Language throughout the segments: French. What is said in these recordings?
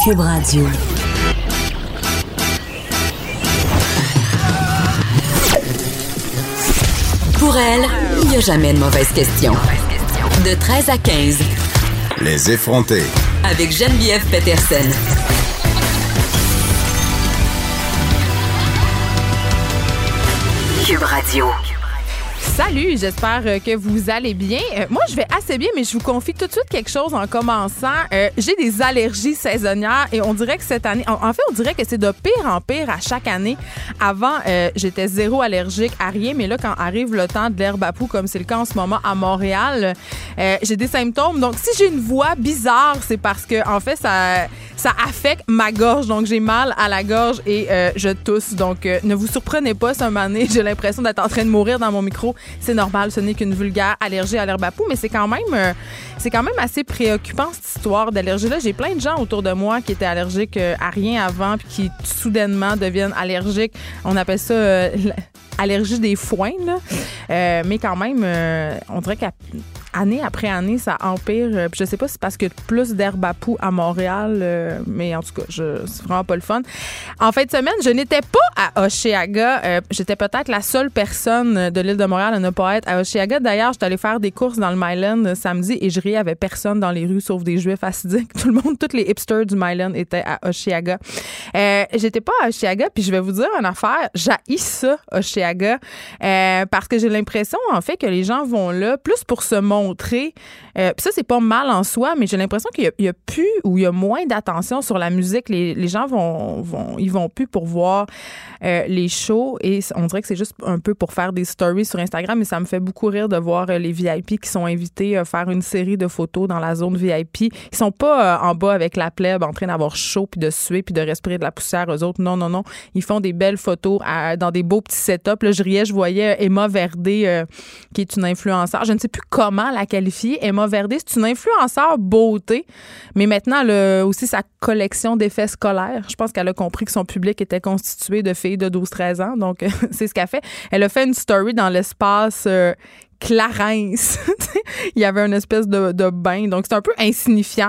Cube Radio. Pour elle, il n'y a jamais de mauvaise question. De 13 à 15. Les effrontés. Avec Geneviève Peterson. Cube Radio. Salut, j'espère que vous allez bien. Moi, je vais assez bien, mais je vous confie tout de suite quelque chose en commençant. J'ai des allergies saisonnières et on dirait que cette année, en fait, on dirait que c'est de pire en pire à chaque année. Avant, j'étais zéro allergique à rien, mais là, quand arrive le temps de l'herbe à poux, comme c'est le cas en ce moment à Montréal, j'ai des symptômes. Donc, si j'ai une voix bizarre, c'est parce que, en fait, ça affecte ma gorge. Donc, j'ai mal à la gorge et je tousse. Donc, ne vous surprenez pas, ce moment donné, j'ai l'impression d'être en train de mourir dans mon micro. C'est normal, ce n'est qu'une vulgaire allergie à l'herbe à poux, mais c'est quand même assez préoccupant, cette histoire d'allergie-là. J'ai plein de gens autour de moi qui étaient allergiques à rien avant puis qui soudainement deviennent allergiques. On appelle ça allergie des foins, là. Mais quand même, on dirait qu'année après année, ça empire. Puis je sais pas si c'est parce qu'il y a plus d'herbe à poux à Montréal, mais en tout cas, c'est vraiment pas le fun. En fin de semaine, je n'étais pas à Hochelaga. J'étais peut-être la seule personne de l'île de Montréal à ne pas être à Hochelaga. D'ailleurs, j'étais allée faire des courses dans le Myland samedi et je riais, il y avait personne dans les rues sauf des Juifs assidiques. Tout le monde, tous les hipsters du Myland étaient à Hochelaga. J'étais pas à Hochelaga, puis je vais vous dire une affaire, j'haïs ça, Hochelaga, parce que j'ai l'impression, en fait, que les gens vont là plus pour se montrer. Puis ça, c'est pas mal en soi, mais j'ai l'impression qu'il y a plus ou il y a moins d'attention sur la musique. Les gens ils vont plus pour voir les shows et on dirait que c'est juste un peu pour faire des stories sur Instagram, mais ça me fait beaucoup rire de voir les VIP qui sont invités à faire une série de photos dans la zone VIP. Ils sont pas en bas avec la plèbe en train d'avoir chaud puis de suer puis de respirer de la poussière, eux autres. Non. Ils font des belles photos dans des beaux petits setups. Là, je riais, je voyais Emma Verdé, qui est une influenceure. Je ne sais plus comment la qualifier. Emma Verdé, c'est une influenceure beauté, mais maintenant, elle a aussi sa collection d'effets scolaires. Je pense qu'elle a compris que son public était constitué de filles de 12-13 ans, donc c'est ce qu'elle fait. Elle a fait une story dans l'espace Clarence. Il y avait une espèce de bain, donc c'est un peu insignifiant.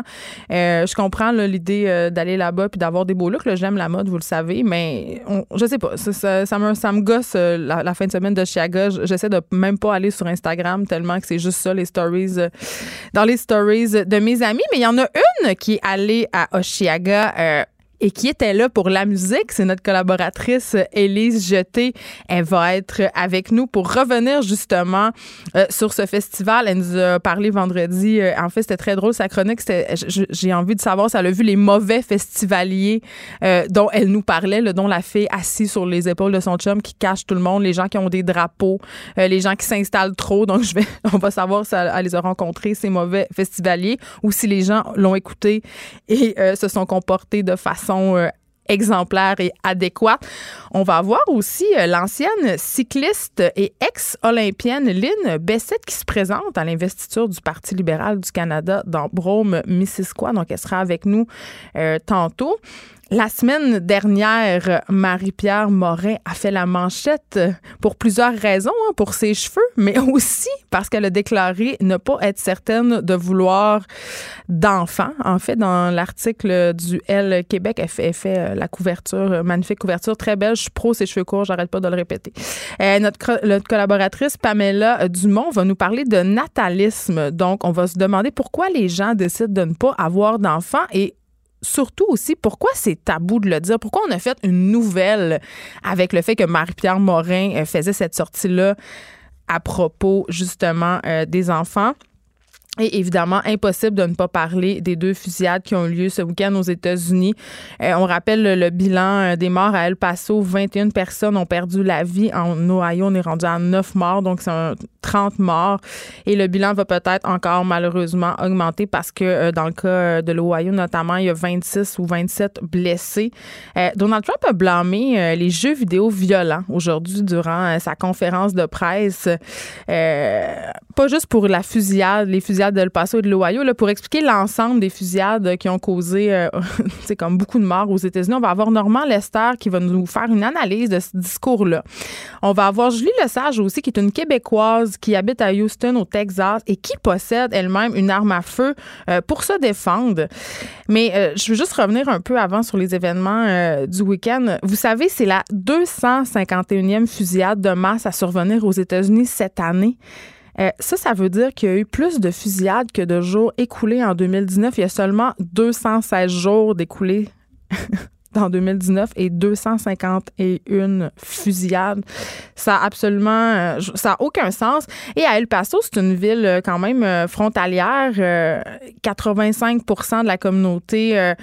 Je comprends là, l'idée d'aller là-bas puis d'avoir des beaux looks. Là, j'aime la mode, vous le savez, mais je sais pas, ça me gosse la fin de semaine de Chiaga. J'essaie de même pas aller sur Instagram tellement que c'est juste ça, les stories, dans les stories de mes amis. Mais il y en a une qui est allée à Hochelaga et qui était là pour la musique. C'est notre collaboratrice Élise Jeté. Elle va être avec nous pour revenir justement sur ce festival. Elle nous a parlé vendredi. En fait, c'était très drôle. Sa chronique, j'ai envie de savoir si elle a vu les mauvais festivaliers dont elle nous parlait, dont la fille assise sur les épaules de son chum qui cache tout le monde, les gens qui ont des drapeaux, les gens qui s'installent trop. Donc, on va savoir si elle les a rencontrés, ces mauvais festivaliers, ou si les gens l'ont écouté et se sont comportés de façon exemplaire et adéquate. On va voir aussi l'ancienne cycliste et ex-olympienne Lynn Bessette qui se présente à l'investiture du Parti libéral du Canada dans Brome-Missisquoi. Donc, elle sera avec nous tantôt. La semaine dernière, Marie-Pierre Morin a fait la manchette pour plusieurs raisons, pour ses cheveux, mais aussi parce qu'elle a déclaré ne pas être certaine de vouloir d'enfants. En fait, dans l'article du Elle Québec, elle fait la couverture, magnifique couverture, très belle. Je suis pro ses cheveux courts, j'arrête pas de le répéter. Notre collaboratrice Pamela Dumont va nous parler de natalisme. Donc, on va se demander pourquoi les gens décident de ne pas avoir d'enfants et surtout aussi, pourquoi c'est tabou de le dire? Pourquoi on a fait une nouvelle avec le fait que Marie-Pierre Morin faisait cette sortie-là à propos, justement, des enfants? Et évidemment, impossible de ne pas parler des 2 fusillades qui ont eu lieu ce week-end aux États-Unis. On rappelle le bilan des morts à El Paso. 21 personnes ont perdu la vie. En Ohio, on est rendu à 9 morts, donc c'est 30 morts. Et le bilan va peut-être encore malheureusement augmenter parce que dans le cas de l'Ohio, notamment, il y a 26 ou 27 blessés. Donald Trump a blâmé les jeux vidéo violents aujourd'hui durant sa conférence de presse. Pas juste pour les fusillades fusillades d'El Paso et de l'Ohio. Là, pour expliquer l'ensemble des fusillades qui ont causé comme beaucoup de morts aux États-Unis, on va avoir Normand Lester qui va nous faire une analyse de ce discours-là. On va avoir Julie Lesage aussi, qui est une Québécoise qui habite à Houston, au Texas, et qui possède elle-même une arme à feu pour se défendre. Mais je veux juste revenir un peu avant sur les événements du week-end. Vous savez, c'est la 251e fusillade de masse à survenir aux États-Unis cette année. Ça veut dire qu'il y a eu plus de fusillades que de jours écoulés en 2019. Il y a seulement 216 jours d'écoulés en 2019 et 251 fusillades. Ça a absolument... ça n'a aucun sens. Et à El Paso, c'est une ville quand même frontalière. 85% de la communauté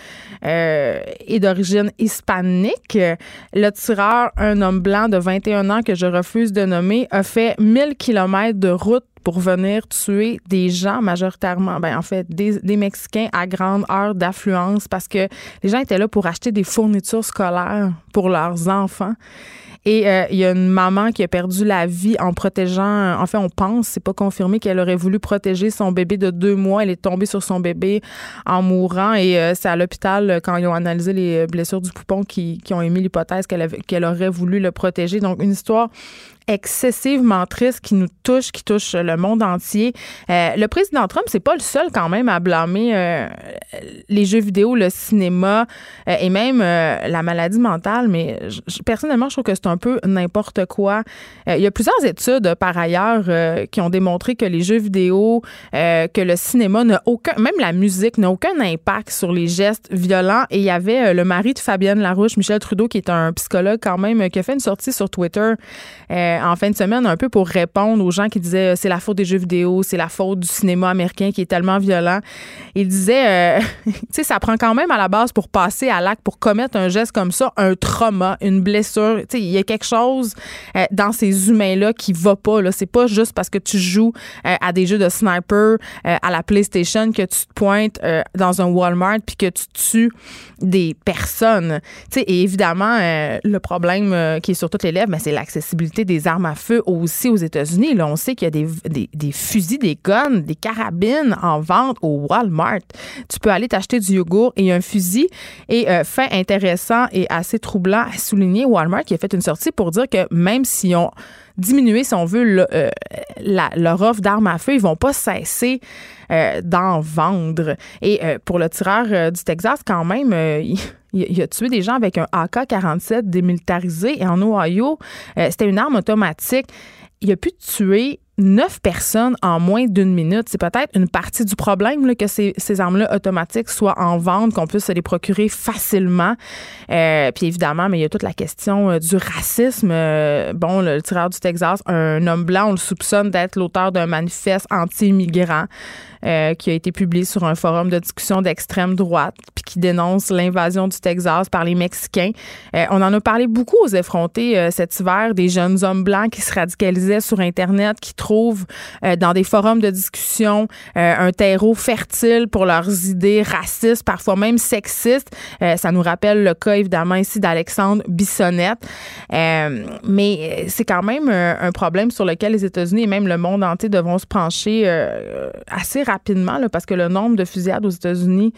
est d'origine hispanique. Le tireur, un homme blanc de 21 ans que je refuse de nommer, a fait 1000 kilomètres de route pour venir tuer des gens majoritairement, des Mexicains à grande heure d'affluence parce que les gens étaient là pour acheter des fournitures scolaires pour leurs enfants. Et il y a une maman qui a perdu la vie en protégeant, on pense, c'est pas confirmé, qu'elle aurait voulu protéger son bébé de 2 mois. Elle est tombée sur son bébé en mourant et c'est à l'hôpital, quand ils ont analysé les blessures du poupon, qui ont émis l'hypothèse qu'elle aurait voulu le protéger. Donc, une histoire excessivement triste qui touche le monde entier. Le président Trump, c'est pas le seul quand même à blâmer les jeux vidéo, le cinéma et même la maladie mentale, mais personnellement, je trouve que c'est un peu n'importe quoi. Il y a plusieurs études, par ailleurs, qui ont démontré que les jeux vidéo, que le cinéma n'a aucun, même la musique, n'a aucun impact sur les gestes violents. Et il y avait le mari de Fabienne Larouche, Michel Trudeau, qui est un psychologue quand même, qui a fait une sortie sur Twitter en fin de semaine, un peu pour répondre aux gens qui disaient c'est la faute des jeux vidéo, c'est la faute du cinéma américain qui est tellement violent. Il disait, tu sais, ça prend quand même à la base pour passer à l'acte, pour commettre un geste comme ça, un trauma, une blessure. Tu sais, il y a quelque chose dans ces humains-là qui va pas. Là. C'est pas juste parce que tu joues à des jeux de sniper à la PlayStation que tu te pointes dans un Walmart puis que tu tues des personnes. Tu sais, et évidemment, le problème qui est sur toutes les lèvres, c'est l'accessibilité des armes à feu aussi aux États-Unis. Là, on sait qu'il y a des fusils, des guns, des carabines en vente au Walmart. Tu peux aller t'acheter du yogourt et un fusil. Et fait intéressant et assez troublant à souligner, Walmart qui a fait une sortie pour dire que même s'ils ont diminué, si on veut, leur offre d'armes à feu, ils vont pas cesser d'en vendre. Et pour le tireur du Texas, quand même, il a tué des gens avec un AK-47 démilitarisé. Et en Ohio, c'était une arme automatique. Il a pu tuer 9 personnes en moins d'une minute. C'est peut-être une partie du problème là, que ces armes-là automatiques soient en vente, qu'on puisse se les procurer facilement. Puis évidemment, mais il y a toute la question du racisme. Le tireur du Texas, un homme blanc, on le soupçonne d'être l'auteur d'un manifeste anti-immigrant qui a été publié sur un forum de discussion d'extrême droite puis qui dénonce l'invasion du Texas par les Mexicains. On en a parlé beaucoup aux effrontés cet hiver, des jeunes hommes blancs qui se radicalisaient sur Internet, qui trouvent dans des forums de discussion un terreau fertile pour leurs idées racistes, parfois même sexistes. Ça nous rappelle le cas, évidemment, ici d'Alexandre Bissonnette. Mais c'est quand même un problème sur lequel les États-Unis et même le monde entier devront se pencher assez rapidement, là, parce que le nombre de fusillades aux États-Unis,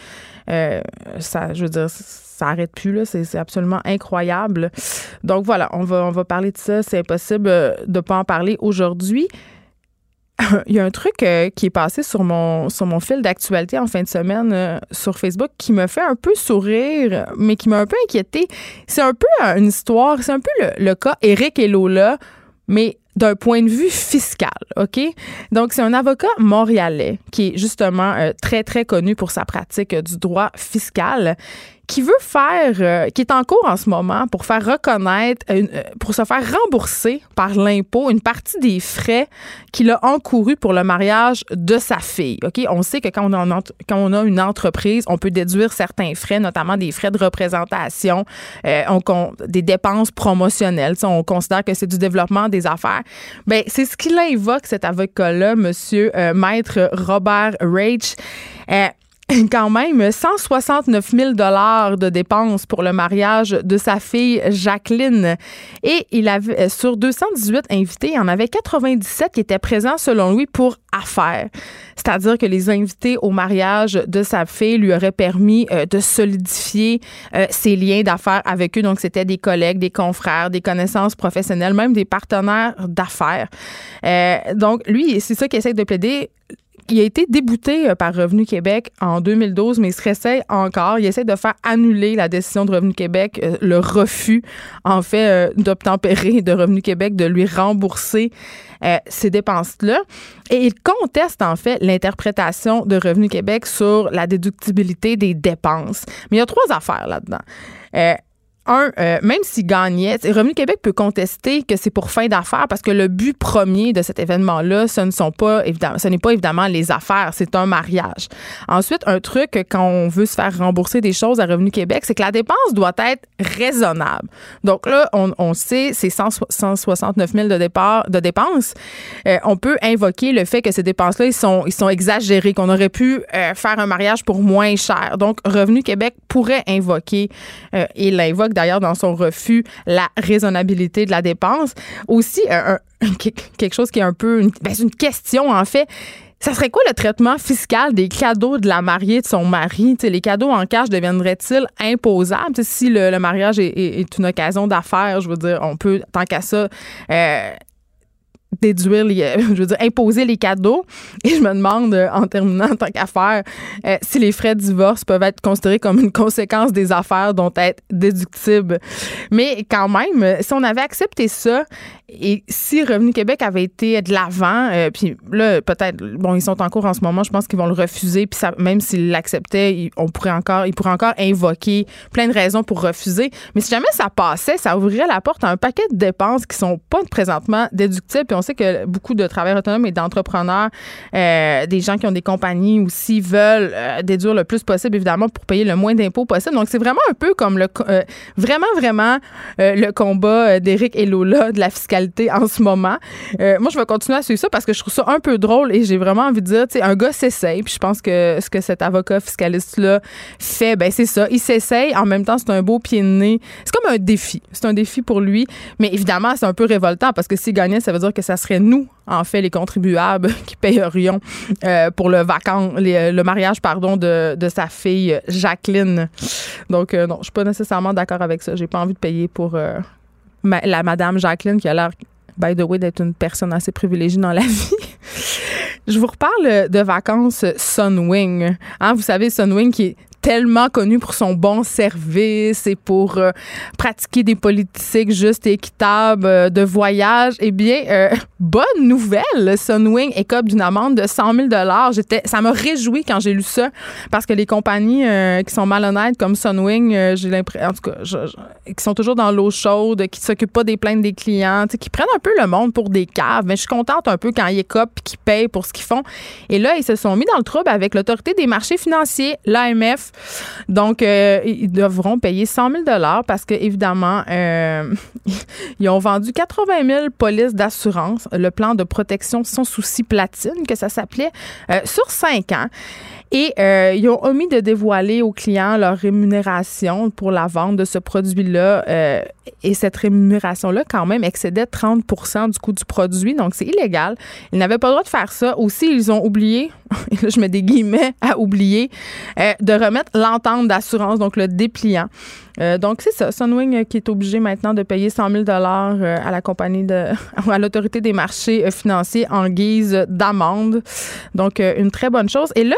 ça n'arrête plus, là. C'est absolument incroyable. Donc voilà, on va parler de ça. C'est impossible de ne pas en parler aujourd'hui. Il y a un truc qui est passé sur mon fil d'actualité en fin de semaine sur Facebook qui me fait un peu sourire, mais qui m'a un peu inquiétée. C'est un peu une histoire, c'est un peu le cas Éric et Lola, mais d'un point de vue fiscal, OK? Donc, c'est un avocat montréalais qui est justement très, très connu pour sa pratique du droit fiscal, qui veut qui est en cours en ce moment pour faire reconnaître, pour se faire rembourser par l'impôt une partie des frais qu'il a encourus pour le mariage de sa fille. OK? On sait que quand on a une entreprise, on peut déduire certains frais, notamment des frais de représentation, des dépenses promotionnelles. T'sais, on considère que c'est du développement des affaires. Bien, c'est ce qu'il invoque, cet avocat-là, monsieur Maître Robert Raich. quand même 169 000 $ de dépenses pour le mariage de sa fille Jacqueline. Et il avait, sur 218 invités, il y en avait 97 qui étaient présents, selon lui, pour affaires. C'est-à-dire que les invités au mariage de sa fille lui auraient permis de solidifier ses liens d'affaires avec eux. Donc, c'était des collègues, des confrères, des connaissances professionnelles, même des partenaires d'affaires. Donc, lui, c'est ça qu'il essaie de plaider. Il a été débouté par Revenu Québec en 2012, mais il se réessaye encore. Il essaie de faire annuler la décision de Revenu Québec, le refus, en fait, d'obtempérer de Revenu Québec de lui rembourser ces dépenses-là. Et il conteste, en fait, l'interprétation de Revenu Québec sur la déductibilité des dépenses. Mais il y a 3 affaires là-dedans. Même s'il gagnait, Revenu Québec peut contester que c'est pour fin d'affaires parce que le but premier de cet événement-là, ce n'est pas évidemment les affaires, c'est un mariage. Ensuite, un truc quand on veut se faire rembourser des choses à Revenu Québec, c'est que la dépense doit être raisonnable. Donc là, on sait, c'est 169 000 de dépenses. On peut invoquer le fait que ces dépenses-là, ils sont exagérés, qu'on aurait pu faire un mariage pour moins cher. Donc, Revenu Québec pourrait invoquer, et l'invoque d'ailleurs dans son refus, la raisonnabilité de la dépense. Aussi, quelque chose qui est un peu une question, en fait. Ça serait quoi le traitement fiscal des cadeaux de la mariée de son mari? T'sais, les cadeaux en cash deviendraient-ils imposables? T'sais, si le mariage est une occasion d'affaires, je veux dire, on peut, tant qu'à ça, déduire, imposer les cadeaux. Et je me demande, en terminant, en tant qu'affaire, si les frais de divorce peuvent être considérés comme une conséquence des affaires dont être déductibles. Mais quand même, si on avait accepté ça, et si Revenu Québec avait été de l'avant, puis là, peut-être, bon, ils sont en cours en ce moment, je pense qu'ils vont le refuser, puis ça, même s'ils l'acceptaient, ils pourraient encore invoquer plein de raisons pour refuser. Mais si jamais ça passait, ça ouvrirait la porte à un paquet de dépenses qui sont pas présentement déductibles. Puis on sait que beaucoup de travailleurs autonomes et d'entrepreneurs, des gens qui ont des compagnies aussi, veulent déduire le plus possible, évidemment, pour payer le moins d'impôts possible. Donc, c'est vraiment un peu comme le combat d'Éric et Lola de la fiscalité en ce moment. Moi, je vais continuer à suivre ça parce que je trouve ça un peu drôle et j'ai vraiment envie de dire, tu sais, un gars s'essaye, puis je pense que ce que cet avocat fiscaliste-là fait, ben c'est ça. Il s'essaye. En même temps, c'est un beau pied de nez. C'est comme un défi. C'est un défi pour lui. Mais évidemment, c'est un peu révoltant parce que s'il gagnait, ça veut dire que ça serait nous, en fait, les contribuables qui payerions pour le mariage, de sa fille Jacqueline. Donc, non, je suis pas nécessairement d'accord avec ça. J'ai pas envie de payer pour la madame Jacqueline qui a l'air, by the way, d'être une personne assez privilégiée dans la vie. Je vous reparle de vacances Sunwing. Hein, vous savez, Sunwing qui est tellement connu pour son bon service et pour pratiquer des politiques justes et équitables de voyage. Eh bien, bonne nouvelle, Sunwing écope d'une amende de 100 000 $. Ça m'a réjoui quand j'ai lu ça parce que les compagnies qui sont malhonnêtes comme Sunwing, j'ai l'impression, en tout cas, qui sont toujours dans l'eau chaude, qui s'occupent pas des plaintes des clients, qui prennent un peu le monde pour des caves. Mais je suis contente un peu quand ils écopent et qu'ils payent pour ce qu'ils font. Et là, ils se sont mis dans le trouble avec l'Autorité des marchés financiers, l'AMF. Donc, ils devront payer 100 000 $ parce que, évidemment, ils ont vendu 80 000 polices d'assurance, le plan de protection sans souci platine, que ça s'appelait, sur 5 ans. Et ils ont omis de dévoiler aux clients leur rémunération pour la vente de ce produit-là. Et cette rémunération-là, quand même, excédait 30 % du coût du produit. Donc, c'est illégal. Ils n'avaient pas le droit de faire ça. Aussi, ils ont oublié, et là, je mets des guillemets à oublier, de remettre l'entente d'assurance, donc le dépliant. Donc, c'est ça. Sunwing qui est obligé maintenant de payer 100 000 $ à la compagnie à l'Autorité des marchés financiers en guise d'amende. Donc, une très bonne chose. Et là,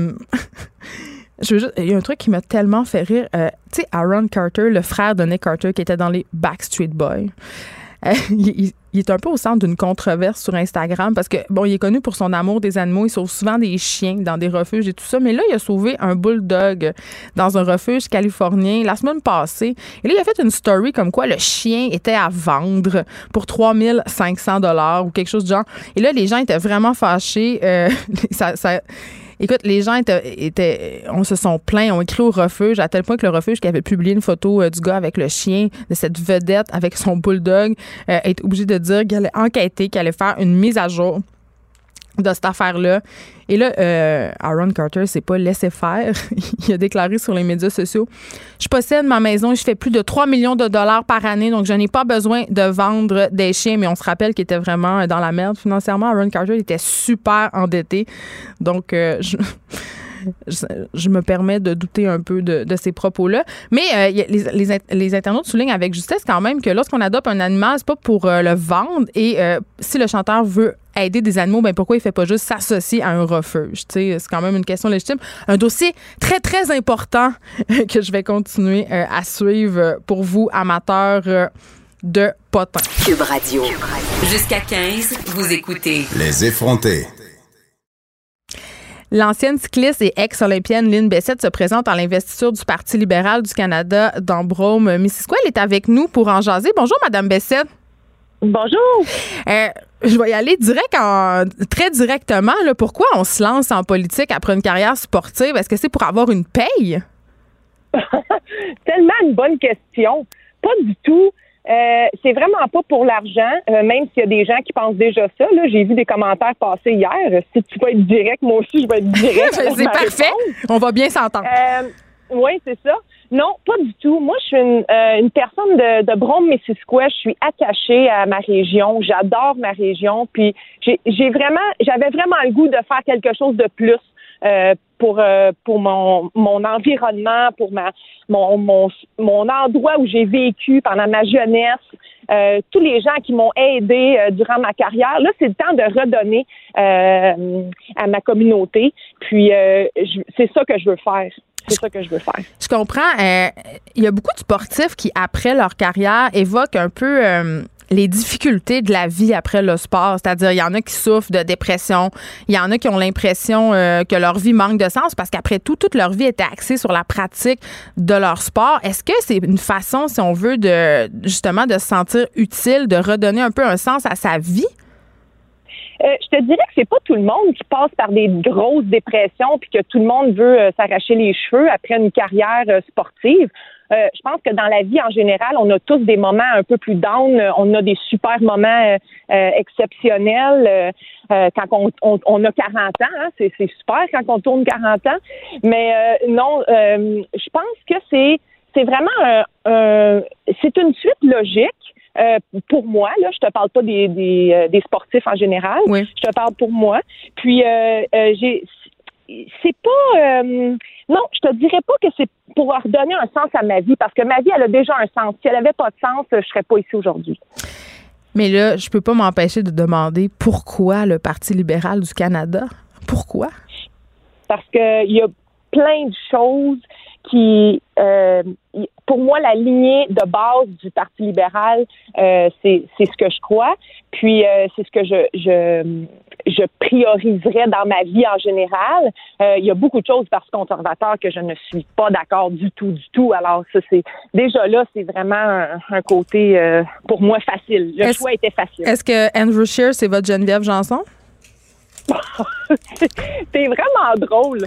il y a un truc qui m'a tellement fait rire. Tu sais, Aaron Carter, le frère de Nick Carter qui était dans les Backstreet Boys, il est un peu au centre d'une controverse sur Instagram parce que, bon, il est connu pour son amour des animaux. Il sauve souvent des chiens dans des refuges et tout ça. Mais là, il a sauvé un bulldog dans un refuge californien la semaine passée. Et là, il a fait une story comme quoi le chien était à vendre pour 3 500 $ ou quelque chose du genre. Et là, les gens étaient vraiment fâchés. Écoute, les gens on se sont plaints, ont écrit au refuge, à tel point que le refuge qui avait publié une photo du gars avec le chien, de cette vedette avec son bulldog, est obligé de dire qu'il allait enquêter, qu'il allait faire une mise à jour. de cette affaire-là. Et là, Aaron Carter s'est pas laissé faire. Il a déclaré sur les médias sociaux: je possède ma maison et je fais plus de 3 millions de dollars par année, donc je n'ai pas besoin de vendre des chiens. Mais on se rappelle qu'il était vraiment dans la merde financièrement. Aaron Carter était super endetté. Donc, je me permets de douter un peu de ces propos-là. Mais les internautes soulignent avec justesse quand même que lorsqu'on adopte un animal, c'est pas pour le vendre. Et si le chanteur veut aider des animaux, ben pourquoi il fait pas juste s'associer à un refuge? T'sais, c'est quand même une question légitime. Un dossier très, très important que je vais continuer à suivre pour vous, amateurs de potins. Cube Radio. Jusqu'à 15, vous écoutez Les effrontés. L'ancienne cycliste et ex-olympienne Lynn Bessette se présente à l'investiture du Parti libéral du Canada dans Brome-Missisquoi. Elle est avec nous pour en jaser. Bonjour, Madame Bessette. Bonjour. Je vais y aller très directement. Là, pourquoi on se lance en politique après une carrière sportive? Est-ce que c'est pour avoir une paye? Tellement une bonne question. Pas du tout. C'est vraiment pas pour l'argent, même s'il y a des gens qui pensent déjà ça. Là, j'ai vu des commentaires passer hier. Si tu peux être direct, moi aussi, je vais être direct. C'est parfait. On va bien s'entendre. Oui, c'est ça. Non, pas du tout. Moi, je suis une personne de Brome-Missisquoi. Je suis attachée à ma région. J'adore ma région. Puis j'avais vraiment le goût de faire quelque chose de plus pour mon environnement, pour mon endroit où j'ai vécu pendant ma jeunesse. Tous les gens qui m'ont aidé durant ma carrière. Là, c'est le temps de redonner à ma communauté. Puis c'est ça que je veux faire. C'est ça que je veux faire. Je comprends. Il y a beaucoup de sportifs qui, après leur carrière, évoquent un peu les difficultés de la vie après le sport. C'est-à-dire, il y en a qui souffrent de dépression. Il y en a qui ont l'impression que leur vie manque de sens parce qu'après tout, toute leur vie était axée sur la pratique de leur sport. Est-ce que c'est une façon, si on veut, justement de se sentir utile, de redonner un peu un sens à sa vie? Je te dirais que c'est pas tout le monde qui passe par des grosses dépressions puis que tout le monde veut s'arracher les cheveux après une carrière sportive. Je pense que dans la vie en général, on a tous des moments un peu plus down. On a des super moments exceptionnels quand on a 40 ans. Hein, c'est super quand on tourne 40 ans. Mais non, je pense que c'est vraiment c'est une suite logique. Pour moi, là, je te parle pas des sportifs en général. Oui. Je te parle pour moi. Puis c'est pas non, je te dirais pas que c'est pour redonner un sens à ma vie, parce que ma vie, elle a déjà un sens. Si elle avait pas de sens, je serais pas ici aujourd'hui. Mais là, je peux pas m'empêcher de demander pourquoi le Parti libéral du Canada? Pourquoi? Parce que il y a plein de choses qui, pour moi, la lignée de base du Parti libéral, c'est ce que je crois. Puis, c'est ce que je prioriserais dans ma vie en général. Il y a beaucoup de choses du Parti conservateur que je ne suis pas d'accord du tout. Alors, ça, c'est déjà là, c'est vraiment un côté, pour moi, facile. Le choix était facile. Est-ce que Andrew Scheer, c'est votre Geneviève Janson? T'es vraiment drôle.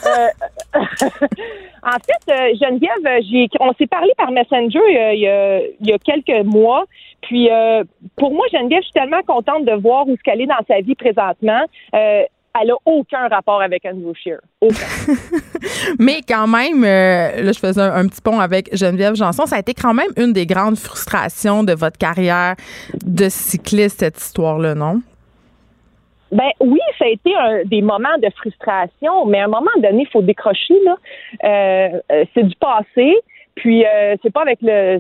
En fait, Geneviève, on s'est parlé par Messenger il y a quelques mois. Puis, pour moi, Geneviève, je suis tellement contente de voir où ce qu'elle est dans sa vie présentement. Elle n'a aucun rapport avec Andrew Scheer. Aucun. Mais quand même, là, je faisais un petit pont avec Geneviève Janson. Ça a été quand même une des grandes frustrations de votre carrière de cycliste, cette histoire-là, non? Ben oui, ça a été des moments de frustration, mais à un moment donné, il faut décrocher, là. C'est du passé, puis c'est pas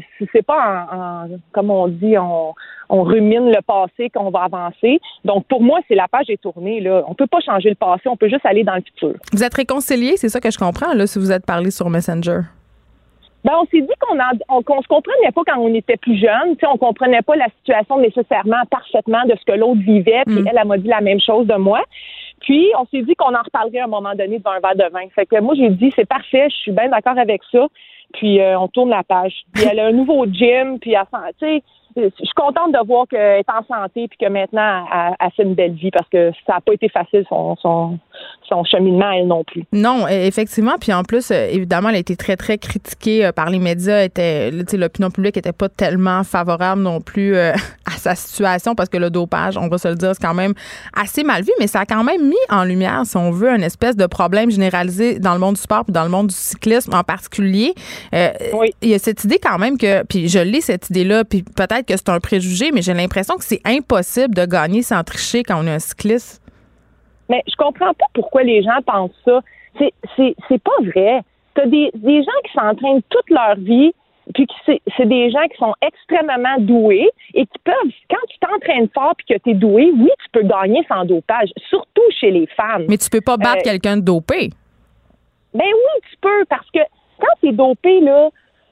comme on dit, on rumine le passé qu'on va avancer. Donc pour moi, c'est la page est tournée, là. On peut pas changer le passé, on peut juste aller dans le futur. Vous êtes réconciliés, c'est ça que je comprends, là, si vous êtes parlé sur Messenger. Ben, on s'est dit qu'on se comprenait pas quand on était plus jeune. Tu sais, on comprenait pas la situation nécessairement parfaitement de ce que l'autre vivait. Puis elle m'a dit la même chose de moi. Puis on s'est dit qu'on en reparlerait à un moment donné devant un verre de vin. Fait que moi, j'ai dit, c'est parfait, je suis bien d'accord avec ça. Puis on tourne la page. Puis elle a un nouveau gym. Puis tu sais, je suis contente de voir qu'elle est en santé puis que maintenant, elle fait une belle vie parce que ça n'a pas été facile, son cheminement, elle non plus. Non, effectivement. Puis en plus, évidemment, elle a été très, très critiquée par les médias. L'opinion publique n'était pas tellement favorable non plus à sa situation parce que le dopage, on va se le dire, c'est quand même assez mal vu, mais ça a quand même mis en lumière, si on veut, une espèce de problème généralisé dans le monde du sport puis dans le monde du cyclisme en particulier. Oui. Il y a cette idée quand même que, puis je l'ai cette idée-là, puis peut-être que c'est un préjugé, mais j'ai l'impression que c'est impossible de gagner sans tricher quand on est un cycliste. Mais je comprends pas pourquoi les gens pensent ça. C'est pas vrai. T'as des gens qui s'entraînent toute leur vie, puis c'est des gens qui sont extrêmement doués et qui peuvent, quand tu t'entraînes fort puis que tu es doué, oui, tu peux gagner sans dopage, surtout chez les femmes. Mais tu peux pas battre quelqu'un de dopé. Ben oui, tu peux, parce que quand tu es dopé, là,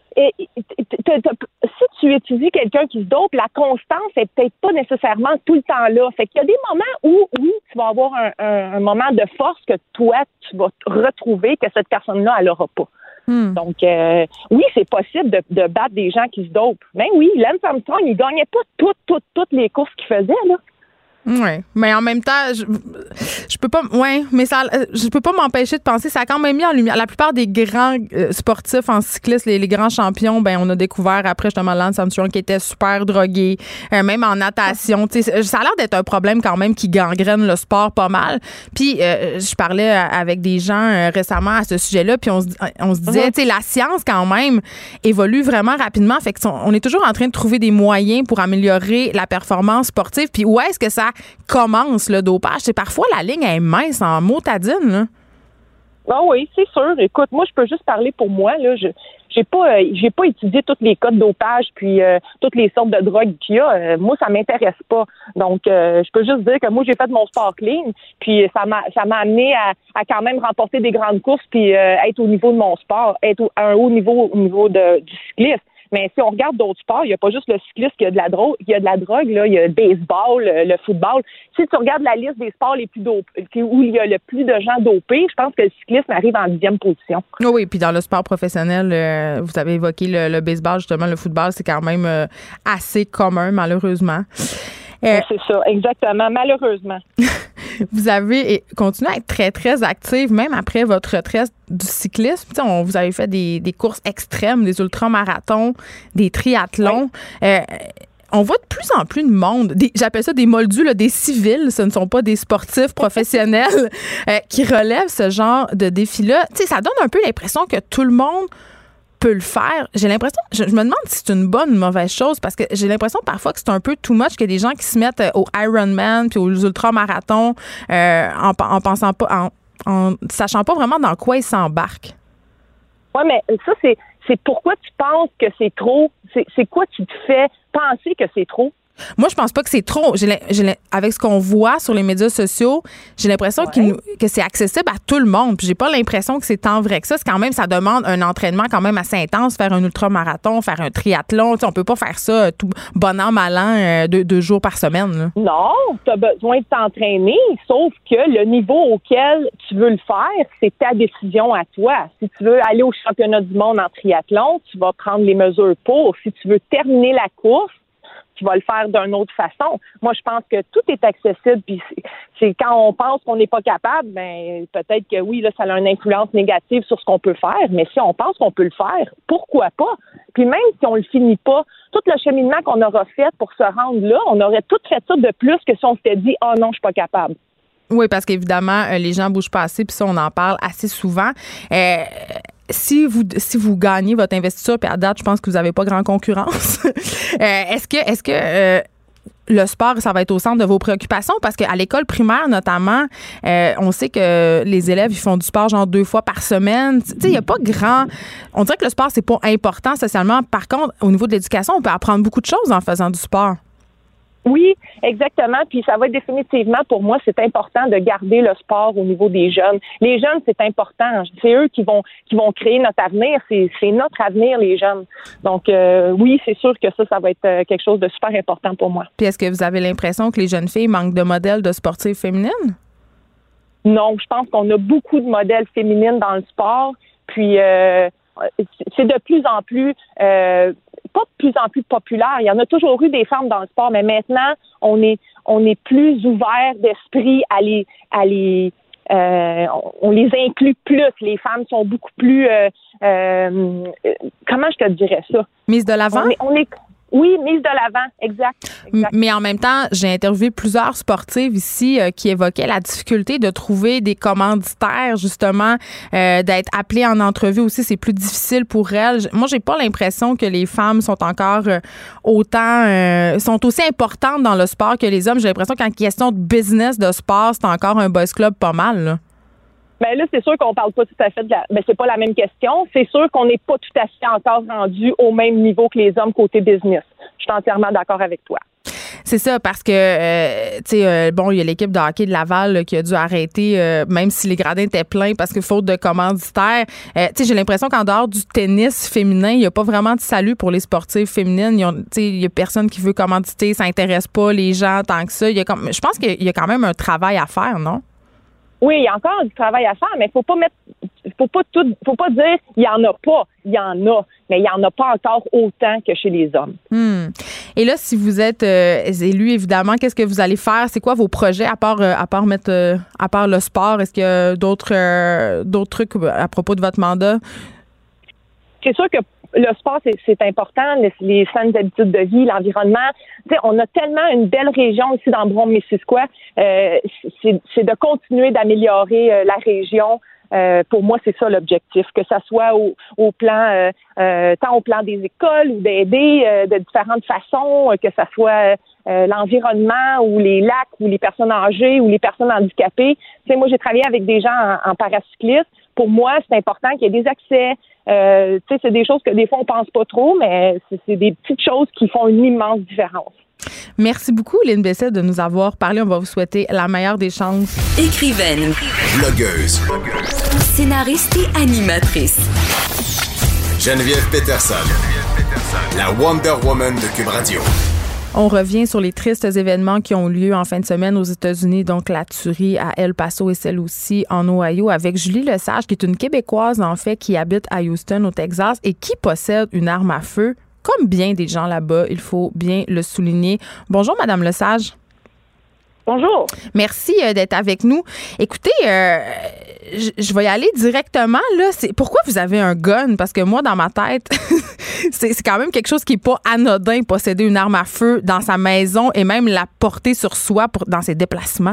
si tu étudies quelqu'un qui se dope, la constance est peut-être pas nécessairement tout le temps là. Fait qu'il y a des moments où, oui, tu vas avoir un moment de force que toi, tu vas retrouver que cette personne-là, elle n'aura pas. Donc, oui, c'est possible de battre des gens qui se dopent. Ben oui, Lance Armstrong, il gagnait pas toutes les courses qu'il faisait, là. Oui, mais en même temps, je peux pas, mais ça, je peux pas m'empêcher de penser, ça a quand même mis en lumière la plupart des grands sportifs en cyclisme, les grands champions, ben on a découvert après justement Lance Armstrong qui était super drogué, même en natation, tu sais, ça a l'air d'être un problème quand même qui gangrène le sport pas mal. Puis je parlais avec des gens récemment à ce sujet-là, puis on se disait, tu sais, la science quand même évolue vraiment rapidement, fait que on est toujours en train de trouver des moyens pour améliorer la performance sportive. Puis où est-ce que ça commence le dopage? C'est parfois la ligne est mince en motadine, là. Ah oui, c'est sûr. Écoute, moi, je peux juste parler pour moi, là. J'ai pas étudié tous les cas de dopage puis toutes les sortes de drogues qu'il y a. Moi, ça m'intéresse pas. Donc, je peux juste dire que moi, j'ai fait mon sport clean, puis ça m'a amené à quand même remporter des grandes courses puis être au niveau de mon sport, être à un haut niveau au niveau du cyclisme. Mais si on regarde d'autres sports, il n'y a pas juste le cyclisme qui a de la drogue, là, il y a le baseball, le football. Si tu regardes la liste des sports les plus dopés, où il y a le plus de gens dopés, je pense que le cyclisme arrive en 10e position. Oui, puis dans le sport professionnel, vous avez évoqué le baseball, justement, le football, c'est quand même assez commun, malheureusement. C'est ça, exactement, malheureusement. Vous avez continué à être très, très active, même après votre retraite du cyclisme. Vous avez fait des courses extrêmes, des ultramarathons, des triathlons. Oui. On voit de plus en plus de monde, j'appelle ça des moldus, là, des civils, ce ne sont pas des sportifs professionnels qui relèvent ce genre de défi-là. Ça donne un peu l'impression que tout le monde peut le faire. J'ai l'impression, je me demande si c'est une bonne ou une mauvaise chose, parce que j'ai l'impression parfois que c'est un peu too much qu'il y a des gens qui se mettent au Ironman puis aux ultramarathons en pensant pas, en sachant pas vraiment dans quoi ils s'embarquent. Oui, mais ça, c'est pourquoi tu penses que c'est trop? C'est quoi qui te fait penser que c'est trop? Moi, je pense pas que c'est trop. Avec ce qu'on voit sur les médias sociaux, j'ai l'impression que c'est accessible à tout le monde. Puis j'ai pas l'impression que c'est tant vrai que ça. C'est quand même, ça demande un entraînement quand même assez intense, faire un ultramarathon, faire un triathlon. On peut pas faire ça tout bon an, mal an, 2 jours par semaine, là. Non, tu as besoin de t'entraîner, sauf que le niveau auquel tu veux le faire, c'est ta décision à toi. Si tu veux aller au championnat du monde en triathlon, tu vas prendre les mesures pour. Si tu veux terminer la course, tu vas le faire d'une autre façon. Moi, je pense que tout est accessible. Puis c'est quand on pense qu'on n'est pas capable, ben peut-être que oui, là, ça a une influence négative sur ce qu'on peut faire. Mais si on pense qu'on peut le faire, pourquoi pas? Puis même si on le finit pas, tout le cheminement qu'on aura fait pour se rendre là, on aurait tout fait ça de plus que si on s'était dit « Oh non, je suis pas capable ». Oui, parce qu'évidemment, les gens bougent pas assez, puis ça, on en parle assez souvent. Si vous gagnez votre investiture, puis à date, je pense que vous n'avez pas grande concurrence, est-ce que le sport, ça va être au centre de vos préoccupations? Parce qu'à l'école primaire, notamment, on sait que les élèves, ils font du sport genre 2 fois par semaine. Tu sais, il n'y a pas grand... On dirait que le sport, c'est pas important socialement. Par contre, au niveau de l'éducation, on peut apprendre beaucoup de choses en faisant du sport. Oui, exactement. Puis ça va être définitivement, pour moi, c'est important de garder le sport au niveau des jeunes. Les jeunes, c'est important. C'est eux qui vont créer notre avenir. C'est notre avenir, les jeunes. Donc, oui, c'est sûr que ça va être quelque chose de super important pour moi. Puis est-ce que vous avez l'impression que les jeunes filles manquent de modèles de sportives féminines? Non, je pense qu'on a beaucoup de modèles féminines dans le sport. Puis, c'est de plus en plus... pas de plus en plus populaire. Il y en a toujours eu des femmes dans le sport, mais maintenant, on est plus ouvert d'esprit on les inclut plus. Les femmes sont beaucoup plus comment je te dirais ça? Mise de l'avant? Oui, mise de l'avant, exact. Mais en même temps, j'ai interviewé plusieurs sportives ici qui évoquaient la difficulté de trouver des commanditaires, justement, d'être appelées en entrevue aussi. C'est plus difficile pour elles. Moi, j'ai pas l'impression que les femmes sont encore sont aussi importantes dans le sport que les hommes. J'ai l'impression qu'en question de business de sport, c'est encore un boys club pas mal, là. Ben là, c'est sûr qu'on parle pas tout à fait c'est pas la même question. C'est sûr qu'on n'est pas tout à fait encore rendu au même niveau que les hommes côté business. Je suis entièrement d'accord avec toi. C'est ça, parce que, il y a l'équipe de hockey de Laval là, qui a dû arrêter, même si les gradins étaient pleins, parce que faute de commanditaires. J'ai l'impression qu'en dehors du tennis féminin, il n'y a pas vraiment de salut pour les sportives féminines. Il y a personne qui veut commanditer, ça n'intéresse pas les gens tant que ça. Je pense qu'il y a quand même un travail à faire, non? Oui, il y a encore du travail à faire, mais faut pas dire il y en a pas, il y en a, mais il y en a pas encore autant que chez les hommes. Et là, si vous êtes élu, évidemment, qu'est-ce que vous allez faire? C'est quoi vos projets à part le sport? Est-ce qu'il y a d'autres trucs à propos de votre mandat? C'est sûr que le sport, c'est important, les saines habitudes de vie, l'environnement. Tu sais, on a tellement une belle région ici dans Brome-Missisquoi. C'est de continuer d'améliorer la région. Pour moi, c'est ça l'objectif, que ça soit au plan, tant au plan des écoles ou d'aider de différentes façons, que ça soit l'environnement ou les lacs ou les personnes âgées ou les personnes handicapées. Tu sais, moi, j'ai travaillé avec des gens en paracyclisme. Pour moi, c'est important qu'il y ait des accès. C'est des choses que des fois on pense pas trop, mais c'est des petites choses qui font une immense différence. Merci beaucoup, Lynn Bessette, de nous avoir parlé. On va vous souhaiter la meilleure des chances. Écrivaine, blogueuse, scénariste et animatrice. Geneviève Peterson, la Wonder Woman de Cube Radio. On revient sur les tristes événements qui ont lieu en fin de semaine aux États-Unis, donc la tuerie à El Paso et celle aussi en Ohio, avec Julie Lesage, qui est une Québécoise, en fait, qui habite à Houston, au Texas, et qui possède une arme à feu, comme bien des gens là-bas, il faut bien le souligner. Bonjour, Madame Lesage. Bonjour. Merci d'être avec nous. Écoutez, je vais y aller directement. Là, pourquoi vous avez un gun? Parce que moi, dans ma tête, c'est quand même quelque chose qui n'est pas anodin, posséder une arme à feu dans sa maison et même la porter sur soi dans ses déplacements.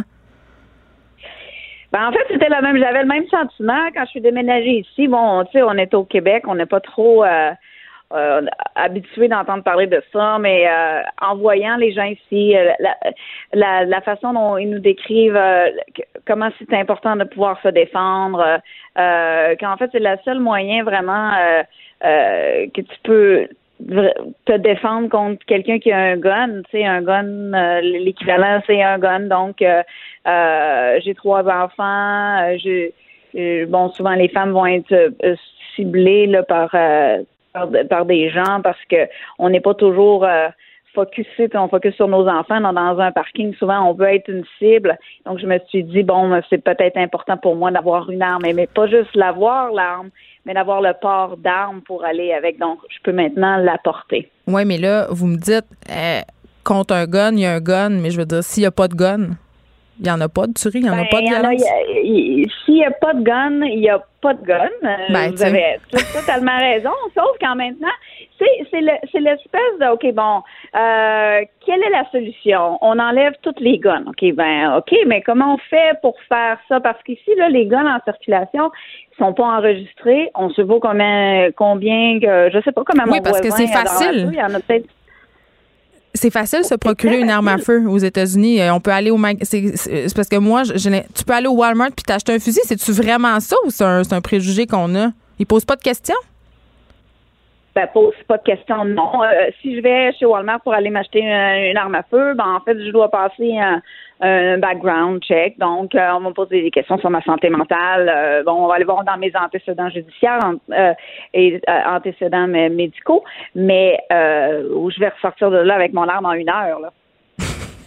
En fait, j'avais le même sentiment quand je suis déménagée ici. Bon, tu sais, on est au Québec, on n'est pas trop habitué d'entendre parler de ça, mais en voyant les gens ici, la façon dont ils nous décrivent comment c'est important de pouvoir se défendre, qu'en fait c'est le seul moyen vraiment que tu peux te défendre contre quelqu'un qui a un gun. Tu sais, un gun, l'équivalent c'est un gun. Donc j'ai 3 enfants. Souvent les femmes vont être ciblées là par des gens parce que on n'est pas toujours focusé, on focus sur nos enfants. Dans un parking, souvent, on peut être une cible. Donc, je me suis dit, c'est peut-être important pour moi d'avoir une arme, mais pas juste l'avoir, l'arme, mais d'avoir le port d'arme pour aller avec. Donc, je peux maintenant la porter. Oui, mais là, vous me dites, contre un gun, il y a un gun, mais je veux dire, s'il n'y a pas de gun, il n'y en a pas de tuerie, il n'y en a pas de violence. S'il n'y a pas de gun, il n'y a pas de gun. Vous avez totalement raison. Sauf qu'en maintenant, c'est l'espèce de, quelle est la solution? On enlève toutes les guns. Mais comment on fait pour faire ça? Parce qu'ici, là, les guns en circulation, ils sont pas enregistrés. On se voit combien je sais pas comment. Oui, parce que c'est facile. Il y en a peut-être. C'est facile de se procurer une arme à feu aux États-Unis. On peut aller c'est parce que moi, tu peux aller au Walmart puis t'acheter un fusil. C'est-tu vraiment ça ou c'est un préjugé qu'on a? Ils posent pas de questions? Pose pas de questions, non. Si je vais chez Walmart pour aller m'acheter une arme à feu, en fait, je dois passer un background check. Donc, on va me poser des questions sur ma santé mentale. On va aller voir dans mes antécédents judiciaires et antécédents médicaux. Mais où je vais ressortir de là avec mon arme en 1 heure, là.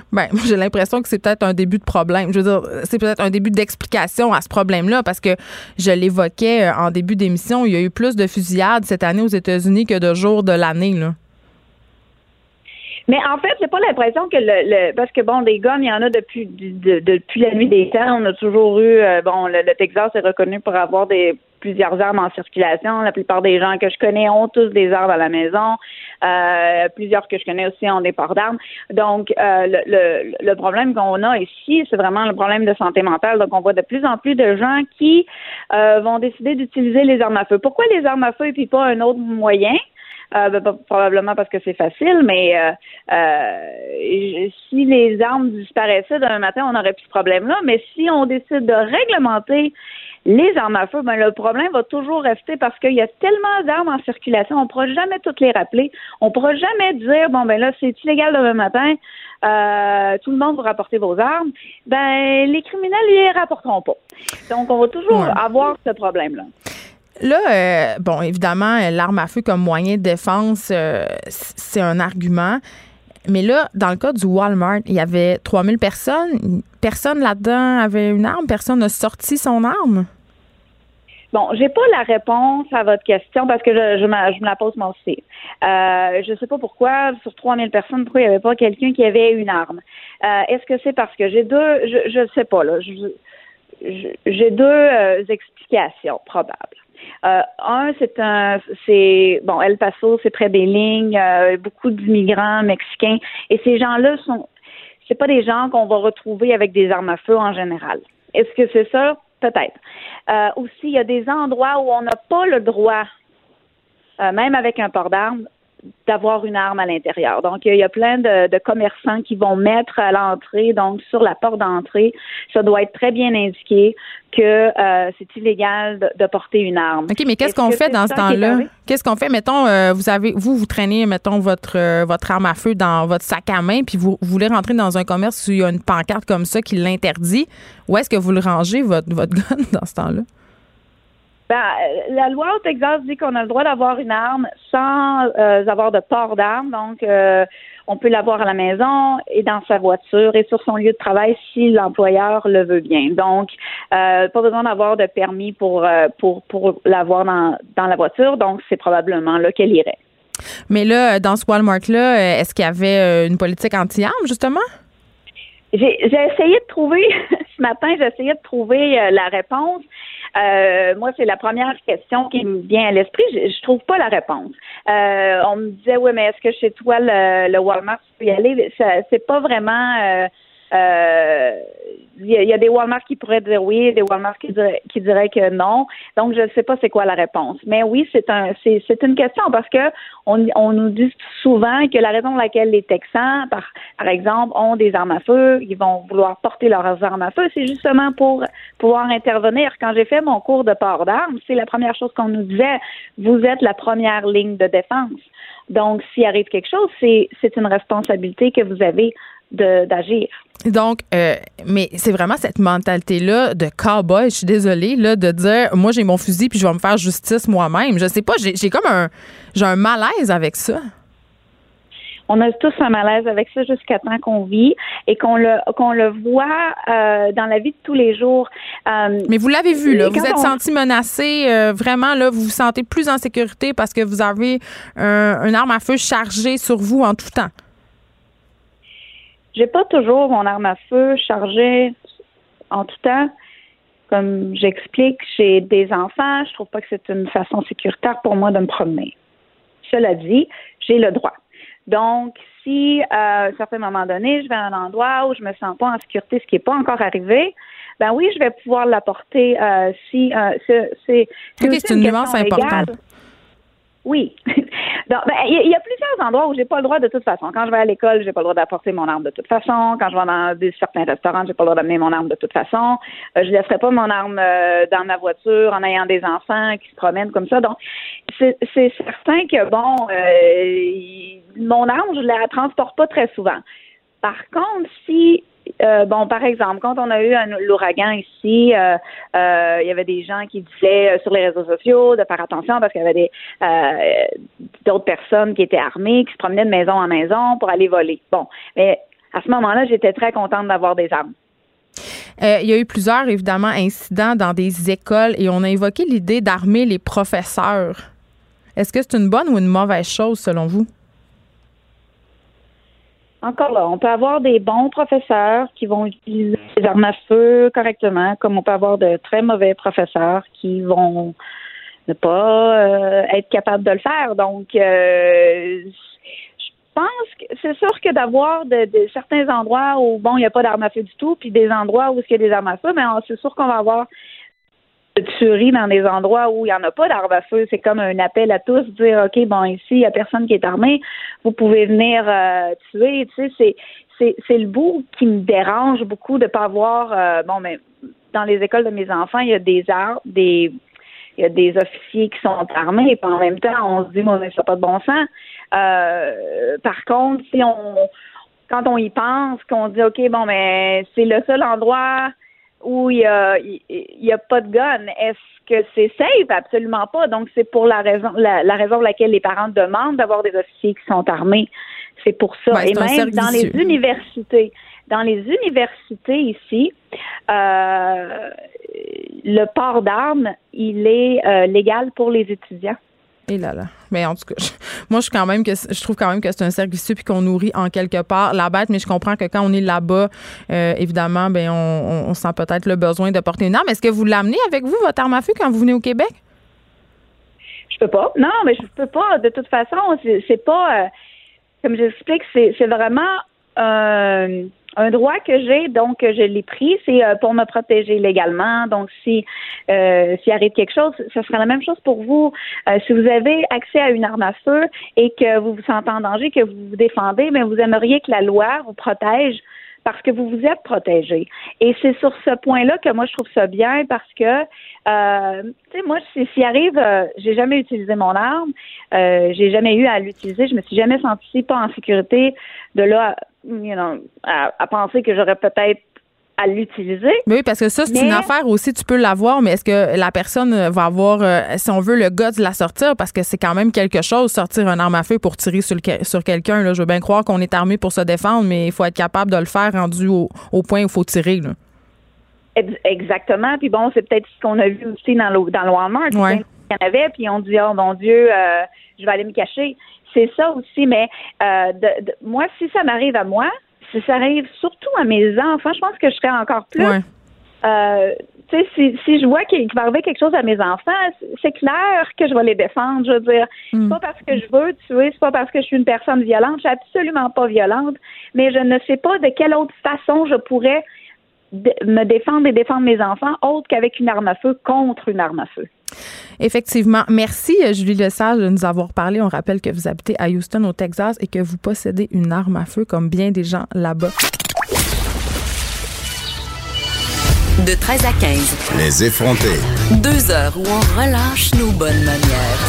Ben, moi, j'ai l'impression que c'est peut-être un début de problème. Je veux dire, c'est peut-être un début d'explication à ce problème-là parce que je l'évoquais en début d'émission, il y a eu plus de fusillades cette année aux États-Unis que de jours de l'année, là. Mais en fait, j'ai pas l'impression que parce que bon, des guns, il y en a depuis la nuit des temps. On a toujours eu le Texas est reconnu pour avoir plusieurs armes en circulation. La plupart des gens que je connais ont tous des armes à la maison. Plusieurs que je connais aussi ont des ports d'armes. Donc, le problème qu'on a ici, c'est vraiment le problème de santé mentale. Donc, on voit de plus en plus de gens qui vont décider d'utiliser les armes à feu. Pourquoi les armes à feu et puis pas un autre moyen? Probablement parce que c'est facile, mais si les armes disparaissaient d'un matin, on n'aurait plus ce problème-là. Mais si on décide de réglementer les armes à feu, ben le problème va toujours rester parce qu'il y a tellement d'armes en circulation, on ne pourra jamais toutes les rappeler. On ne pourra jamais dire, bon, ben là, c'est illégal demain matin, tout le monde va rapporter vos armes. Ben, les criminels, ils les rapporteront pas. Donc, on va toujours avoir ce problème-là. Là, évidemment, l'arme à feu comme moyen de défense, c'est un argument. Mais là, dans le cas du Walmart, il y avait 3000 personnes. Personne là-dedans avait une arme? Personne n'a sorti son arme? Bon, j'ai pas la réponse à votre question parce que je me la pose moi aussi. Je sais pas pourquoi, sur 3000 personnes, pourquoi il n'y avait pas quelqu'un qui avait une arme. Est-ce que c'est parce que j'ai je sais pas, là. J'ai deux explications probables. El Paso, c'est près des lignes, beaucoup d'immigrants mexicains, et ces gens-là c'est pas des gens qu'on va retrouver avec des armes à feu en général. Est-ce que c'est ça? Peut-être. Aussi, il y a des endroits où on n'a pas le droit, même avec un port d'armes, d'avoir une arme à l'intérieur. Donc, il y a plein de commerçants qui vont mettre à l'entrée, donc sur la porte d'entrée, ça doit être très bien indiqué que c'est illégal de porter une arme. OK, mais qu'est-ce qu'on fait dans ce temps-là? Qu'est-ce qu'on fait? Mettons, vous traînez, mettons, votre arme à feu dans votre sac à main, puis vous voulez rentrer dans un commerce où il y a une pancarte comme ça qui l'interdit. Où est-ce que vous le rangez, votre gun, dans ce temps-là? Ben, la loi au Texas dit qu'on a le droit d'avoir une arme sans avoir de port d'arme. Donc, on peut l'avoir à la maison et dans sa voiture et sur son lieu de travail si l'employeur le veut bien. Donc, pas besoin d'avoir de permis pour l'avoir dans la voiture. Donc, c'est probablement là qu'elle irait. Mais là, dans ce Walmart-là, est-ce qu'il y avait une politique anti-armes, justement? J'ai essayé de trouver, ce matin, la réponse. Moi, c'est la première question qui me vient à l'esprit. Je trouve pas la réponse. On me disait, oui, mais est-ce que chez toi, le Walmart, tu peux y aller? C'est pas vraiment... il y a des Walmart qui pourraient dire oui, des Walmart qui diraient que non. Donc, je ne sais pas c'est quoi la réponse. Mais oui, c'est une question parce que on nous dit souvent que la raison pour laquelle les Texans, par exemple, ont des armes à feu, ils vont vouloir porter leurs armes à feu, c'est justement pour pouvoir intervenir. Quand j'ai fait mon cours de port d'armes, c'est la première chose qu'on nous disait. Vous êtes la première ligne de défense. Donc, s'il arrive quelque chose, c'est une responsabilité que vous avez d'agir. Donc, mais c'est vraiment cette mentalité-là de cow-boy, je suis désolée, là, de dire, moi, j'ai mon fusil puis je vais me faire justice moi-même. Je sais pas, j'ai un malaise avec ça. On a tous un malaise avec ça jusqu'à temps qu'on vit et qu'on le voit dans la vie de tous les jours. Mais vous l'avez vu, là, vous êtes senti menacé, vraiment, là, vous vous sentez plus en sécurité parce que vous avez une arme à feu chargée sur vous en tout temps. J'ai pas toujours mon arme à feu chargée en tout temps. Comme j'explique, j'ai des enfants. Je trouve pas que c'est une façon sécuritaire pour moi de me promener. Cela dit, j'ai le droit. Donc, si à un certain moment donné, je vais à un endroit où je me sens pas en sécurité, ce qui n'est pas encore arrivé, ben oui, je vais pouvoir l'apporter si c'est une nuance importante. Oui. Donc, il y a plusieurs endroits où j'ai pas le droit de toute façon. Quand je vais à l'école, j'ai pas le droit d'apporter mon arme de toute façon. Quand je vais dans certains restaurants, j'ai pas le droit d'amener mon arme de toute façon. Je laisserai pas mon arme dans ma voiture en ayant des enfants qui se promènent comme ça. Donc, c'est certain que mon arme, je la transporte pas très souvent. Par contre, si par exemple, quand on a eu l'ouragan ici, il y avait des gens qui disaient sur les réseaux sociaux de faire attention parce qu'il y avait d'autres personnes qui étaient armées, qui se promenaient de maison en maison pour aller voler. Bon, mais à ce moment-là, j'étais très contente d'avoir des armes. Il y a eu plusieurs, évidemment, incidents dans des écoles et on a évoqué l'idée d'armer les professeurs. Est-ce que c'est une bonne ou une mauvaise chose, selon vous? Encore là, on peut avoir des bons professeurs qui vont utiliser les armes à feu correctement, comme on peut avoir de très mauvais professeurs qui vont ne pas être capables de le faire. Donc, je pense que c'est sûr que d'avoir de certains endroits où, bon, il n'y a pas d'armes à feu du tout, puis des endroits où il y a des armes à feu, mais c'est sûr qu'on va avoir de tueries dans des endroits où il n'y en a pas d'armes à feu. C'est comme un appel à tous, dire, OK, bon, ici, il n'y a personne qui est armé, vous pouvez venir tuer. Tu sais, c'est le bout qui me dérange beaucoup de ne pas avoir, mais dans les écoles de mes enfants, il y a des armes, il y a des officiers qui sont armés, et puis en même temps, on se dit, mais ça n'a pas de bon sens. Par contre, quand on y pense, qu'on dit, OK, bon, mais c'est le seul endroit où il y a pas de gun. Est-ce que c'est safe? Absolument pas. Donc, c'est pour la raison pour laquelle les parents demandent d'avoir des officiers qui sont armés. C'est pour ça. Ben, et même dans les universités. Dans les universités ici, le port d'armes, il est légal pour les étudiants. Et là. Mais en tout cas, je trouve quand même que c'est un cercle vicieux puis qu'on nourrit en quelque part la bête, mais je comprends que quand on est là-bas, évidemment, ben on sent peut-être le besoin de porter une arme. Est-ce que vous l'amenez avec vous, votre arme à feu, quand vous venez au Québec? Je peux pas. Non, mais je peux pas. De toute façon, c'est pas... comme j'explique, c'est vraiment un droit que j'ai, donc je l'ai pris, c'est pour me protéger légalement. Donc, s'il arrive quelque chose, ce sera la même chose pour vous. Si vous avez accès à une arme à feu et que vous vous sentez en danger, que vous vous défendez, mais vous aimeriez que la loi vous protège parce que vous vous êtes protégé. Et c'est sur ce point-là que moi, je trouve ça bien parce que, tu sais, moi, s'il arrive, j'ai jamais utilisé mon arme, j'ai jamais eu à l'utiliser, je me suis jamais sentie pas en sécurité de là, à penser que j'aurais peut-être à l'utiliser. Mais oui, parce que ça, c'est une affaire aussi, tu peux l'avoir, mais est-ce que la personne va avoir, si on veut, le gars de la sortir, parce que c'est quand même quelque chose, sortir une arme à feu pour tirer sur quelqu'un. Là. Je veux bien croire qu'on est armé pour se défendre, mais il faut être capable de le faire rendu au point où il faut tirer. Là. Exactement. Puis bon, c'est peut-être ce qu'on a vu aussi dans le Walmart. Ouais. Il y en avait, puis on dit, oh mon Dieu, je vais aller me cacher. C'est ça aussi, mais moi, si ça m'arrive à moi, si ça arrive surtout à mes enfants, je pense que je serais encore plus... Ouais. Tu sais, si je vois qu'il va arriver quelque chose à mes enfants, c'est clair que je vais les défendre. Je veux dire, c'est pas parce que je veux tuer, c'est pas parce que je suis une personne violente. Je suis absolument pas violente, mais je ne sais pas de quelle autre façon je pourrais me défendre et défendre mes enfants autre qu'avec une arme à feu contre une arme à feu. Effectivement. Merci, Julie Lesage, de nous avoir parlé. On rappelle que vous habitez à Houston, au Texas, et que vous possédez une arme à feu comme bien des gens là-bas. De 13 à 15. Les effrontés. 2 heures où on relâche nos bonnes manières.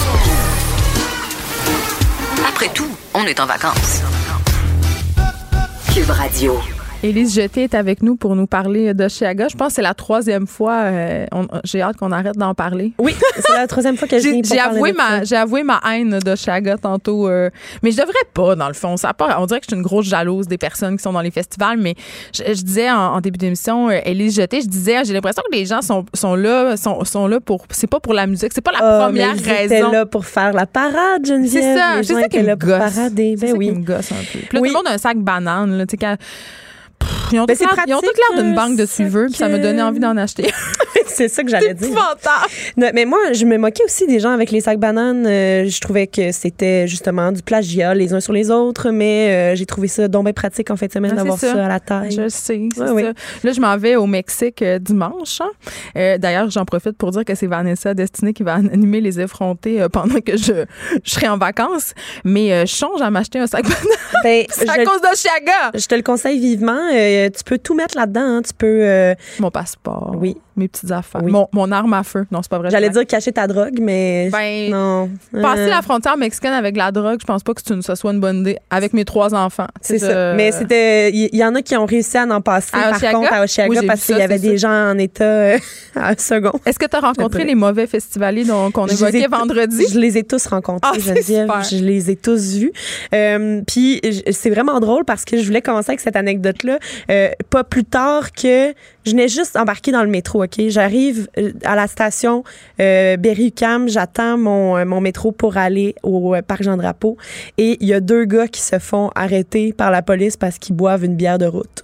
Après tout, on est en vacances. Cube Radio. Élise Jeté est avec nous pour nous parler d'Oshéaga. Je pense que c'est la 3e fois. J'ai hâte qu'on arrête d'en parler. Oui, c'est la 3e fois que je viens pour parler. J'ai avoué ma haine d'Oshéaga tantôt. Mais je devrais pas, dans le fond. On dirait que je suis une grosse jalouse des personnes qui sont dans les festivals. Mais je disais en début d'émission, Élise Jeté, je disais, j'ai l'impression que les gens sont là pour... C'est pas pour la musique. C'est pas la première raison. Ils étaient là pour faire la parade, Geneviève. C'est ça qui me gosse. Parader. C'est ça qui me gosse un peu. Puis là, tout le monde a un sac banane. Là, tu sais, quand... Ils ont tous l'air d'une banque de suiveux, puis ça m'a donné envie d'en acheter. C'est ça que j'allais dire. C'est épouvantable. Non, mais moi, je me moquais aussi des gens avec les sacs bananes. Je trouvais que c'était justement du plagiat les uns sur les autres, mais j'ai trouvé ça donc bien pratique en fin de semaine d'avoir ça à la taille. Je sais, c'est oui. ça. Là, je m'en vais au Mexique dimanche. D'ailleurs, j'en profite pour dire que c'est Vanessa Destinée qui va animer les effrontés pendant que je serai en vacances. Mais je songe à m'acheter un sac banane. C'est à cause d'Oshéaga. Je te le conseille vivement. Tu peux tout mettre là-dedans. Hein. Tu peux... Mon passeport. Oui. mes petites affaires. Oui. Mon arme à feu. Non, c'est pas vrai. J'allais dire cacher ta drogue, mais non. Passer la frontière mexicaine avec la drogue, je pense pas que ce soit une bonne idée. Avec mes 3 enfants. C'est ça. Mais il y en a qui ont réussi à en passer, contre, à Oshiaga, parce qu'il y avait des gens en état à un second. Est-ce que tu as rencontré les mauvais festivaliers qu'on évoquait vendredi? Je les ai tous rencontrés, Geneviève. Je les ai tous vus. Puis c'est vraiment drôle parce que je voulais commencer avec cette anecdote-là. Pas plus tard que je venais juste embarquer dans le métro, OK? J'arrive à la station Berry-UQAM, j'attends mon métro pour aller au Parc Jean-Drapeau et il y a 2 gars qui se font arrêter par la police parce qu'ils boivent une bière de route.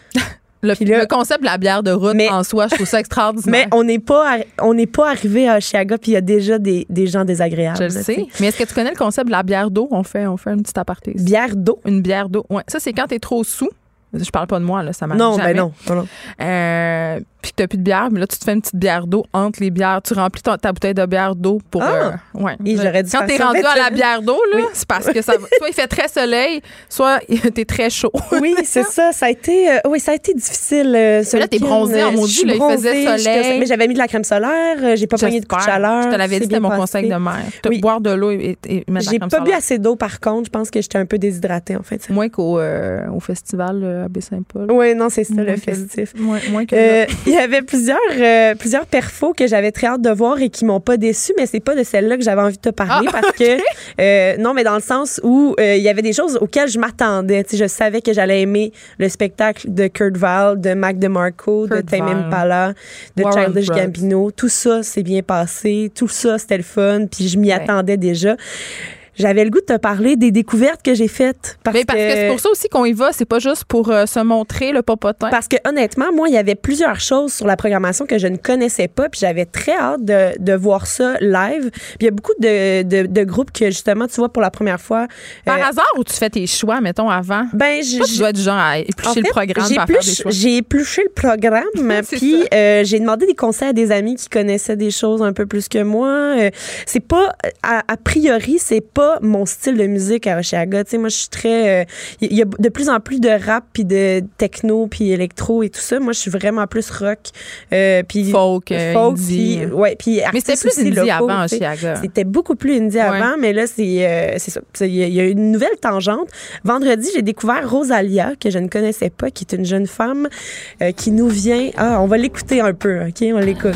Le concept de la bière de route en soi, je trouve ça extraordinaire. Mais on n'est pas arrivé à Oshiaga puis il y a déjà des gens désagréables. Je le sais. Mais est-ce que tu connais le concept de la bière d'eau? On fait une petite aparté ici. Bière d'eau? Une bière d'eau. Ouais. Ça, c'est quand t'es trop sous. Je parle pas de moi, là, ça m'arrive jamais. Non. Puis que t'as plus de bière, mais là, tu te fais une petite bière d'eau entre les bières. Tu remplis ta bouteille de bière d'eau pour... ouais. Et j'aurais dû quand t'es rendu à la bière d'eau, là, c'est parce que soit il fait très soleil, soit t'es très chaud. Oui, c'est ça. Ça a été difficile. Mais là, t'es bronzé en maudit, là, il faisait soleil. Mais j'avais mis de la crème solaire, j'ai pas pogné de coup de chaleur. Je te l'avais dit, c'était mon conseil de mère. Boire de l'eau et mettre de la crème solaire. J'ai pas bu assez d'eau, par contre. Je pense que j'étais un peu déshydratée, en fait. Moins qu'au festival à Baie-Saint-Paul. Oui, non, c'est ça, le festif. Moins que il y avait plusieurs perfos que j'avais très hâte de voir et qui m'ont pas déçue, mais c'est pas de celle-là que j'avais envie de te parler parce que non, mais dans le sens où il y avait des choses auxquelles je m'attendais. Tu sais, je savais que j'allais aimer le spectacle de Kurt Weill, de Mac DeMarco, de Tame Impala, de Childish Gambino. Tout ça s'est bien passé. Tout ça, c'était le fun. Puis je m'y attendais déjà. J'avais le goût de te parler des découvertes que j'ai faites. Parce que c'est pour ça aussi qu'on y va. C'est pas juste pour se montrer le popotin. Parce que honnêtement, moi, il y avait plusieurs choses sur la programmation que je ne connaissais pas. Puis j'avais très hâte de voir ça live. Puis il y a beaucoup de groupes que, justement, tu vois pour la première fois. Par hasard ou tu fais tes choix, mettons, avant? Tu dois être du genre à éplucher le programme pour faire des choix. J'ai épluché le programme. Puis j'ai demandé des conseils à des amis qui connaissaient des choses un peu plus que moi. C'est pas, a priori, c'est pas mon style de musique à Oshiaga. Tu sais, moi, je suis très... Il y a de plus en plus de rap, puis de techno, puis électro et tout ça. Moi, je suis vraiment plus rock. Puis folk indie. Puis mais c'était plus indie locaux, avant Oshiaga. C'était beaucoup plus indie avant, mais là, c'est ça. Il y a une nouvelle tangente. Vendredi, j'ai découvert Rosalia, que je ne connaissais pas, qui est une jeune femme qui nous vient... on va l'écouter un peu, OK? On l'écoute.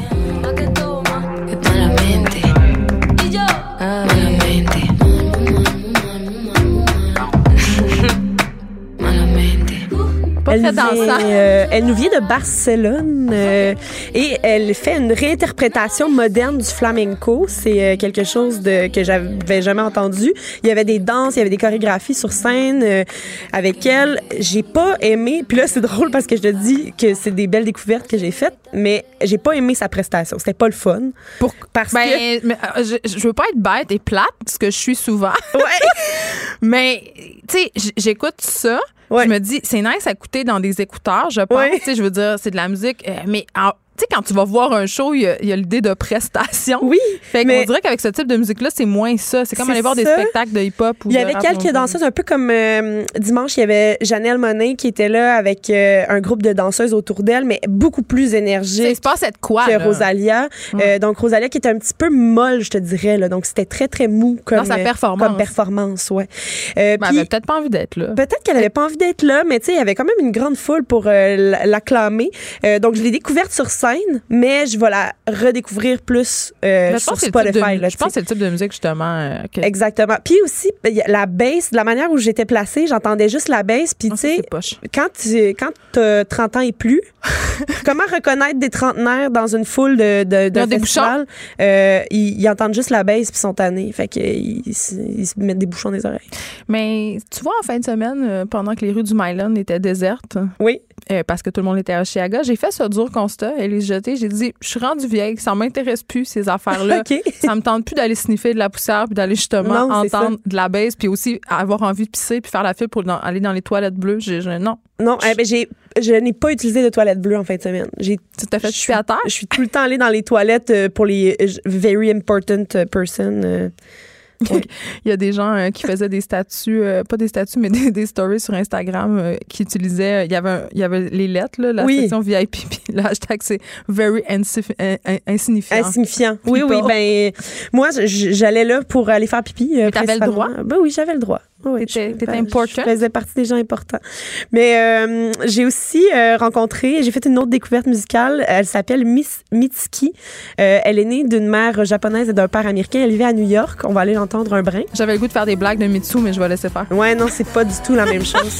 Elle nous vient de Barcelone et elle fait une réinterprétation moderne du flamenco. C'est quelque chose que j'avais jamais entendu. Il y avait des danses, il y avait des chorégraphies sur scène avec elle. J'ai pas aimé, puis là c'est drôle parce que je te dis que c'est des belles découvertes que j'ai faites, mais j'ai pas aimé sa prestation. C'était pas le fun. Parce que je veux pas être bête et plate, ce que je suis souvent. Ouais. Mais tu sais, j'écoute ça. Ouais. Je me dis, c'est nice à écouter dans des écouteurs, je pense. Tu sais, je veux dire, c'est de la musique, mais tu sais, quand tu vas voir un show, il y a l'idée de prestation. Oui. Fait qu'on dirait qu'avec ce type de musique-là, c'est moins ça. C'est comme aller voir des spectacles de hip-hop. Il y avait quelques danseuses, un peu comme dimanche, il y avait Janelle Monáe qui était là avec un groupe de danseuses autour d'elle, mais beaucoup plus énergique. Il se passait de quoi, que Rosalia. Donc, Rosalia qui était un petit peu molle, je te dirais. Là. Donc, c'était très, très mou comme, dans sa performance. Comme performance, ouais. Elle avait peut-être pas envie d'être là. Peut-être qu'elle avait pas envie d'être là, mais tu sais, il y avait quand même une grande foule pour l'acclamer. Donc, je l'ai découverte sur scène, mais je vais la redécouvrir plus sur Spotify. Je pense que c'est le type de musique, justement. Exactement. Puis aussi, la bass, de la manière où j'étais placée, j'entendais juste la bass. Puis tu sais, quand tu as 30 ans et plus, comment reconnaître des trentenaires dans une foule de festival? Ils entendent juste la bass puis sont tannés. Fait qu'ils se mettent des bouchons dans les oreilles. Mais tu vois, en fin de semaine, pendant que les rues du Myland étaient désertes, oui. Parce que tout le monde était à Oshiaga, j'ai fait ce dur constat, Élise Jeté. J'ai dit, je suis rendue vieille, ça m'intéresse plus, ces affaires-là. Okay. Ça me tente plus d'aller sniffer de la poussière puis d'aller justement entendre de la baisse puis aussi avoir envie de pisser puis faire la file pour aller dans les toilettes bleues. Non. Non, je n'ai pas utilisé de toilettes bleues en fin de semaine. Tu t'as fait chier à terre? Je suis tout le temps allée dans les toilettes pour les very important person. Il y a des gens qui faisaient des statuts, pas des statuts, mais des stories sur Instagram qui utilisaient, il y avait les lettres, là, la section VIP, puis le hashtag, c'est very insignifiant. Insignifiant. Oui, ben, moi, j'allais là pour aller faire pipi. Mais t'avais le droit? Ben oui, j'avais le droit. Oui, t'étais important. Je faisais partie des gens importants. Mais j'ai aussi j'ai fait une autre découverte musicale. Elle s'appelle Miss Mitski. Elle est née d'une mère japonaise et d'un père américain. Elle vivait à New York. On va aller l'entendre un brin. J'avais le goût de faire des blagues de Mitsu, mais je vais laisser faire. Ouais, non, c'est pas du tout la même chose.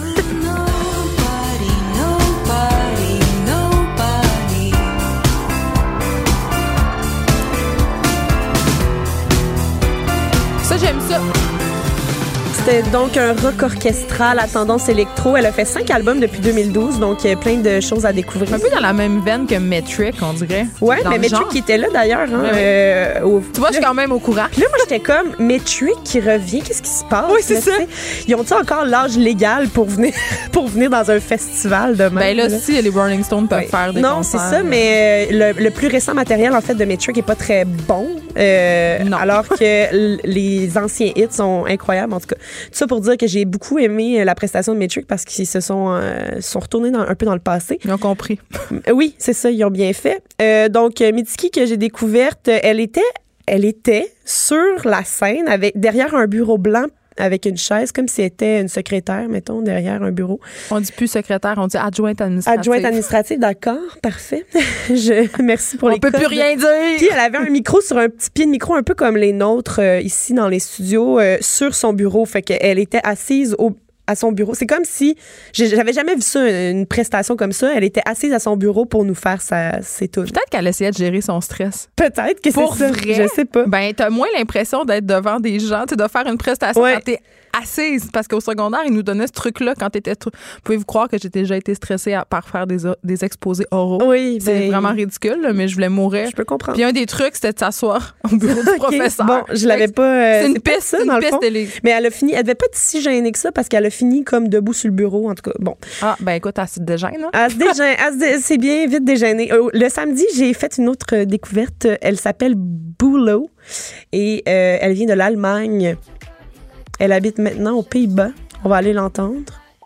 Ça, j'aime ça. C'était donc un rock orchestral à tendance électro. Elle a fait 5 albums depuis 2012, donc plein de choses à découvrir. Un peu dans la même veine que Metric, on dirait. Oui, mais Metric qui était là d'ailleurs. Hein, tu vois, je suis quand même au courant. Puis là, moi, j'étais comme, Metric qui revient, qu'est-ce qui se passe? Oui, c'est ça. Ils ont-ils encore l'âge légal pour venir dans un festival de même? Ben là, si les Rolling Stones peuvent faire des concerts. Non, c'est ça, mais le plus récent matériel, en fait, de Metric n'est pas très bon. Alors que les anciens hits sont incroyables, en tout cas. Tout ça pour dire que j'ai beaucoup aimé la prestation de Metric parce qu'ils se sont retournés un peu dans le passé. Ils ont compris. Oui, c'est ça, ils ont bien fait. Donc, Mitski, que j'ai découverte, elle était sur la scène derrière un bureau blanc avec une chaise, comme si elle était une secrétaire, mettons, derrière un bureau. On dit plus secrétaire, on dit adjointe administrative. Adjointe administrative, d'accord, parfait. Merci pour les codes. On peut plus rien dire! Puis elle avait un micro sur un petit pied de micro, un peu comme les nôtres ici dans les studios, sur son bureau. Fait qu'elle était assise à son bureau. C'est comme si... J'avais jamais vu ça, une prestation comme ça. Elle était assise à son bureau pour nous faire ses tunes. Peut-être qu'elle essayait de gérer son stress. Peut-être que c'est ça. Pour vrai? Je sais pas. Ben, t'as moins l'impression d'être devant des gens, de faire une prestation quand t'es assise. Parce qu'au secondaire, ils nous donnaient ce truc-là quand t'étais... Pouvez-vous croire que j'ai déjà été stressée par faire des exposés oraux? Oui. C'est vraiment ridicule, là, mais je voulais mourir. Je peux comprendre. Puis un des trucs, c'était de s'asseoir au bureau du professeur. Bon, je l'avais pas... C'est une piste, dans le fond. Mais elle devait pas être si gênée que ça parce qu'elle a fini comme debout sur le bureau, en tout cas. Bon. Ah, ben écoute, elle se dégêne, hein? Elle se dégêne. C'est bien vite dégêné. Le samedi, j'ai fait une autre découverte. Elle s'appelle Bülow et elle vient de l'Allemagne. Elle habite maintenant aux Pays-Bas. On va aller l'entendre.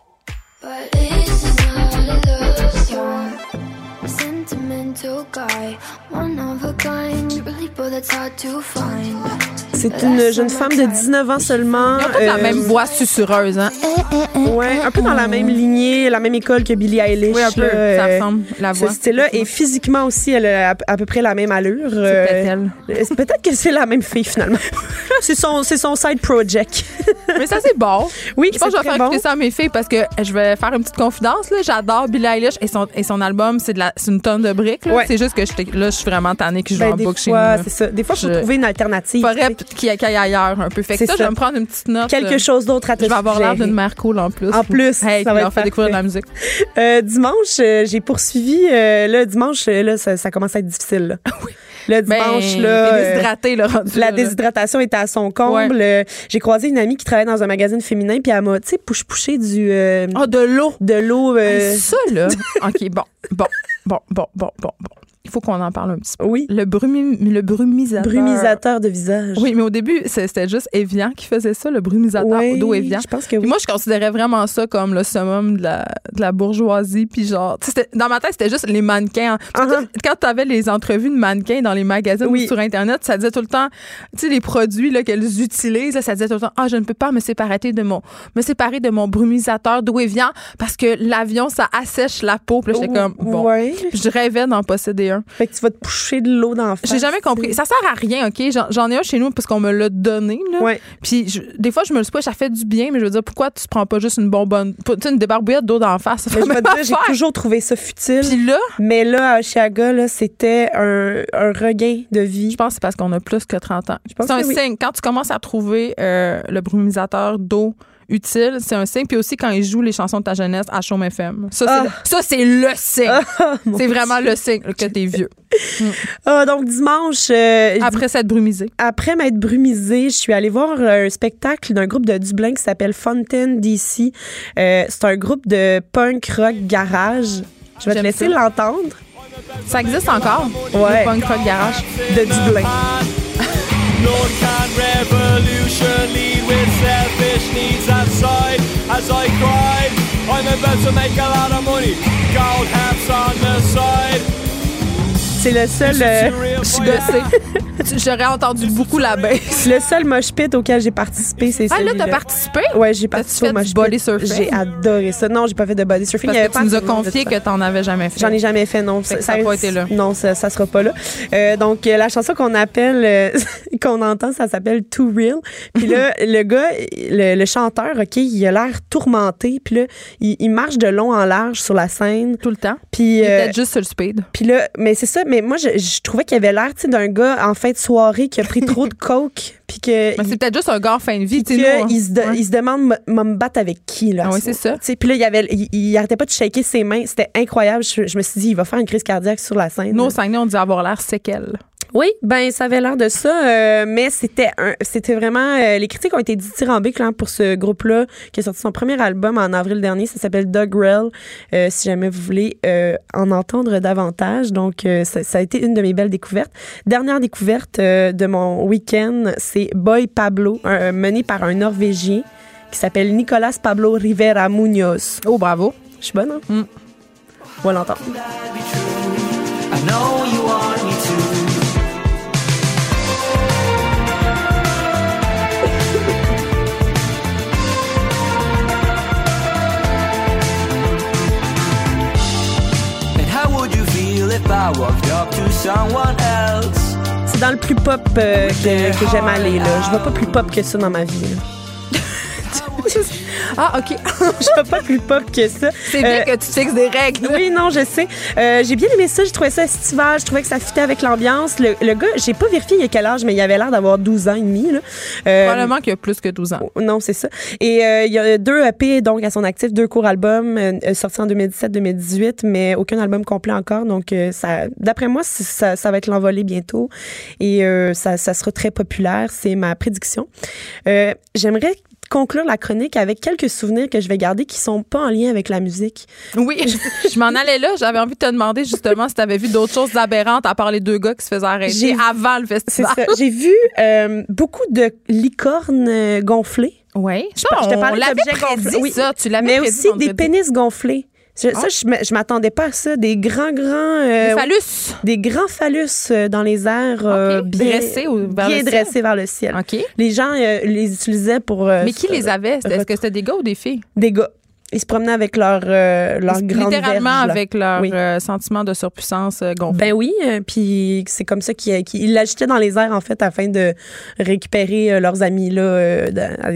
C'est une jeune femme de 19 ans seulement. Ils ont pas la même voix susurreuse, hein? Ouais, un peu dans la même lignée, la même école que Billie Eilish. Oui, un peu. Ça ressemble, la voix. C'était-là. Et physiquement aussi, elle a à peu près la même allure. C'est peut-être elle. Peut-être que c'est la même fille, finalement. c'est son side project. Mais ça, c'est bon. Oui, je pense que je vais faire écouter ça à mes filles parce que je vais faire une petite confidence. Là. J'adore Billie Eilish et son album, c'est une tonne de briques. Ouais. C'est juste que je suis vraiment tannée que je joue en boucle chez nous. C'est ça. Des fois, il faut trouver une alternative. Faudrait qu'il aille ailleurs un peu. Fait que ça, je vais me prendre une petite note. Quelque chose d'autre à te Je vais avoir l'air d'une mère cool en plus. En plus, hey, ça va leur faire découvrir de la musique. Dimanche, j'ai poursuivi. Dimanche, là, ça commence à être difficile. Là. Oui. Le dimanche, là. Déshydraté, là, la déshydratation était à son comble. Ouais. J'ai croisé une amie qui travaille dans un magazine féminin, puis elle m'a, tu sais, push-pushé du. de l'eau. De l'eau. Ça, là. OK, bon. Il faut qu'on en parle un petit peu. Oui. Le brumisateur. Brumisateur de visage. Oui, mais au début, c'était juste Evian qui faisait ça, le brumisateur d'eau Evian. Je pense que oui. Puis moi, je considérais vraiment ça comme le summum de la bourgeoisie. Puis genre, dans ma tête, c'était juste les mannequins. Quand tu avais les entrevues de mannequins dans les magazines ou sur Internet, ça disait tout le temps, tu sais, les produits là, qu'elles utilisent, là, ça disait tout le temps, je ne peux pas me séparer de mon brumisateur d'eau Evian parce que l'avion, ça assèche la peau. Puis là, j'étais comme, bon. Ouais. Puis je rêvais d'en posséder un. Fait que tu vas te pousser de l'eau dans la face. J'ai jamais compris. Ça sert à rien, OK? J'en ai un chez nous parce qu'on me l'a donné. Là. Ouais. Puis des fois, je me le dis, ça fait du bien, mais je veux dire, pourquoi tu prends pas juste une bonbonne, une débarbouillette d'eau dans la face? Mais je vais te dire, j'ai toujours trouvé ça futile. Puis là? Mais là, à Oshiaga, là, c'était un regain de vie. Je pense que c'est parce qu'on a plus que 30 ans. C'est un signe. Quand tu commences à trouver le brumisateur d'eau utile, c'est un signe. Puis aussi quand ils jouent les chansons de ta jeunesse à Chaume FM. Ça, c'est le signe. C'est vraiment le signe que t'es vieux. Donc, dimanche... après s'être brumisée. Après m'être brumisée, je suis allée voir un spectacle d'un groupe de Dublin qui s'appelle Fontaine DC. C'est un groupe de punk rock garage. Je vais te laisser l'entendre. Ça existe encore? Ouais. Le punk rock garage de Dublin. Lord can revolution. I'm about to make a lot of money. Gold hats on the side. C'est le seul... Je suis gossée. J'aurais entendu beaucoup la baisse. Le seul mosh pit auquel j'ai participé, c'est celui-là. Ah là, t'as participé? Ouais, j'ai participé au mosh pit. Body surfing? J'ai adoré ça. Non, j'ai pas fait de body surfing. Parce que tu nous as confié que t'en avais jamais fait. J'en ai jamais fait, non. Ça n'a pas été là. Non, ça sera pas là. Donc, la chanson qu'on appelle, qu'on entend, ça s'appelle Too Real. Puis là, le gars, le chanteur, OK, il a l'air tourmenté. Puis là, il marche de long en large sur la scène. Tout le temps. Puis, il était juste sur le speed. Puis là, mais c'est ça. Mais moi, je trouvais qu'il avait l'air, tu sais, d'un gars en fin de soirée qui a pris trop de coke. Puis que. Mais c'est peut-être juste un gars en fin de vie, tu sais. Il se demande, me battre avec qui, là? Ah oui, c'est ça. Puis là, il arrêtait pas de shaker ses mains. C'était incroyable. Je me suis dit, il va faire une crise cardiaque sur la scène. Nous, au Saguenay, on dit avoir l'air séquelles. Oui, ben ça avait l'air de ça, mais c'était vraiment... les critiques ont été dithyrambiques pour ce groupe-là qui a sorti son premier album en avril dernier. Ça s'appelle Dogrel, si jamais vous voulez en entendre davantage. Donc, ça a été une de mes belles découvertes. Dernière découverte de mon week-end, c'est Boy Pablo, mené par un Norvégien qui s'appelle Nicolas Pablo Rivera Munoz. Oh, bravo. Je suis bonne, hein? On va l'entendre. I know you want me to. C'est dans le plus pop que j'aime aller, là. Je vois pas plus pop que ça dans ma vie, là. Ah, OK. Je veux pas plus pop que ça. C'est bien que tu fixes des règles. Oui, non, je sais. J'ai bien aimé ça. J'ai trouvé ça estival. Je trouvais que ça fitait avec l'ambiance. Le gars, j'ai pas vérifié il a quel âge, mais il avait l'air d'avoir 12 ans et demi. Là. Probablement qu'il a plus que 12 ans. Non, c'est ça. Et il y a 2 EP donc, à son actif, 2 courts albums sortis en 2017-2018, mais aucun album complet encore. Donc, d'après moi, ça va être l'envolée bientôt. Et ça sera très populaire. C'est ma prédiction. J'aimerais conclure la chronique avec quelques souvenirs que je vais garder qui sont pas en lien avec la musique. Oui, je m'en allais là. J'avais envie de te demander justement si tu avais vu d'autres choses aberrantes à part les 2 gars qui se faisaient arrêter avant le festival. C'est ça. J'ai vu beaucoup de licornes gonflées. Oui. Je te parlais d'objets gonflés. Oui, ça, tu l'avais mais prédit, aussi des pénis gonflés. Ça, je m'attendais pas à ça. Des grands... des phallus. Des grands phallus dans les airs bien dressés vers le ciel. Okay. Les gens les utilisaient pour... Mais qui les avait? Est-ce que c'était des gars ou des filles? Des gars. Ils se promenaient avec leur grande littéralement verge, avec leur sentiment de surpuissance gonflé. Ben oui, puis c'est comme ça qu'ils l'agitaient dans les airs, en fait, afin de récupérer leurs amis là, à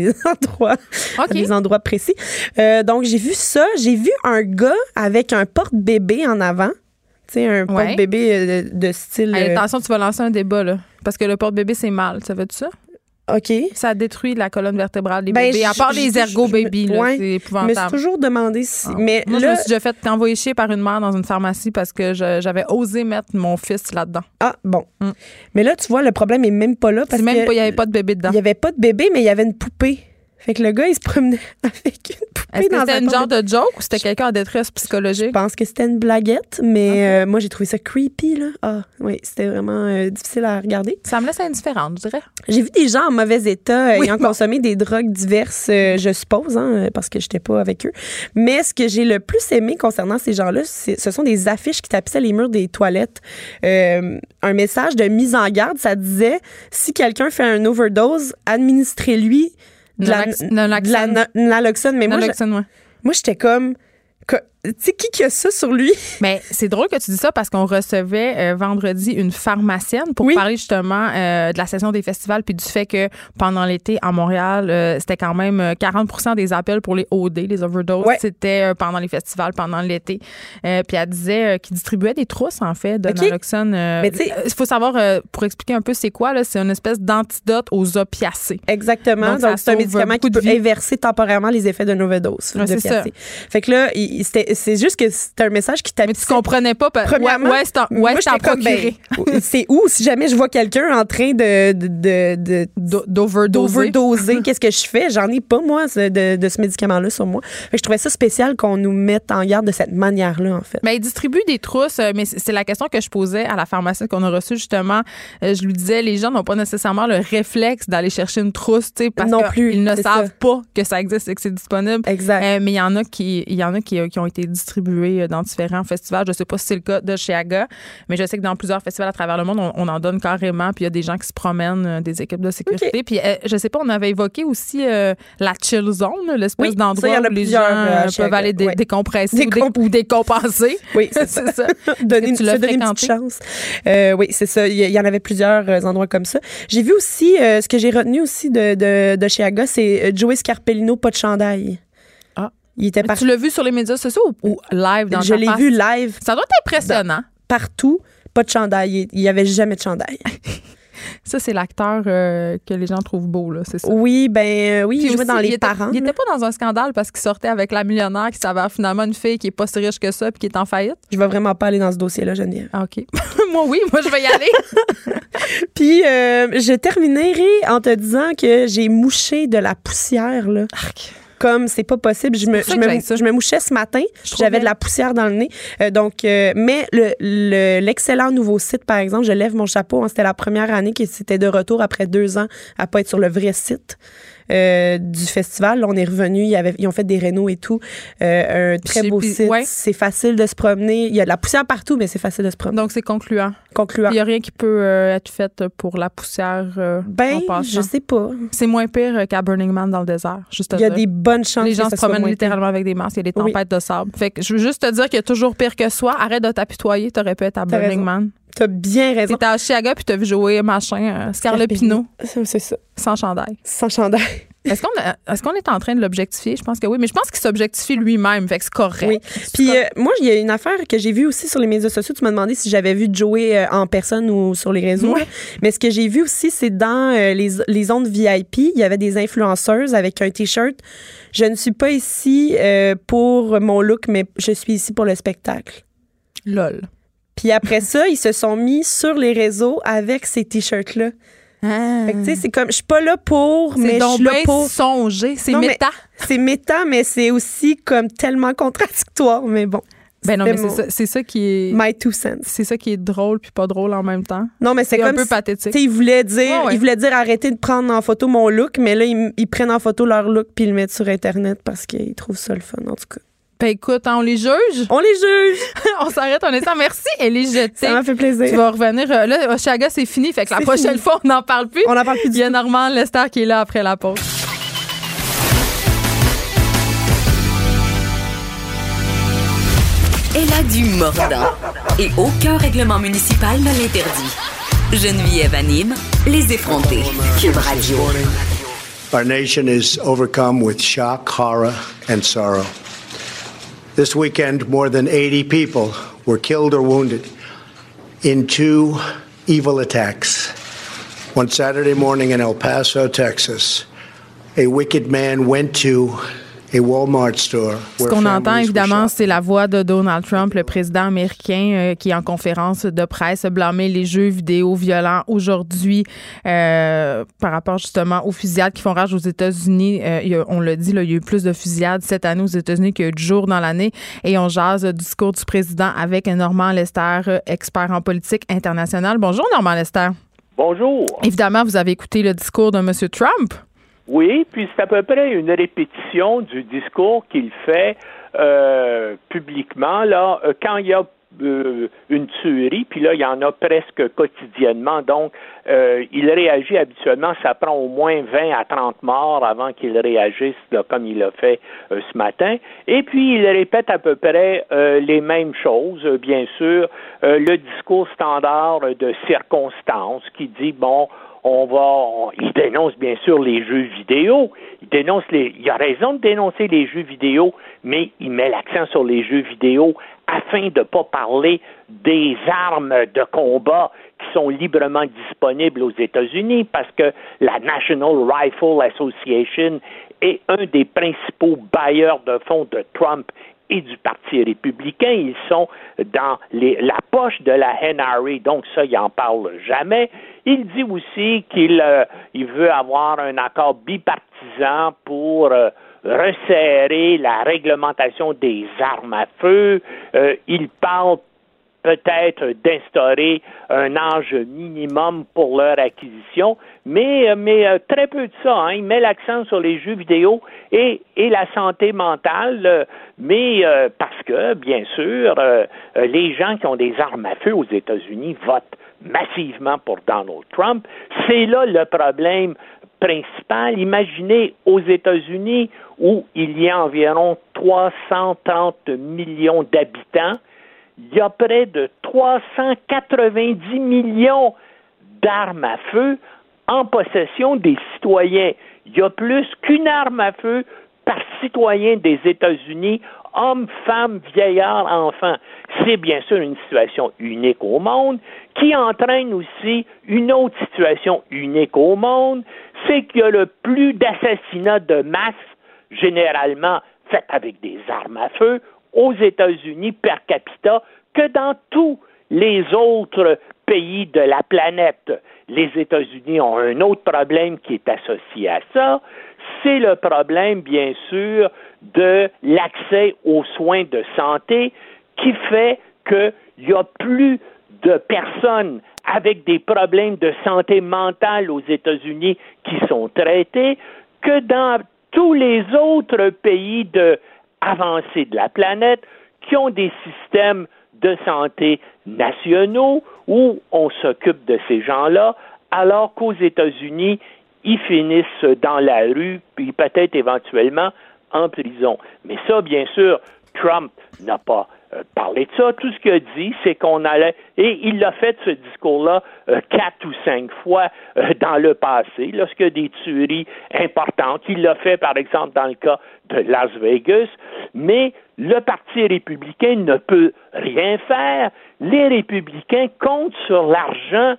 des endroits précis. Donc, j'ai vu ça. J'ai vu un gars avec un porte-bébé en avant. Tu sais, un porte-bébé de style... Allez, attention, tu vas lancer un débat, là. Parce que le porte-bébé, c'est mal. Ça veut-tu ça? OK. Ça détruit la colonne vertébrale des bébés. À part les ergo-babies, c'est épouvantable. Je me suis toujours demandé si... Mais moi, là, je me suis déjà fait envoyer chier par une mère dans une pharmacie parce que j'avais osé mettre mon fils là-dedans. Ah, bon. Mais là, tu vois, le problème est même pas là. Parce même pas, il n'y avait pas de bébé dedans. Il n'y avait pas de bébé, mais il y avait une poupée. Fait que le gars, il se promenait avec une poupée. Est-ce que c'était une genre de joke ou c'était quelqu'un en détresse psychologique? Je pense que c'était une blaguette, mais moi, j'ai trouvé ça creepy, là. Ah, oui, c'était vraiment difficile à regarder. Ça me laisse indifférente, je dirais. J'ai vu des gens en mauvais état ayant consommé des drogues diverses, je suppose, parce que j'étais pas avec eux. Mais ce que j'ai le plus aimé concernant ces gens-là, ce sont des affiches qui tapissaient les murs des toilettes. Un message de mise en garde, ça disait, si quelqu'un fait un overdose, administrez-lui naloxone. Mais moi, j'étais comme... Tu sais, qui a ça sur lui? Mais c'est drôle que tu dis ça parce qu'on recevait vendredi une pharmacienne pour parler justement de la saison des festivals puis du fait que pendant l'été à Montréal, c'était quand même 40% des appels pour les OD, les overdoses, c'était pendant les festivals, pendant l'été. Puis elle disait qu'ils distribuaient des trousses, en fait, de naloxone. Mais il faut savoir, pour expliquer un peu c'est quoi, là, c'est une espèce d'antidote aux opiacés. Exactement. Donc c'est un médicament qui peut inverser temporairement les effets d'une overdose. Ouais, c'est ça. Fait que là, c'est juste que c'est un message qui Mais tu comprenais pas. Premièrement, ouais, c'est en procuré. C'est où, si jamais je vois quelqu'un en train d'overdoser, qu'est-ce que je fais? J'en ai pas, moi, de ce médicament-là sur moi. Fait que je trouvais ça spécial qu'on nous mette en garde de cette manière-là, en fait. Ben, il distribue des trousses, mais c'est la question que je posais à la pharmacienne qu'on a reçue, justement. Je lui disais, les gens n'ont pas nécessairement le réflexe d'aller chercher une trousse, tu sais, parce qu'ils ne savent pas que ça existe et que c'est disponible. Exact. Mais il y en a qui ont été distribués dans différents festivals. Je sais pas si c'est le cas de chez AGA, mais je sais que dans plusieurs festivals à travers le monde, on en donne carrément, puis il y a des gens qui se promènent, des équipes de sécurité. Okay. Puis je sais pas, on avait évoqué aussi la chill zone, l'espèce d'endroit où les gens peuvent aller décompresser ou décompenser. Oui, c'est ça. Donner une petite chance. Oui, c'est ça. Il y en avait plusieurs endroits comme ça. J'ai vu aussi, ce que j'ai retenu aussi de chez AGA, c'est Joey Scarpellino, pas de chandail. Ah. Il était Tu l'as vu sur les médias sociaux ou live dans ta face? Je l'ai vu live. Ça doit être impressionnant. Partout, pas de chandail. Il n'y avait jamais de chandail. Ça, c'est l'acteur que les gens trouvent beau, là, c'est ça? Oui, il jouait dans Les Parents. Il n'était pas dans un scandale parce qu'il sortait avec la millionnaire qui s'avère finalement une fille qui est pas si riche que ça puis qui est en faillite? Je vais vraiment pas aller dans ce dossier-là, Geneviève. Ah, OK. Moi, je vais y aller. Puis, je terminerai en te disant que j'ai mouché de la poussière, là. Arc. Comme c'est pas possible, je me mouchais ce matin, j'avais de la poussière dans le nez. Mais l'excellent nouveau site, par exemple, je lève mon chapeau, c'était la première année que c'était de retour après 2 ans à pas être sur le vrai site du festival. Là, on est revenu, ils ont fait des rénos et tout. Un très beau site. Ouais. C'est facile de se promener. Il y a de la poussière partout, mais c'est facile de se promener. Donc, c'est concluant. Il n'y a rien qui peut être fait pour la poussière en passant. Je sais pas. C'est moins pire qu'à Burning Man dans le désert, juste à dire. Il y a dire. des bonnes chances. Les gens se promènent littéralement avec des masques. Il y a des tempêtes de sable. Fait que je veux juste te dire qu'il y a toujours pire que soi. Arrête de t'apitoyer. T'aurais pu être à Burning Man. T'as bien raison. T'étais à Chicago puis t'as vu jouer Scarlett Pinot. C'est ça. Sans chandail. Est-ce qu'on est en train de l'objectifier? Je pense que oui, mais je pense qu'il s'objectifie lui-même, fait que c'est correct. Oui. Puis moi, il y a une affaire que j'ai vue aussi sur les médias sociaux. Tu m'as demandé si j'avais vu Joey en personne ou sur les réseaux. Oui. Mais ce que j'ai vu aussi, c'est dans les zones VIP, il y avait des influenceuses avec un T-shirt. Je ne suis pas ici pour mon look, mais je suis ici pour le spectacle. Lol. Puis après ça, ils se sont mis sur les réseaux avec ces T-shirts-là. Ah. Fait que tu sais, c'est comme je suis pas là pour, mais je suis là pour songer, c'est méta. C'est méta, mais c'est aussi comme tellement contradictoire, mais bon. Ben non, mais c'est ça qui est my 2 cents. C'est ça qui est drôle puis pas drôle en même temps. Non, mais c'est comme un peu pathétique. Tu sais, ils voulaient dire arrêtez de prendre en photo mon look, mais là ils prennent en photo leur look puis ils le mettent sur internet parce qu'ils trouvent ça le fun en tout cas. Ben écoute, on les juge. On s'arrête un instant. Merci, Élie Jeté. Ça m'a fait plaisir. Tu vas revenir. Là, Chaga, c'est fini. Fait que la prochaine fois, on n'en parle plus. On n'en parle plus du tout. Il y a Normand Lester qui est là après la pause. Elle a du mordant. Et aucun règlement municipal ne l'interdit. Geneviève anime Les Effrontés. Cube Radio. Our nation is overcome with shock, horror, and sorrow. This weekend, more than 80 people were killed or wounded in 2 evil attacks. One Saturday morning in El Paso, Texas, a wicked man went to a Walmart store. Ce qu'on entend, évidemment, c'est la voix de Donald Trump, le président américain, qui, en conférence de presse, a blâmé les jeux vidéo violents aujourd'hui par rapport, justement, aux fusillades qui font rage aux États-Unis. On l'a dit, là, il y a eu plus de fusillades cette année aux États-Unis qu'il y a eu de jours dans l'année. Et on jase du discours du président avec Normand Lester, expert en politique internationale. Bonjour, Normand Lester. Bonjour. Évidemment, vous avez écouté le discours de M. Trump. Oui, puis c'est à peu près une répétition du discours qu'il fait publiquement là quand il y a une tuerie, puis là il y en a presque quotidiennement, donc il réagit habituellement, ça prend au moins 20 à 30 morts avant qu'il réagisse là, comme il l'a fait ce matin, et puis il répète à peu près les mêmes choses, bien sûr, le discours standard de circonstance qui dit il dénonce bien sûr les jeux vidéo. Il a raison de dénoncer les jeux vidéo, mais il met l'accent sur les jeux vidéo afin de ne pas parler des armes de combat qui sont librement disponibles aux États-Unis, parce que la National Rifle Association est un des principaux bailleurs de fonds de Trump et du Parti républicain. Ils sont dans la poche de la NRA, donc ça, il n'en parle jamais. Il dit aussi qu'il veut avoir un accord bipartisan pour resserrer la réglementation des armes à feu. Il parle peut-être d'instaurer un âge minimum pour leur acquisition, mais très peu de ça. Hein. Il met l'accent sur les jeux vidéo et la santé mentale, mais parce que, bien sûr, les gens qui ont des armes à feu aux États-Unis votent massivement pour Donald Trump. C'est là le problème principal. Imaginez aux États-Unis où il y a environ 330 millions d'habitants, il y a près de 390 millions d'armes à feu en possession des citoyens. Il y a plus qu'une arme à feu par citoyen des États-Unis, hommes, femmes, vieillards, enfants. C'est bien sûr une situation unique au monde qui entraîne aussi une autre situation unique au monde, c'est qu'il y a le plus d'assassinats de masse, généralement faits avec des armes à feu, aux États-Unis per capita que dans tous les autres pays de la planète. Les États-Unis ont un autre problème qui est associé à ça, c'est le problème, bien sûr, de l'accès aux soins de santé qui fait qu'il y a plus de personnes avec des problèmes de santé mentale aux États-Unis qui sont traités que dans tous les autres pays avancés de la planète qui ont des systèmes de santé nationaux où on s'occupe de ces gens-là, alors qu'aux États-Unis, ils finissent dans la rue, puis peut-être éventuellement en prison. Mais ça, bien sûr, Trump n'a pas parlé de ça. Tout ce qu'il a dit, c'est qu'on allait, et il l'a fait ce discours-là 4 ou 5 fois dans le passé, lorsqu'il y a des tueries importantes. Il l'a fait, par exemple, dans le cas de Las Vegas, mais le Parti républicain ne peut rien faire. Les républicains comptent sur l'argent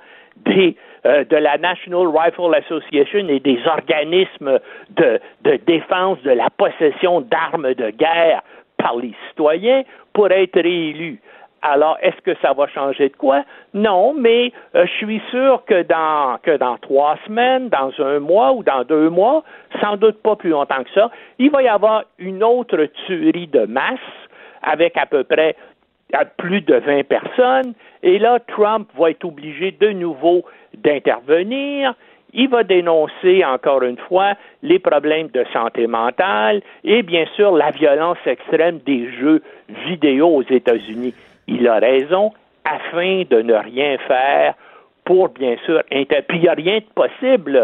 de la National Rifle Association et des organismes de défense de la possession d'armes de guerre par les citoyens pour être réélus. Alors, est-ce que ça va changer de quoi? Non, mais je suis sûr que dans 3 semaines, dans 1 mois ou dans 2 mois, sans doute pas plus longtemps que ça, il va y avoir une autre tuerie de masse avec à peu près plus de 20 personnes. Et là, Trump va être obligé de nouveau d'intervenir. Il va dénoncer, encore une fois, les problèmes de santé mentale et, bien sûr, la violence extrême des jeux vidéo aux États-Unis. Il a raison, afin de ne rien faire pour, bien sûr, puis il n'y a rien de possible.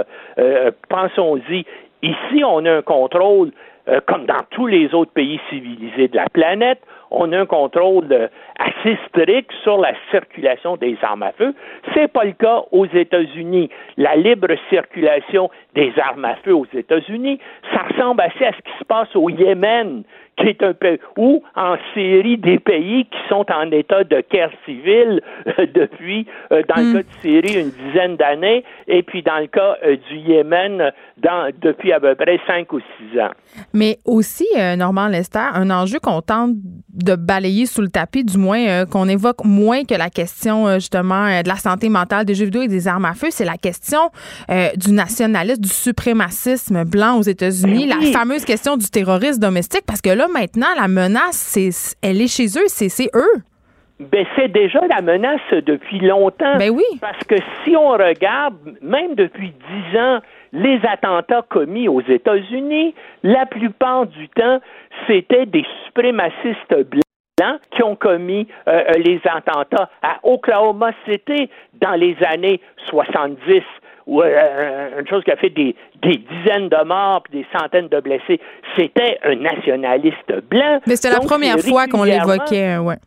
Pensons-y, ici, on a un contrôle, comme dans tous les autres pays civilisés de la planète, on a un contrôle assez strict sur la circulation des armes à feu. C'est pas le cas aux États-Unis. La libre circulation des armes à feu aux États-Unis, ça ressemble assez à ce qui se passe au Yémen, qui est un pays, ou en Syrie, des pays qui sont en état de guerre civile depuis, dans le cas de Syrie, une dizaine d'années, et puis dans le cas du Yémen, depuis à peu près 5 ou 6 ans. Mais aussi, Normand Lester, un enjeu qu'on tente de balayer sous le tapis, du moins qu'on évoque moins que la question justement de la santé mentale des jeux vidéo et des armes à feu, c'est la question du nationalisme, du suprémacisme blanc aux États-Unis, la fameuse question du terrorisme domestique, parce que là, maintenant, la menace, elle est chez eux, c'est eux. Ben, c'est déjà la menace depuis longtemps. Ben oui. Parce que si on regarde, même depuis 10 ans, les attentats commis aux États-Unis, la plupart du temps, c'était des suprémacistes blancs qui ont commis les attentats à Oklahoma City dans les années 70. Ou une chose qui a fait des dizaines de morts puis des centaines de blessés, c'était un nationaliste blanc. Mais c'était la première fois qu'on l'évoquait, ouais.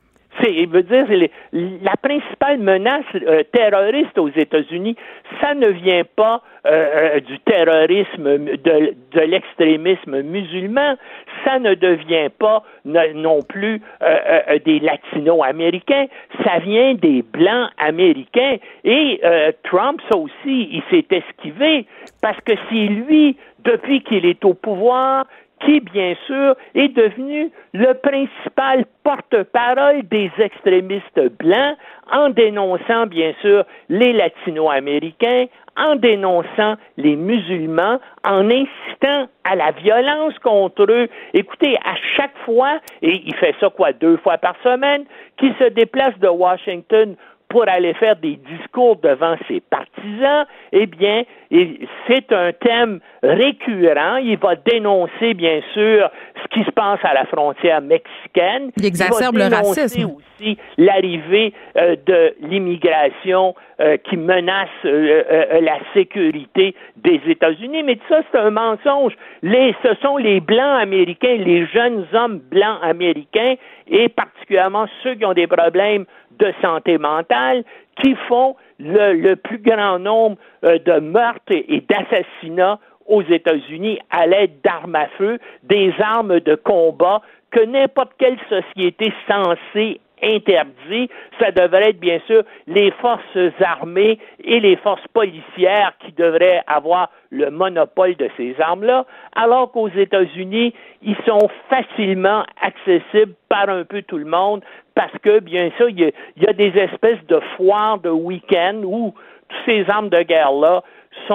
Il veut dire, la principale menace terroriste aux États-Unis, ça ne vient pas du terrorisme, de l'extrémisme musulman, ça ne devient pas non plus des latino-américains, ça vient des blancs américains. Et Trump, ça aussi, il s'est esquivé, parce que c'est lui, depuis qu'il est au pouvoir, qui, bien sûr, est devenu le principal porte-parole des extrémistes blancs en dénonçant, bien sûr, les latino-américains, en dénonçant les musulmans, en incitant à la violence contre eux. Écoutez, à chaque fois, et il fait ça 2 fois par semaine, qu'il se déplace de Washington pour aller faire des discours devant ses partisans, eh bien, c'est un thème récurrent. Il va dénoncer, bien sûr, ce qui se passe à la frontière mexicaine. Il exacerbe le racisme. Aussi l'arrivée de l'immigration qui menace la sécurité des États-Unis. Mais ça, c'est un mensonge. Ce sont les Blancs américains, les jeunes hommes blancs américains, et particulièrement ceux qui ont des problèmes de santé mentale, qui font le plus grand nombre de meurtres et d'assassinats aux États-Unis à l'aide d'armes à feu, des armes de combat que n'importe quelle société censée interdit. Ça devrait être, bien sûr, les forces armées et les forces policières qui devraient avoir le monopole de ces armes-là, alors qu'aux États-Unis, ils sont facilement accessibles par un peu tout le monde parce que, bien sûr, il y a des espèces de foires de week-end où toutes ces armes de guerre-là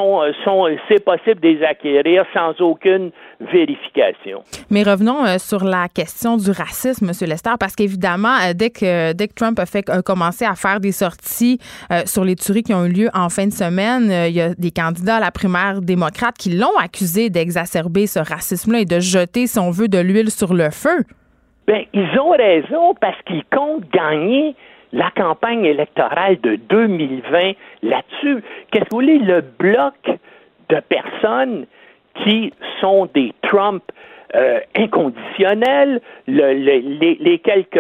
c'est possible de les acquérir sans aucune vérification. Mais revenons sur la question du racisme, M. Lester, parce qu'évidemment, dès que Trump a commencé à faire des sorties sur les tueries qui ont eu lieu en fin de semaine, il y a des candidats à la primaire démocrate qui l'ont accusé d'exacerber ce racisme-là et de jeter, si on veut, de l'huile sur le feu. Bien, ils ont raison parce qu'ils comptent gagner la campagne électorale de 2020 là-dessus. Qu'est-ce que vous voulez? Le bloc de personnes qui sont des Trump inconditionnels, les quelques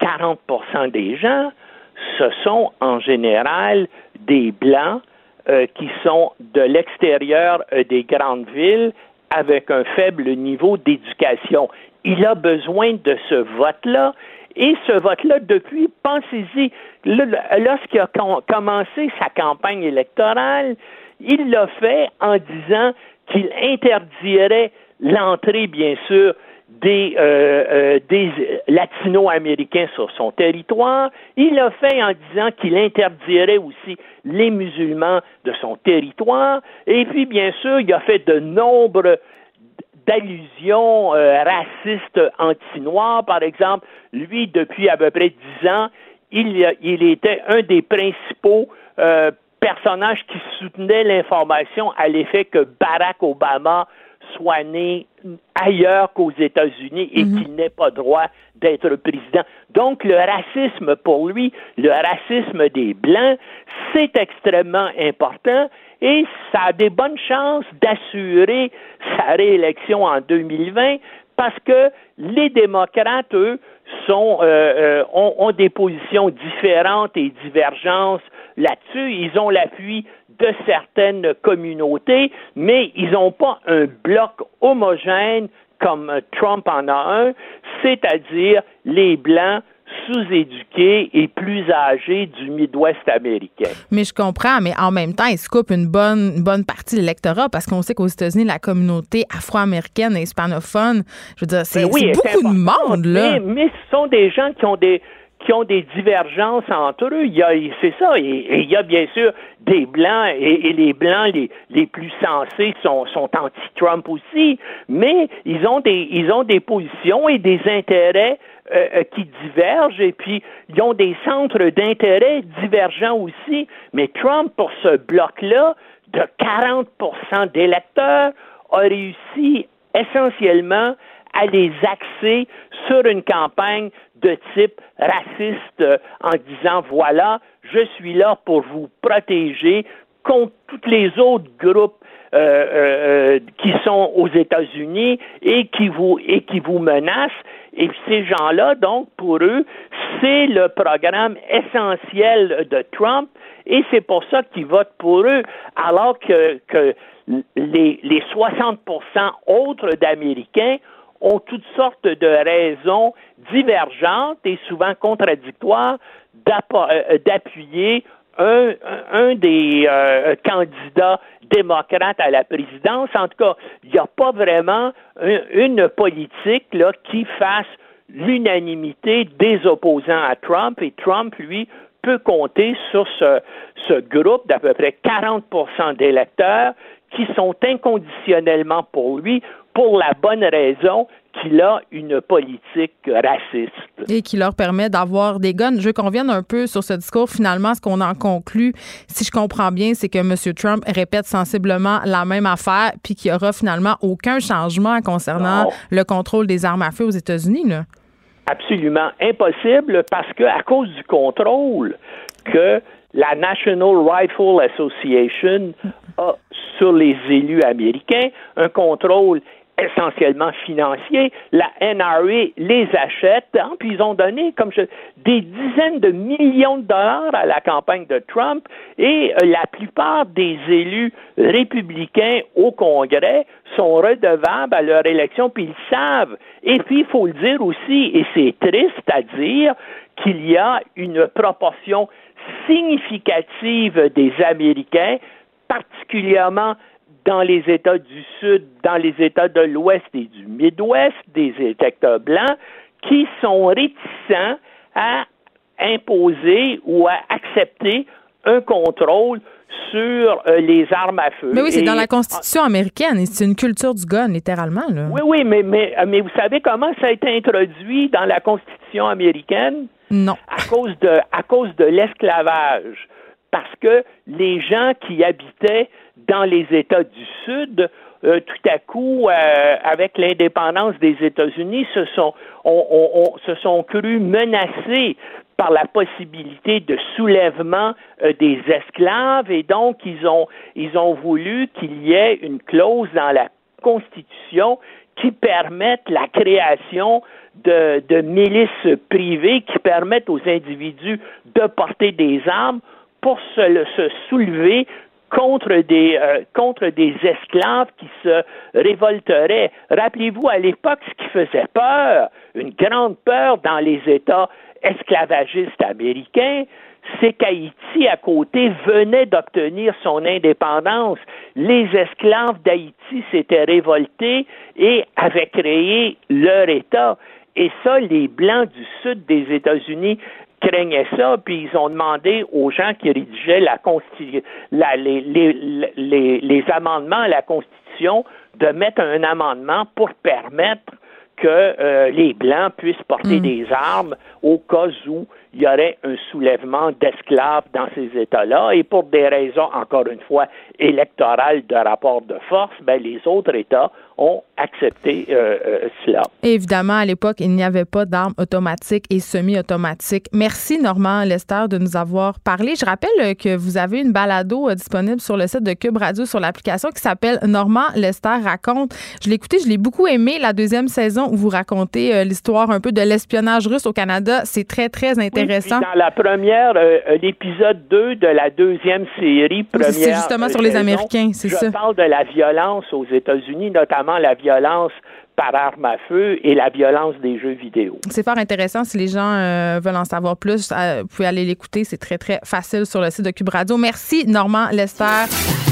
40% des gens, ce sont en général des Blancs qui sont de l'extérieur des grandes villes avec un faible niveau d'éducation. Il a besoin de ce vote-là. Et ce vote-là, depuis, pensez-y, lorsqu'il a commencé sa campagne électorale, il l'a fait en disant qu'il interdirait l'entrée, bien sûr, des latino-américains sur son territoire. Il l'a fait en disant qu'il interdirait aussi les musulmans de son territoire. Et puis, bien sûr, il a fait de nombreux d'allusions racistes anti-noirs. Par exemple, lui, depuis à peu près 10 ans, il était un des principaux personnages qui soutenait l'information à l'effet que Barack Obama soit né ailleurs qu'aux États-Unis et qu'il n'ait pas droit d'être président. Donc, le racisme pour lui, le racisme des Blancs, c'est extrêmement important. Et ça a des bonnes chances d'assurer sa réélection en 2020 parce que les démocrates, eux, ont des positions différentes et divergences là-dessus. Ils ont l'appui de certaines communautés, mais ils n'ont pas un bloc homogène comme Trump en a un, c'est-à-dire les Blancs sous-éduqués et plus âgés du Midwest américain. Mais je comprends, mais en même temps, il se coupe une bonne partie de l'électorat parce qu'on sait qu'aux États-Unis, la communauté afro-américaine et hispanophone, je veux dire, c'est beaucoup de monde, là. Mais ce sont des gens qui ont des divergences entre eux. C'est ça. Et il y a bien sûr des Blancs, et les Blancs les plus sensés sont anti-Trump aussi, mais ils ont des positions et des intérêts qui divergent, et puis ils ont des centres d'intérêt divergents aussi. Mais Trump, pour ce bloc-là, de 40% d'électeurs, a réussi essentiellement à les axer sur une campagne de type raciste en disant, voilà, je suis là pour vous protéger contre tous les autres groupes qui sont aux États-Unis et qui vous menacent. Et ces gens-là, donc, pour eux, c'est le programme essentiel de Trump et c'est pour ça qu'ils votent pour eux, alors que les 60% autres d'Américains ont toutes sortes de raisons divergentes et souvent contradictoires d'appuyer un des candidats démocrates à la présidence. En tout cas, il n'y a pas vraiment une politique là qui fasse l'unanimité des opposants à Trump, et Trump, lui, peut compter sur ce groupe d'à peu près 40% d'électeurs qui sont inconditionnellement pour lui, pour la bonne raison qu'il a une politique raciste. Et qui leur permet d'avoir des guns. Je veux qu'on revienne un peu sur ce discours. Finalement, ce qu'on en conclut, si je comprends bien, c'est que M. Trump répète sensiblement la même affaire, puis qu'il n'y aura finalement aucun changement concernant le contrôle des armes à feu aux États-Unis, là. Absolument impossible, parce que à cause du contrôle que la National Rifle Association a sur les élus américains, un contrôle essentiellement financier, la NRA les achète, hein, puis ils ont donné des dizaines de millions de dollars à la campagne de Trump, et la plupart des élus républicains au Congrès sont redevables à leur élection, puis ils savent. Et puis, il faut le dire aussi, et c'est triste à dire, qu'il y a une proportion significative des Américains, particulièrement dans les États du Sud, dans les États de l'Ouest et du Midwest, des électeurs blancs, qui sont réticents à imposer ou à accepter un contrôle sur les armes à feu. Mais oui, c'est dans la Constitution américaine, et c'est une culture du gun, littéralement, là. Oui, mais vous savez comment ça a été introduit dans la Constitution américaine? Non. À cause de l'esclavage. Parce que les gens qui habitaient dans les États du Sud, tout à coup, avec l'indépendance des États-Unis, se sont crus menacés par la possibilité de soulèvement des esclaves, et donc ils ont voulu qu'il y ait une clause dans la Constitution qui permette la création de milices privées qui permettent aux individus de porter des armes pour se soulever contre des esclaves qui se révolteraient. Rappelez-vous, à l'époque, ce qui faisait peur, une grande peur dans les États esclavagistes américains, c'est qu'Haïti, à côté, venait d'obtenir son indépendance. Les esclaves d'Haïti s'étaient révoltés et avaient créé leur État. Et ça, les Blancs du sud des États-Unis craignaient ça, puis ils ont demandé aux gens qui rédigeaient les amendements à la Constitution de mettre un amendement pour permettre que les Blancs puissent porter des armes au cas où il y aurait un soulèvement d'esclaves dans ces États-là. Et pour des raisons, encore une fois, électorales de rapport de force, les autres États ont accepté cela. Évidemment, à l'époque, il n'y avait pas d'armes automatiques et semi-automatiques. Merci, Normand Lester, de nous avoir parlé. Je rappelle que vous avez une balado disponible sur le site de Cube Radio, sur l'application, qui s'appelle Normand Lester raconte. Je l'ai écouté, je l'ai beaucoup aimé, la deuxième saison où vous racontez l'histoire un peu de l'espionnage russe au Canada. C'est très, très intéressant. Oui, dans la première, l'épisode 2 de la deuxième série, c'est justement sur les Américains, c'est ça. Je parle de la violence aux États-Unis, notamment la violence par arme à feu et la violence des jeux vidéo. C'est fort intéressant. Si les gens veulent en savoir plus, vous pouvez aller l'écouter. C'est très, très facile sur le site de Cube Radio. Merci, Normand Lester.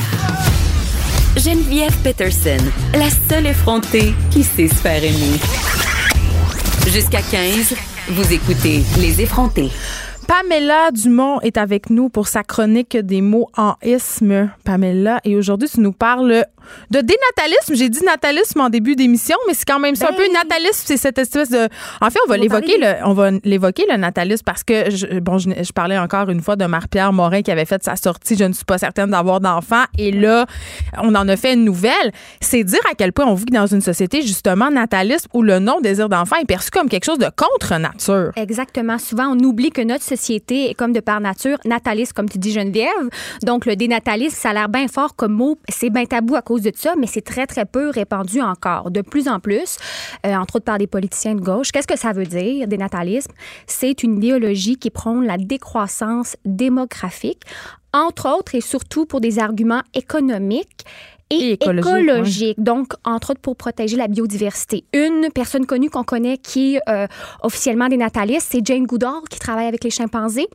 Geneviève Peterson, la seule effrontée qui sait se faire aimer. Jusqu'à 15, vous écoutez Les effrontés. Pamela Dumont est avec nous pour sa chronique des mots en isme. Pamela, et aujourd'hui, tu nous parles de dénatalisme. J'ai dit natalisme en début d'émission, mais c'est quand même ça un peu. Natalisme, c'est cette espèce de... En fait, on va l'évoquer, le natalisme, parce que, je parlais encore une fois de Marie-Pierre Morin qui avait fait sa sortie « Je ne suis pas certaine d'avoir d'enfants ». Et là, on en a fait une nouvelle. C'est dire à quel point on vit dans une société, justement, nataliste, où le non-désir d'enfant est perçu comme quelque chose de contre-nature. Exactement. Souvent, on oublie que notre société est, comme de par nature, nataliste, comme tu dis, Geneviève. Donc, le dénatalisme, ça a l'air bien fort comme mot. C'est bien tabou à cause de ça, mais c'est très, très peu répandu encore. De plus en plus, entre autres par des politiciens de gauche. Qu'est-ce que ça veut dire, dénatalisme? C'est une idéologie qui prône la décroissance démographique, entre autres et surtout pour des arguments économiques et écologique. Donc, entre autres, pour protéger la biodiversité. Une personne connue qu'on connaît qui est officiellement dénataliste, c'est Jane Goodall, qui travaille avec les chimpanzés.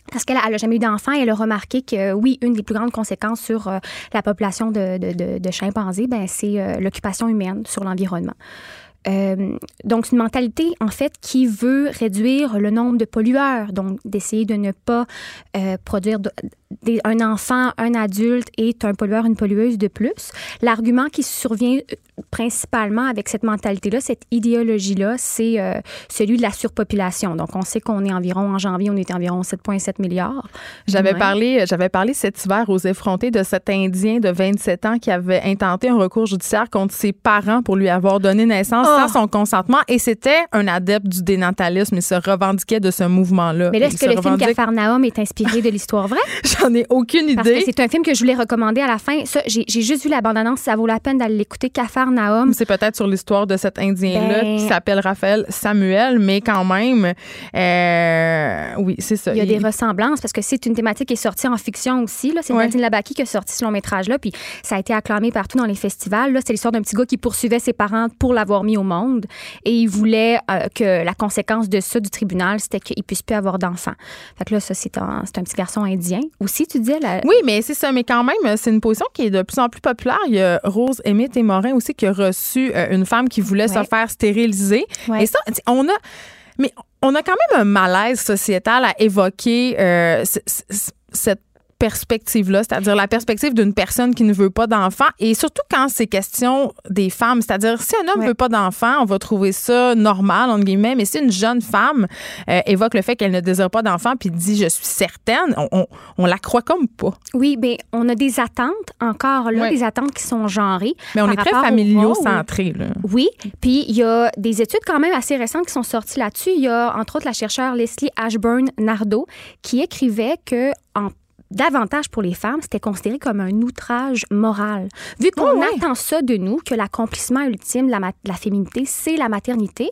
Parce qu'elle n'a jamais eu d'enfant et elle a remarqué que, oui, une des plus grandes conséquences sur la population de chimpanzés, c'est l'occupation humaine sur l'environnement. Donc, c'est une mentalité, en fait, qui veut réduire le nombre de pollueurs, donc d'essayer de ne pas produire un enfant, un adulte est un pollueur, une pollueuse de plus. L'argument qui survient principalement avec cette mentalité-là, cette idéologie-là, c'est celui de la surpopulation. Donc, on sait qu'on est en janvier, on était environ 7,7 milliards. J'avais parlé cet hiver aux effrontés de cet Indien de 27 ans qui avait intenté un recours judiciaire contre ses parents pour lui avoir donné naissance sans son consentement. Et c'était un adepte du dénatalisme. Il se revendiquait de ce mouvement-là. Mais là, est-ce que le film Capharnaüm est inspiré de l'histoire vraie? J'en ai aucune idée. Parce que c'est un film que je voulais recommander à la fin. Ça, j'ai juste vu la bande-annonce. Ça vaut la peine d'aller l'écouter. Capharnaüm. C'est peut-être sur l'histoire de cet Indien-là qui s'appelle Raphaël Samuel, mais quand même, oui, c'est ça. Il y a des ressemblances parce que c'est une thématique qui est sortie en fiction aussi. Là. C'est Nadine Labaki qui a sorti ce long-métrage-là, puis ça a été acclamé partout dans les festivals. Là, c'est l'histoire d'un petit gars qui poursuivait ses parents pour l'avoir mis au monde et il voulait que la conséquence de ça, du tribunal, c'était qu'il ne puisse plus avoir d'enfants. Fait que là, ça, c'est un petit garçon indien. Aussi, tu disais... Oui, mais c'est ça. Mais quand même, c'est une position qui est de plus en plus populaire. Il y a Rose Emmett et Morin aussi qui a reçu une femme qui voulait se faire stériliser. Et ça, on a quand même un malaise sociétal à évoquer cette perspective-là, c'est-à-dire la perspective d'une personne qui ne veut pas d'enfant, et surtout quand c'est question des femmes, c'est-à-dire si un homme ne veut pas d'enfant, on va trouver ça normal, entre guillemets, mais si une jeune femme évoque le fait qu'elle ne désire pas d'enfant puis dit « je suis certaine », on la croit comme pas. Oui, bien, on a des attentes, encore là, des attentes qui sont genrées. Mais on est très familiaux-centrés. Oui, puis il y a des études quand même assez récentes qui sont sorties là-dessus. Il y a, entre autres, la chercheure Leslie Ashburn-Nardo qui écrivait que davantage pour les femmes, c'était considéré comme un outrage moral. Vu qu'on attend ça de nous, que l'accomplissement ultime de la féminité, c'est la maternité,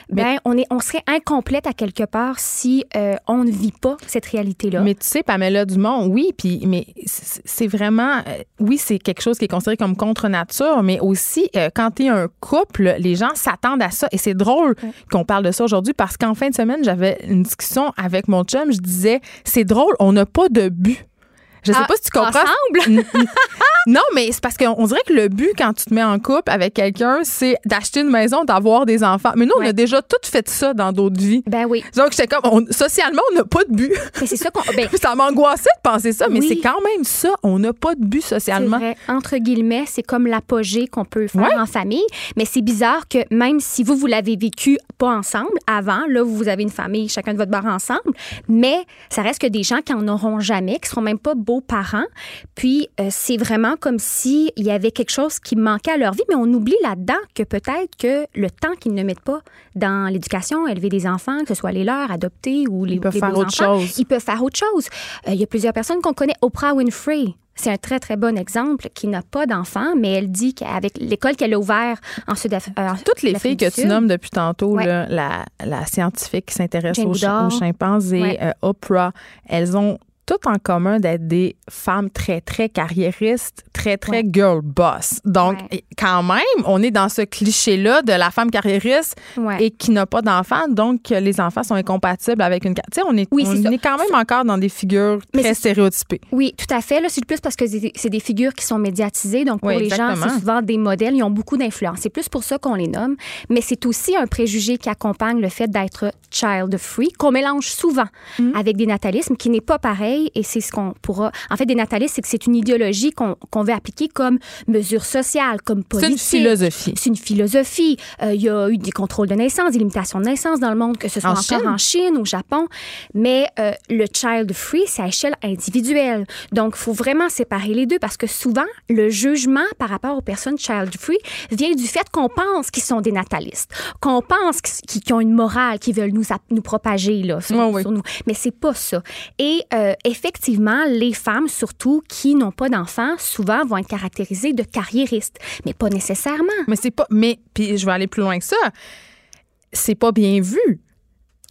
on serait incomplète à quelque part si on ne vit pas cette réalité-là. Mais tu sais, Pamela Dumont, mais c'est vraiment... oui, c'est quelque chose qui est considéré comme contre-nature, mais aussi, quand tu es un couple, les gens s'attendent à ça. Et c'est drôle qu'on parle de ça aujourd'hui parce qu'en fin de semaine, j'avais une discussion avec mon chum. Je disais, c'est drôle, on n'a pas de but. Je sais pas si tu comprends. Ensemble? Non, mais c'est parce qu'on dirait que le but, quand tu te mets en couple avec quelqu'un, c'est d'acheter une maison, d'avoir des enfants. Mais nous, on a déjà tout fait ça dans d'autres vies. Ben oui. Donc, j'étais comme, socialement, on n'a pas de but. Mais c'est ça qu'on... ça m'angoissait de penser ça, mais c'est quand même ça. On n'a pas de but socialement. C'est vrai. Entre guillemets, c'est comme l'apogée qu'on peut faire en famille. Mais c'est bizarre que même si vous l'avez vécu pas ensemble avant, là, vous avez une famille, chacun de votre bord ensemble, mais ça reste que des gens qui en auront jamais, qui seront même pas beaux-parents. Puis, c'est vraiment comme s'il y avait quelque chose qui manquait à leur vie, mais on oublie là-dedans que peut-être que le temps qu'ils ne mettent pas dans l'éducation, élever des enfants, que ce soit les leurs, adoptés ou les faire autre chose. Ils peuvent faire autre chose. Il y a plusieurs personnes qu'on connaît. Oprah Winfrey, c'est un très, très bon exemple, qui n'a pas d'enfants, mais elle dit qu'avec l'école qu'elle a ouverte en Sud-Afrique. Toutes les filles que tu nommes depuis tantôt, là, la scientifique qui s'intéresse aux chimpanzés, Oprah, elles ont tout en commun d'être des femmes très, très carriéristes, très, très girl boss. Donc, quand même, on est dans ce cliché-là de la femme carriériste et qui n'a pas d'enfants, donc les enfants sont incompatibles avec une... Tu sais, on est quand même encore dans des figures très stéréotypées. Oui, tout à fait. Là, c'est le plus parce que c'est des figures qui sont médiatisées. Donc, pour les gens, c'est souvent des modèles. Ils ont beaucoup d'influence. C'est plus pour ça qu'on les nomme. Mais c'est aussi un préjugé qui accompagne le fait d'être child-free, qu'on mélange souvent avec des natalismes, qui n'est pas pareil. Et c'est ce qu'on pourra... En fait, des natalistes, c'est que c'est une idéologie qu'on veut appliquer comme mesure sociale, comme politique. C'est une philosophie. C'est une philosophie. Il y a eu des contrôles de naissance, des limitations de naissance dans le monde, que ce soit encore en Chine, au Japon. Mais le child-free, c'est à échelle individuelle. Donc, il faut vraiment séparer les deux parce que souvent, le jugement par rapport aux personnes child-free vient du fait qu'on pense qu'ils sont des natalistes, qu'on pense qu'ils ont une morale, qu'ils veulent nous propager là, sur nous. Mais c'est pas ça. Et effectivement, les femmes, surtout, qui n'ont pas d'enfants, souvent vont être caractérisées de carriéristes, mais pas nécessairement. Mais c'est pas... Mais, puis je vais aller plus loin que ça, c'est pas bien vu.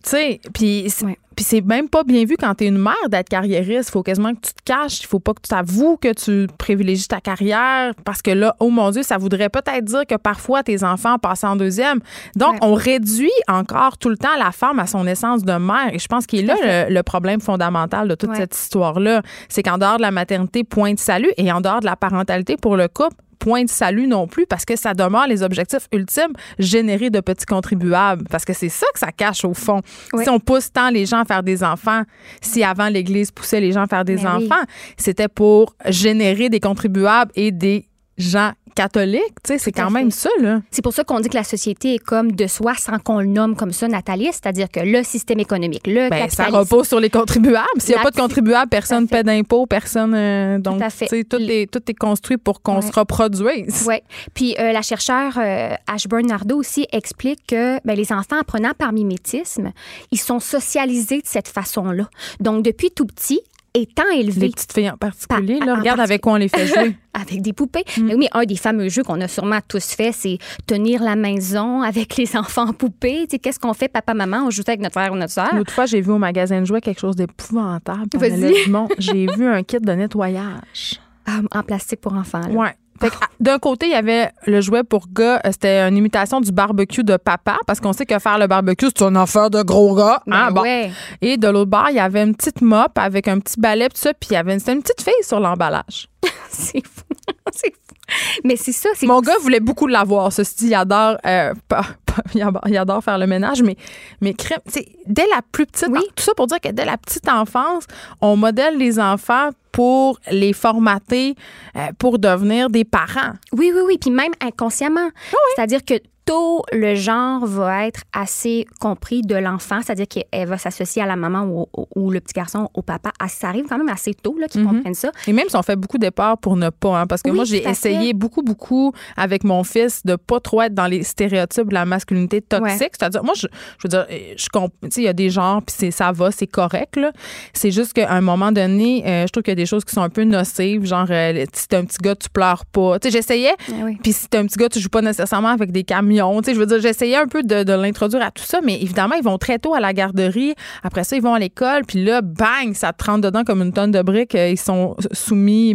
Tu sais, puis c'est même pas bien vu quand t'es une mère d'être carriériste. Il faut quasiment que tu te caches. Il faut pas que tu t'avoues que tu privilégies ta carrière parce que là, oh mon Dieu, ça voudrait peut-être dire que parfois tes enfants passent en deuxième. Donc, on réduit encore tout le temps la femme à son essence de mère. Et je pense qu'il est là le problème fondamental de toute cette histoire-là. C'est qu'en dehors de la maternité, point de salut, et en dehors de la parentalité pour le couple, point de salut non plus, parce que ça demeure les objectifs ultimes, générer de petits contribuables. Parce que c'est ça que ça cache au fond. Si on pousse tant les gens à faire des enfants, si avant l'Église poussait les gens à faire des enfants, c'était pour générer des contribuables et des gens catholiques, tu sais, c'est quand même ça, là. C'est pour ça qu'on dit que la société est comme de soi sans qu'on le nomme comme ça nataliste, c'est-à-dire que le système économique, le capitalisme. Ça repose sur les contribuables. S'il n'y a pas de contribuables, personne ne paie d'impôts, personne... donc, tu sais, tout est construit pour qu'on se reproduise. Oui. Puis la chercheure Ashburn Nardo aussi explique que les enfants, apprenant par mimétisme, ils sont socialisés de cette façon-là. Donc, depuis tout petit, étant élevés. Les petites filles en particulier, là, regarde avec quoi on les fait jouer. Avec des poupées. Mais oui, un des fameux jeux qu'on a sûrement tous fait, c'est tenir la maison avec les enfants en poupée. Tu sais, qu'est-ce qu'on fait, papa, maman? On joue avec notre frère ou notre soeur. L'autre fois, j'ai vu au magasin de jouets quelque chose d'épouvantable. J'ai vu un kit de nettoyage. En plastique pour enfants. Oui. D'un côté, il y avait le jouet pour gars, c'était une imitation du barbecue de papa, parce qu'on sait que faire le barbecue, c'est une affaire de gros gars. Et de l'autre bord, il y avait une petite mop avec un petit balai, tout ça, puis c'était une petite fille sur l'emballage. C'est fou. C'est fou. Mais c'est ça. Mon gars voulait beaucoup l'avoir. Ceci dit, il adore, il adore faire le ménage, mais dès la plus petite... Tout ça pour dire que dès la petite enfance, on modèle les enfants pour les formater pour devenir des parents. Oui. Puis même inconsciemment. C'est-à-dire que tôt, le genre va être assez compris de l'enfant, c'est-à-dire qu'elle va s'associer à la maman ou le petit garçon au papa. Ça arrive quand même assez tôt là, qu'ils comprennent ça. Et même si on fait beaucoup d'efforts pour ne pas, parce que moi, j'ai essayé beaucoup avec mon fils de pas trop être dans les stéréotypes de la masculinité toxique. C'est-à-dire, moi, je veux dire, il y a des genres, puis ça va, c'est correct, là. C'est juste qu'à un moment donné, je trouve qu'il y a des choses qui sont un peu nocives, genre, si t'es un petit gars, tu pleures pas. Tu sais, j'essayais, puis si t'es un petit gars, tu joues pas nécessairement avec des camions. Je veux dire, j'essayais un peu de l'introduire à tout ça, mais évidemment, ils vont très tôt à la garderie. Après ça, ils vont à l'école, puis là, bang, ça te rentre dedans comme une tonne de briques. Ils sont soumis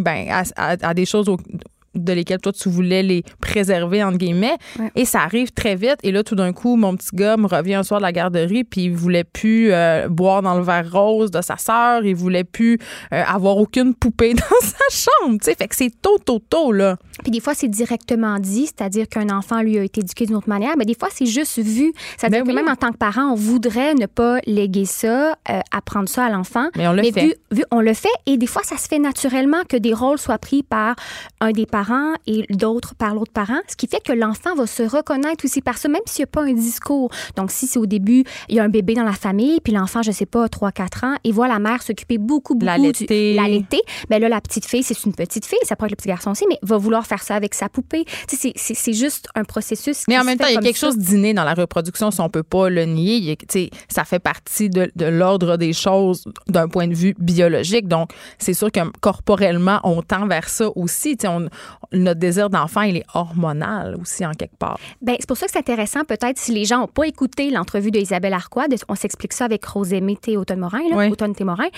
à des choses de lesquelles toi, tu voulais les préserver, entre guillemets. Et ça arrive très vite. Et là, tout d'un coup, mon petit gars me revient un soir de la garderie, puis il voulait plus boire dans le verre rose de sa sœur. Il voulait plus avoir aucune poupée dans sa chambre. T'sais. Fait que c'est tôt, là. Puis des fois, c'est directement dit, c'est-à-dire qu'un enfant, lui, a été éduqué d'une autre manière. Mais des fois, c'est juste vu. C'est-à-dire que même en tant que parent, on voudrait ne pas léguer ça, apprendre ça à l'enfant. Mais on le fait. On le fait. Et des fois, ça se fait naturellement que des rôles soient pris par un des parents et d'autres par l'autre parent, ce qui fait que l'enfant va se reconnaître aussi par ça, même s'il n'y a pas un discours. Donc, si c'est au début, il y a un bébé dans la famille, puis l'enfant, je sais pas, 3-4 ans, et voit la mère s'occuper beaucoup l'allaiter. Bien là, la petite fille, c'est une petite fille, ça peut être le petit garçon aussi, mais va vouloir faire ça avec sa poupée. C'est juste un processus. Mais en même temps, il y a quelque chose d'inné dans la reproduction, si on peut pas le nier. Ça fait partie de l'ordre des choses d'un point de vue biologique. Donc, c'est sûr que corporellement, on tend vers ça aussi. Notre désir d'enfant, il est hormonal aussi, en quelque part. Bien, c'est pour ça que c'est intéressant, peut-être, si les gens n'ont pas écouté l'entrevue d'Isabelle Arquois, on s'explique ça avec Rosemée Automne-Morin, Automne-Morin,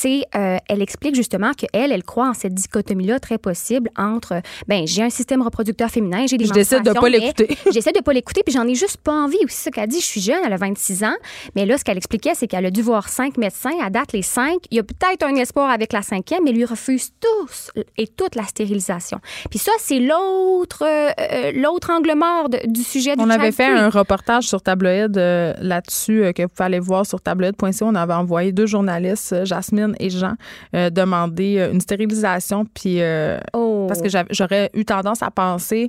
elle explique justement qu'elle croit en cette dichotomie-là très possible entre, j'ai un système reproducteur féminin, j'ai des menstruations. Je décide de pas l'écouter. J'essaie de pas l'écouter, puis j'en ai juste pas envie. Aussi, c'est ça qu'elle dit, je suis jeune, elle a 26 ans, mais là, ce qu'elle expliquait, c'est qu'elle a dû voir 5 médecins. À date, les 5, il y a peut-être un espoir avec la 5e, mais lui refuse tous et toute la stérilisation. Puis ça, c'est l'autre angle mort du sujet du On avait fait un reportage sur Tabloïd là-dessus que vous pouvez aller voir sur tabloïd.ca. On avait envoyé 2 journalistes, Jasmine et Jean, demander une stérilisation. Puis parce que j'aurais eu tendance à penser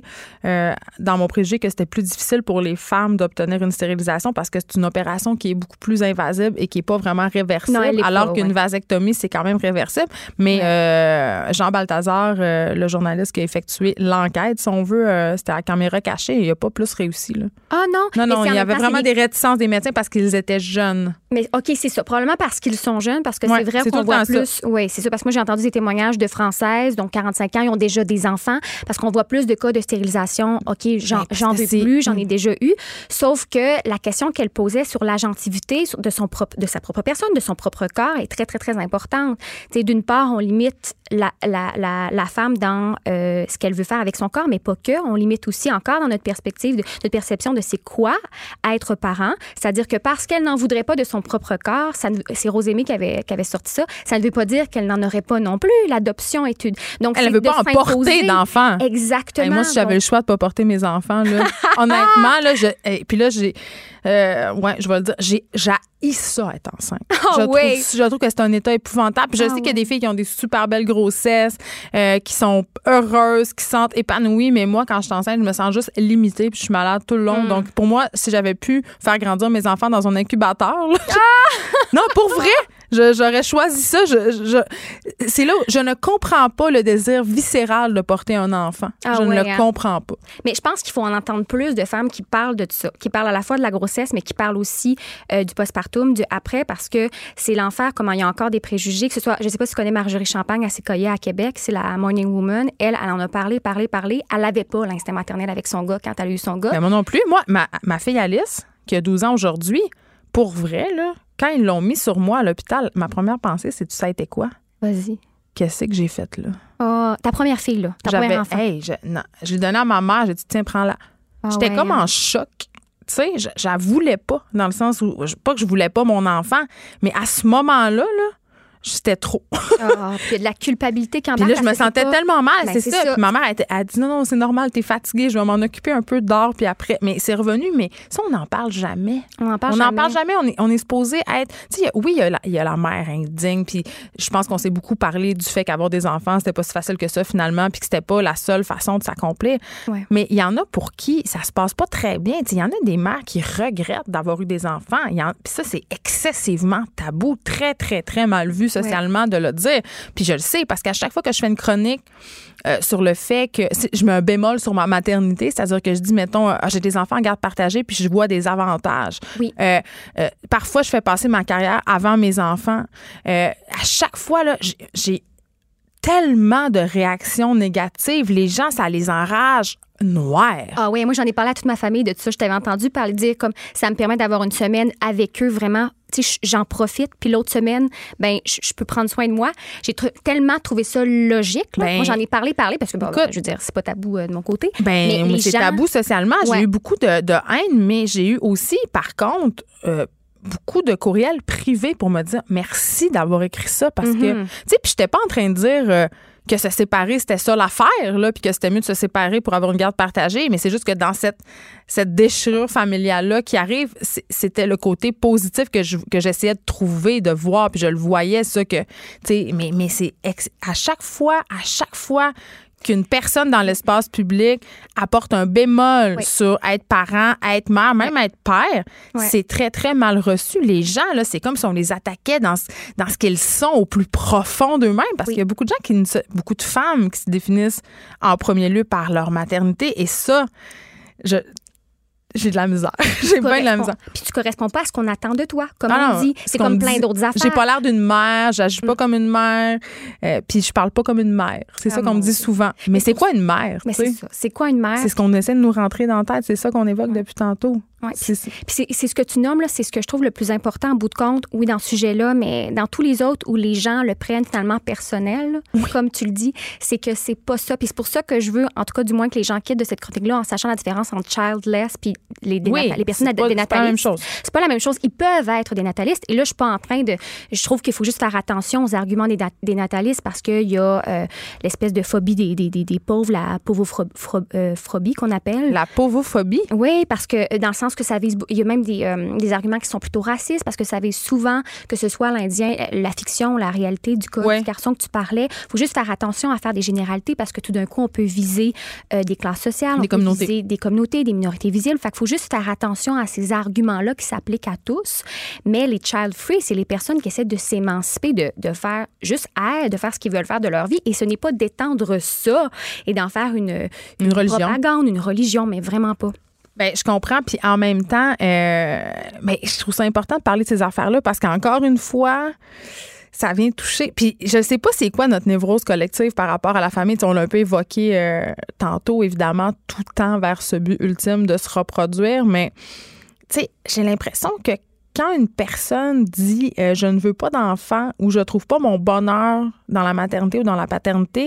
dans mon préjugé que c'était plus difficile pour les femmes d'obtenir une stérilisation parce que c'est une opération qui est beaucoup plus invasive et qui n'est pas vraiment réversible. Non, alors qu'une vasectomie, c'est quand même réversible. Mais Jean Balthazar, le journaliste qui a effectué l'enquête, si on veut, c'était à la caméra cachée, il n'a pas plus réussi. Là. Ah non? Non, il y avait vraiment des réticences des médecins parce qu'ils étaient jeunes. Mais OK, c'est ça. Probablement parce qu'ils sont jeunes, parce que c'est vrai qu'on voit plus... Oui, c'est ça. Parce que moi, j'ai entendu des témoignages de Françaises, donc 45 ans, ils ont déjà des enfants, parce qu'on voit plus de cas de stérilisation. OK, j'en veux plus, j'en ai déjà eu. Sauf que la question qu'elle posait sur l'agentivité de sa propre personne, de son propre corps, est très, très, très importante. T'sais, d'une part, on limite la femme dans ce qu'elle veut faire avec son corps, mais pas que. On limite aussi encore dans notre perspective, notre perception de c'est quoi être parent. C'est-à-dire que parce qu'elle n'en voudrait pas de son propre corps, c'est Rosémie qui avait sorti ça, ça ne veut pas dire qu'elle n'en aurait pas non plus. L'adoption est une... Donc, elle ne veut pas en porter d'enfants. Exactement. Et moi, si j'avais le choix de ne pas porter mes enfants, là, honnêtement, là, puis là, je vais le dire, j'ai ça être enceinte. Je trouve que c'est un état épouvantable. Puis je sais qu'il y a des filles qui ont des super belles grossesses, qui sont heureuses, qui se sentent épanouies, mais moi, quand je suis enceinte, je me sens juste limitée puis je suis malade tout le long. Donc, pour moi, si j'avais pu faire grandir mes enfants dans un incubateur, là, non, pour vrai, j'aurais choisi ça. C'est là où je ne comprends pas le désir viscéral de porter un enfant. Je ne le comprends pas. Mais je pense qu'il faut en entendre plus de femmes qui parlent de ça, qui parlent à la fois de la grossesse, mais qui parlent aussi du postpartum, du après, parce que c'est l'enfer, comment il y a encore des préjugés, que ce soit, je ne sais pas si tu connais Marjorie Champagne à Séquoia à Québec, c'est la Morning Woman. Elle en a parlé. Elle n'avait pas l'instinct maternel avec son gars quand elle a eu son gars. Mais moi non plus. Moi, ma fille Alice, qui a 12 ans aujourd'hui, pour vrai, là, quand ils l'ont mis sur moi à l'hôpital, ma première pensée, c'est tu sais, c'était quoi? Vas-y. Qu'est-ce que j'ai fait, là? Oh, ta première fille, là. Ta première enfant. Je l'ai donné à ma mère, j'ai dit, tiens, prends-la. J'étais comme en choc. Tu sais, je la voulais pas, dans le sens où, pas que je voulais pas mon enfant, mais à ce moment-là, c'était trop. Puis il y a de la culpabilité quand même. Puis là, je me sentais tellement mal, c'est ça. Puis ma mère, elle dit non, c'est normal, t'es fatiguée, je vais m'en occuper un peu d'or, puis après. Mais c'est revenu, mais ça, on n'en parle jamais. On n'en parle jamais. On est supposé être. Tu sais, oui, il y a la mère indigne, puis je pense qu'on s'est beaucoup parlé du fait qu'avoir des enfants, c'était pas si facile que ça, finalement, puis que c'était pas la seule façon de s'accomplir. Ouais. Mais il y en a pour qui ça se passe pas très bien. Il y en a des mères qui regrettent d'avoir eu des enfants. Puis ça, c'est excessivement tabou, très, très, très mal vu socialement de le dire. Puis je le sais parce qu'à chaque fois que je fais une chronique sur le fait que je mets un bémol sur ma maternité, c'est-à-dire que je dis, mettons, j'ai des enfants en garde partagée puis je vois des avantages. Oui. Parfois, je fais passer ma carrière avant mes enfants. À chaque fois, là, j'ai tellement de réactions négatives. Les gens, ça les enrage noir. Ah oui, moi, j'en ai parlé à toute ma famille de ça. Je t'avais entendu parler, dire comme ça me permet d'avoir une semaine avec eux vraiment. Tu sais, j'en profite. Puis l'autre semaine, ben, je peux prendre soin de moi. J'ai tellement trouvé ça logique. Là. Moi, j'en ai parlé parce que, je veux dire, c'est pas tabou de mon côté. Mais c'est tabou socialement. J'ai eu beaucoup de haine, mais j'ai eu aussi, par contre, beaucoup de courriels privés pour me dire merci d'avoir écrit ça parce que, tu sais, puis j'étais pas en train de dire que se séparer, c'était ça l'affaire, là, puis que c'était mieux de se séparer pour avoir une garde partagée, mais c'est juste que dans cette déchirure familiale-là qui arrive, c'était le côté positif que j'essayais de trouver, de voir, puis je le voyais, ça, que, tu sais, mais c'est à chaque fois qu'une personne dans l'espace public apporte un bémol sur être parent, être mère, même être père, c'est très, très mal reçu. Les gens, là, c'est comme si on les attaquait dans ce qu'ils sont au plus profond d'eux-mêmes, parce qu'il y a beaucoup de gens beaucoup de femmes qui se définissent en premier lieu par leur maternité, et ça, j'ai de la misère. J'ai bien de la misère. Puis tu corresponds pas à ce qu'on attend de toi. Comme on dit, c'est comme plein d'autres affaires. J'ai pas l'air d'une mère, j'agis pas comme une mère, puis je parle pas comme une mère. C'est ça qu'on me dit souvent. Mais c'est quoi une mère? Mais c'est ça. C'est quoi une mère? C'est ce qu'on essaie de nous rentrer dans la tête. C'est ça qu'on évoque depuis tantôt. Ouais. Puis c'est ce que tu nommes, là, c'est ce que je trouve le plus important en bout de compte, oui, dans ce sujet-là, mais dans tous les autres où les gens le prennent finalement personnel, comme tu le dis, c'est que c'est pas ça. Puis c'est pour ça que je veux, en tout cas, du moins que les gens quittent de cette chronique-là en sachant la différence entre childless puis les personnes dénatalistes. C'est pas la même chose. C'est pas la même chose. Ils peuvent être dénatalistes. Et là, je suis pas en train de... Je trouve qu'il faut juste faire attention aux arguments des dénatalistes parce qu'il y a l'espèce de phobie des pauvres, la pauvophobie qu'on appelle. La pauvophobie? Oui, parce que dans le sens pense que ça vise... Il y a même des arguments qui sont plutôt racistes parce que ça vise souvent, que ce soit l'Indien, la fiction, la réalité du cas du garçon que tu parlais. Il faut juste faire attention à faire des généralités parce que tout d'un coup, on peut viser des classes sociales, on peut viser des communautés, des minorités visibles. Fait qu'il faut juste faire attention à ces arguments-là qui s'appliquent à tous. Mais les child-free, c'est les personnes qui essaient de s'émanciper, de faire juste de faire ce qu'ils veulent faire de leur vie. Et ce n'est pas d'étendre ça et d'en faire une religion. Propagande, une religion, mais vraiment pas. Bien, je comprends. Puis en même temps, je trouve ça important de parler de ces affaires-là parce qu'encore une fois, ça vient toucher. Puis je sais pas c'est quoi notre névrose collective par rapport à la famille. T'sais, on l'a un peu évoqué tantôt, évidemment, tout tend vers ce but ultime de se reproduire. Mais j'ai l'impression que quand une personne dit je ne veux pas d'enfant ou je trouve pas mon bonheur dans la maternité ou dans la paternité,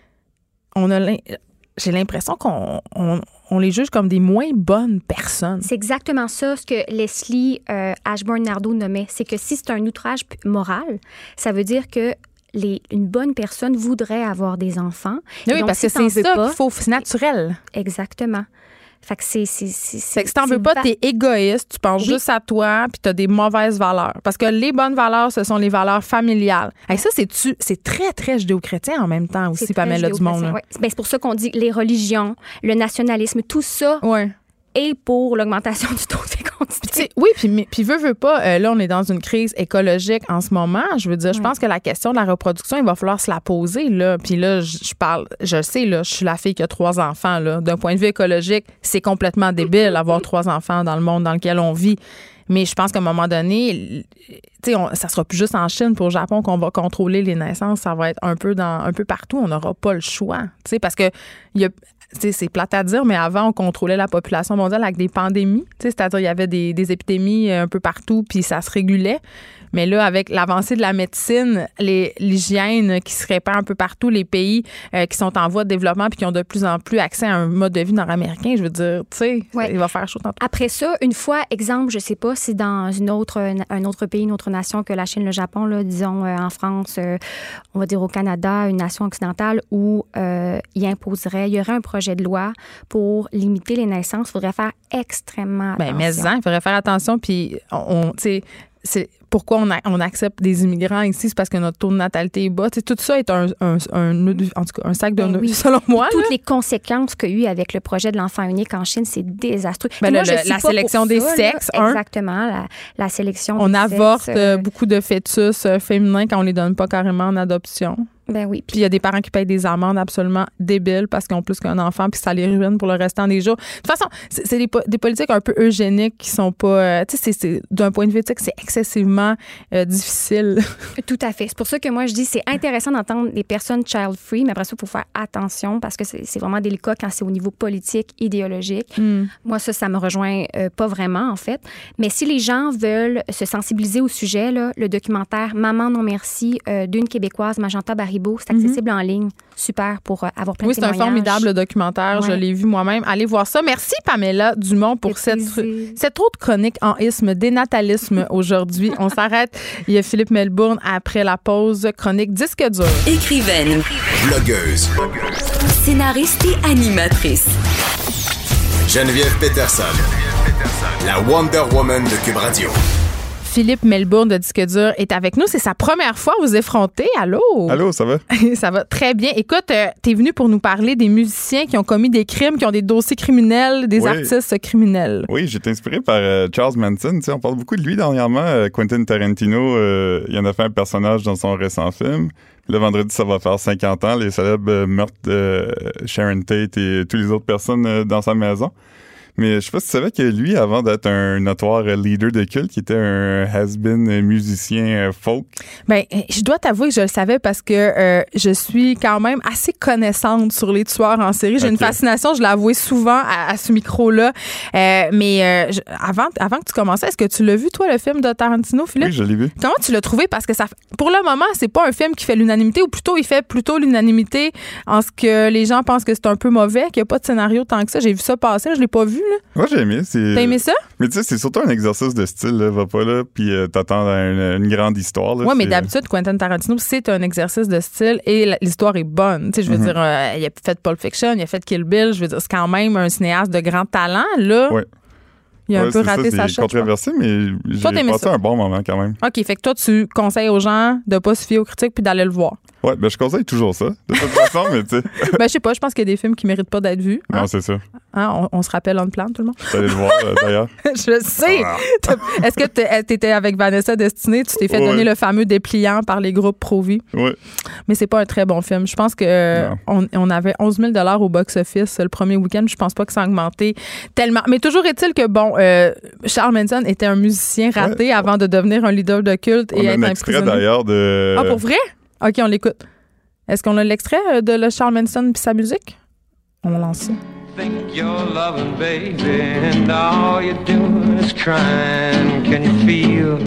j'ai l'impression qu'on les juge comme des moins bonnes personnes. C'est exactement ça ce que Leslie Ashburn-Nardo nommait. C'est que si c'est un outrage moral, ça veut dire que une bonne personne voudrait avoir des enfants. Oui, donc, parce que c'est ça qu'il faut, c'est naturel. Exactement. Fait que c'est que si t'en veux pas, t'es égoïste, tu penses juste à toi, puis t'as des mauvaises valeurs. Parce que les bonnes valeurs, ce sont les valeurs familiales. Et ça, c'est très, très judéo-chrétien en même temps aussi, Pamela Dumont. Ouais. Ben, c'est pour ça qu'on dit les religions, le nationalisme, tout ça est pour l'augmentation du taux de fécondité. Oui, puis veut pas, là, on est dans une crise écologique en ce moment. Je veux dire, je pense que la question de la reproduction, il va falloir se la poser, là. Puis là, je sais, là, je suis la fille qui a 3 enfants, là. D'un point de vue écologique, c'est complètement débile d'avoir 3 enfants dans le monde dans lequel on vit. Mais je pense qu'à un moment donné, ça sera plus juste en Chine pour au Japon qu'on va contrôler les naissances. Ça va être un peu partout. On n'aura pas le choix. Parce que c'est plate à dire, mais avant, on contrôlait la population mondiale avec des pandémies. C'est-à-dire, il y avait des épidémies un peu partout, puis ça se régulait. Mais là, avec l'avancée de la médecine, l'hygiène qui se répand un peu partout, les pays qui sont en voie de développement puis qui ont de plus en plus accès à un mode de vie nord-américain, je veux dire, il va faire chaud tantôt. Après ça, une fois, exemple, je sais pas si dans un autre pays, une autre nation que la Chine, le Japon, là, disons en France, on va dire au Canada, une nation occidentale où il y aurait un projet de loi pour limiter les naissances, il faudrait faire extrêmement attention. Mais il faudrait faire attention, puis c'est pourquoi on accepte des immigrants ici, c'est parce que notre taux de natalité est bas. T'sais, tout ça est en tout cas, un sac de nœuds, selon moi. Toutes les conséquences qu'il y a eu avec le projet de l'enfant unique en Chine, c'est désastreux. La sélection des sexes. Exactement, la sélection on des avorte sexes. Beaucoup de fœtus féminins quand on les donne pas carrément en adoption. Ben oui. Puis il y a des parents qui payent des amendes absolument débiles parce qu'ils ont plus qu'un enfant puis ça les ruine pour le restant des jours. De toute façon, c'est des politiques un peu eugéniques qui sont pas... c'est d'un point de vue éthique, c'est excessivement difficile. Tout à fait. C'est pour ça que moi, je dis c'est intéressant d'entendre des personnes child-free, mais après ça, il faut faire attention parce que c'est vraiment délicat quand c'est au niveau politique, idéologique. Moi, ça me rejoint pas vraiment, en fait. Mais si les gens veulent se sensibiliser au sujet, là, le documentaire « Maman non merci » d'une Québécoise, Magenta Barry, c'est accessible en ligne. Super pour avoir plein de témoignages. Oui, c'est un formidable documentaire. Ouais. Je l'ai vu moi-même. Allez voir ça. Merci, Pamela Dumont, pour cette autre chronique en isme, dénatalisme aujourd'hui. On s'arrête. Il y a Philippe Melbourne après la pause. Chronique Disque dur. Écrivaine. Blogueuse. Scénariste et animatrice. Geneviève Peterson. La Wonder Woman de Cube Radio. Philippe Melbourne de Disque dur est avec nous. C'est sa première fois aux effrontés. Allô? Allô, ça va? Ça va très bien. Écoute, t'es venu pour nous parler des musiciens qui ont commis des crimes, qui ont des dossiers criminels, des artistes criminels. Oui, j'ai été inspiré par Charles Manson. Tu sais, on parle beaucoup de lui dernièrement. Quentin Tarantino, il en a fait un personnage dans son récent film. Le vendredi, ça va faire 50 ans, les célèbres meurtres de Sharon Tate et toutes les autres personnes dans sa maison. Mais je sais pas si tu savais que lui, avant d'être un notoire leader de culte, qui était un has-been musicien folk. Ben, je dois t'avouer que je le savais parce que je suis quand même assez connaissante sur les tueurs en série. J'ai une fascination, je l'ai avoué souvent à ce micro-là. Mais avant que tu commences, est-ce que tu l'as vu, toi, le film de Tarantino, Philippe? Oui, je l'ai vu. Comment tu l'as trouvé? Parce que pour le moment, c'est pas un film qui fait l'unanimité, ou plutôt, il fait plutôt l'unanimité en ce que les gens pensent que c'est un peu mauvais, qu'il n'y a pas de scénario tant que ça. J'ai vu ça passer, je l'ai pas vu. Moi, j'ai aimé. T'as aimé ça? Mais tu sais, c'est surtout un exercice de style. Là. Va pas là, puis t'attends une grande histoire. Oui, mais d'habitude, Quentin Tarantino, c'est un exercice de style et l'histoire est bonne. Tu sais, je veux dire, il a fait Pulp Fiction, il a fait Kill Bill. Je veux dire, c'est quand même un cinéaste de grand talent, là. Oui. Il a un peu raté sa shot. C'est controversé, mais j'ai passé un bon moment quand même. OK, fait que toi, tu conseilles aux gens de pas se fier aux critiques puis d'aller le voir. Ouais, ben je conseille toujours ça, de toute façon, mais tu sais. Ben je sais pas, je pense qu'il y a des films qui méritent pas d'être vus. Non, c'est ça. Hein, on se rappelle On Plan, tout le monde. Tu allé le voir, d'ailleurs. Je sais. Est-ce que t'étais avec Vanessa Destinée? Tu t'es fait donner le fameux dépliant par les groupes pro-vie? Oui. Mais c'est pas un très bon film. Je pense que on avait 11 000 $ au box-office le premier week-end. Je pense pas que ça a augmenté tellement. Mais toujours est-il que, bon, Charles Manson était un musicien raté avant de devenir un leader de culte et être un extrait d'ailleurs de... Ah, pour vrai? OK, on l'écoute. Est-ce qu'on a l'extrait de le Charles Manson puis sa musique? On lance ça. Think you're loving, baby, and all you're doing is crying. Can you feel?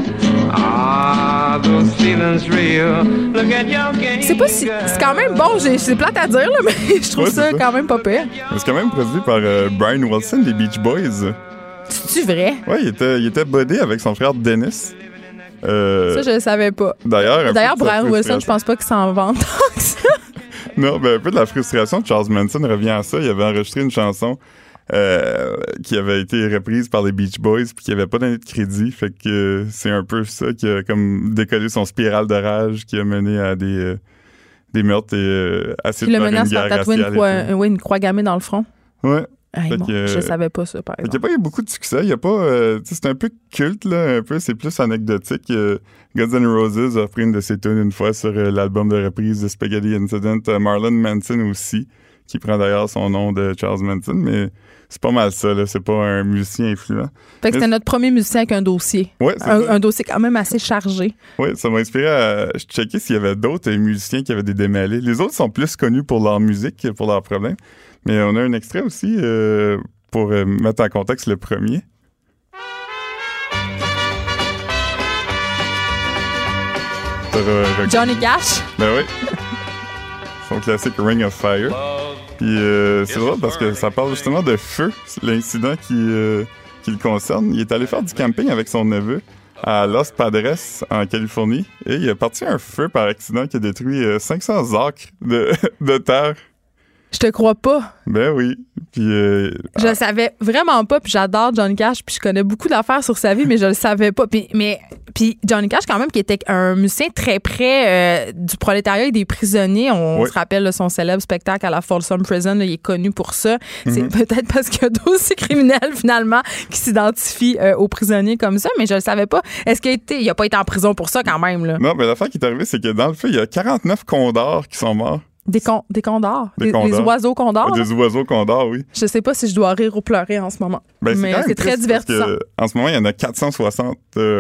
Ah, those feelings real. Look at your game. C'est pas si. C'est quand même bon, c'est plate à dire, là, mais je trouve ça quand même pas pire. C'est quand même produit par Brian Wilson des Beach Boys. C'est-tu vrai? Oui, il était buddy avec son frère Dennis. Ça, je le savais pas. D'ailleurs, Brian Wilson, je pense pas qu'il s'en vante tant que ça. Non, ben un peu de la frustration de Charles Manson revient à ça. Il avait enregistré une chanson qui avait été reprise par les Beach Boys puis qui avait pas donné de crédit. Fait que c'est un peu ça qui a comme décollé son spirale de rage qui a mené à des meurtres et assez de une guerre raciale. Une croix gammée dans le front. Ouais. Je savais pas ça, par exemple. Il n'y a pas eu beaucoup de succès. Il y a pas, c'est un peu culte, là, un peu. C'est plus anecdotique. Guns N' Roses a repris une de ses tunes une fois sur l'album de reprise de Spaghetti Incident. Marilyn Manson aussi, qui prend d'ailleurs son nom de Charles Manson, mais c'est pas mal ça, là. C'est pas un musicien influent. Fait que c'était notre premier musicien avec un dossier. Ouais, un dossier quand même assez chargé. Oui, ça m'a inspiré à checker s'il y avait d'autres musiciens qui avaient des démêlés. Les autres sont plus connus pour leur musique que pour leurs problèmes. Mais on a un extrait aussi pour mettre en contexte le premier. Johnny Cash? Ben oui. Son classique Ring of Fire. Puis c'est drôle parce que ça parle justement de feu, l'incident qui le concerne. Il est allé faire du camping avec son neveu à Los Padres, en Californie, et il a parti un feu par accident qui a détruit 500 acres de terre. Je te crois pas. Ben oui. Puis je le savais vraiment pas, puis j'adore Johnny Cash, puis je connais beaucoup d'affaires sur sa vie, mais je le savais pas. Puis Johnny Cash, quand même, qui était un musicien très près du prolétariat et des prisonniers. On se rappelle là, son célèbre spectacle à la Folsom Prison, là, il est connu pour ça. C'est peut-être parce qu'il y a d'aussi criminels, finalement, qui s'identifient aux prisonniers comme ça, mais je le savais pas. Est-ce qu'il a pas été en prison pour ça, quand même, là? Non, mais l'affaire qui est arrivée, c'est que dans le fait, il y a 49 condors qui sont morts. Des condors? Des oiseaux condors? Des oiseaux condors, oui. Je sais pas si je dois rire ou pleurer en ce moment. Ben, mais c'est très divertissant. En ce moment, il y en a 460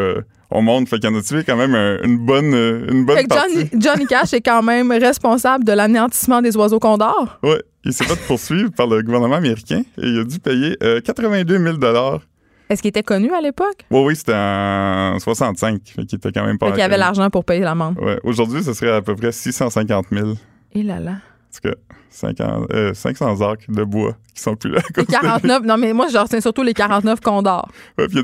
au monde. Fait qu'il y en a tué quand même une bonne fait que partie. Johnny Cash est quand même responsable de l'anéantissement des oiseaux condors? Oui. Il s'est fait poursuivre par le gouvernement américain et il a dû payer 82 000 $. Est-ce qu'il était connu à l'époque? Oui, c'était en 65. Fait qu'il était quand même pas... Fait qu'il avait l'argent pour payer l'amende. Oui. Aujourd'hui, ce serait à peu près 650 000. Et là là. Parce que 500 arcs de bois qui sont plus là. Les 49, non, mais moi, je retiens surtout les 49 condors. Ouais, puis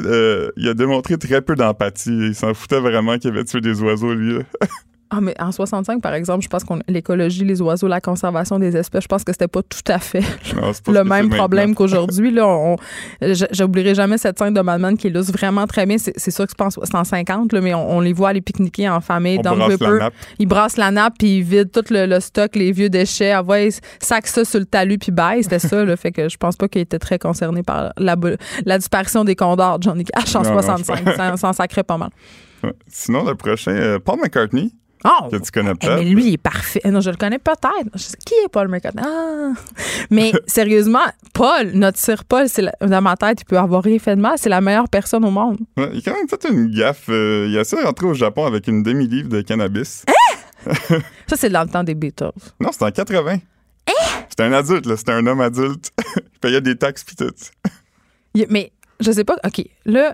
il a démontré très peu d'empathie. Il s'en foutait vraiment qu'il avait tué des oiseaux, lui. Là. Ah, mais en 65, par exemple, je pense que l'écologie, les oiseaux, la conservation des espèces, je pense que c'était pas tout à fait le même problème qu'aujourd'hui. Là, j'oublierai jamais cette scène de Madman qui illustre vraiment très bien. C'est sûr que c'est en 50, là, mais on les voit aller pique-niquer en famille. On brasse la nappe. Ils brassent la nappe, puis ils vident tout le stock, les vieux déchets. Ah ouais, ils sacent ça sur le talus, puis bye, c'était ça. Là, fait que je pense pas qu'il était très concerné par la disparition des condors, Johnny Cash, en 65. Ça s'en sacrait pas mal. Ouais. Sinon, le prochain, Paul McCartney. Oh, que tu connais peut-être. Mais lui, il est parfait. Non, je le connais peut-être. Qui est Paul McCartney? Ah. Mais sérieusement, Paul, notre sir Paul, dans ma tête, il peut avoir rien fait de mal. C'est la meilleure personne au monde. Ouais, il a quand même fait une gaffe. Il a essayé de rentrer au Japon avec une demi-livre de cannabis. Hein? Ça, c'est dans le temps des Beatles. Non, c'était en 80. Hein? C'était un adulte, là. C'était un homme adulte. Il payait des taxes pis tout. Mais je sais pas. OK, là...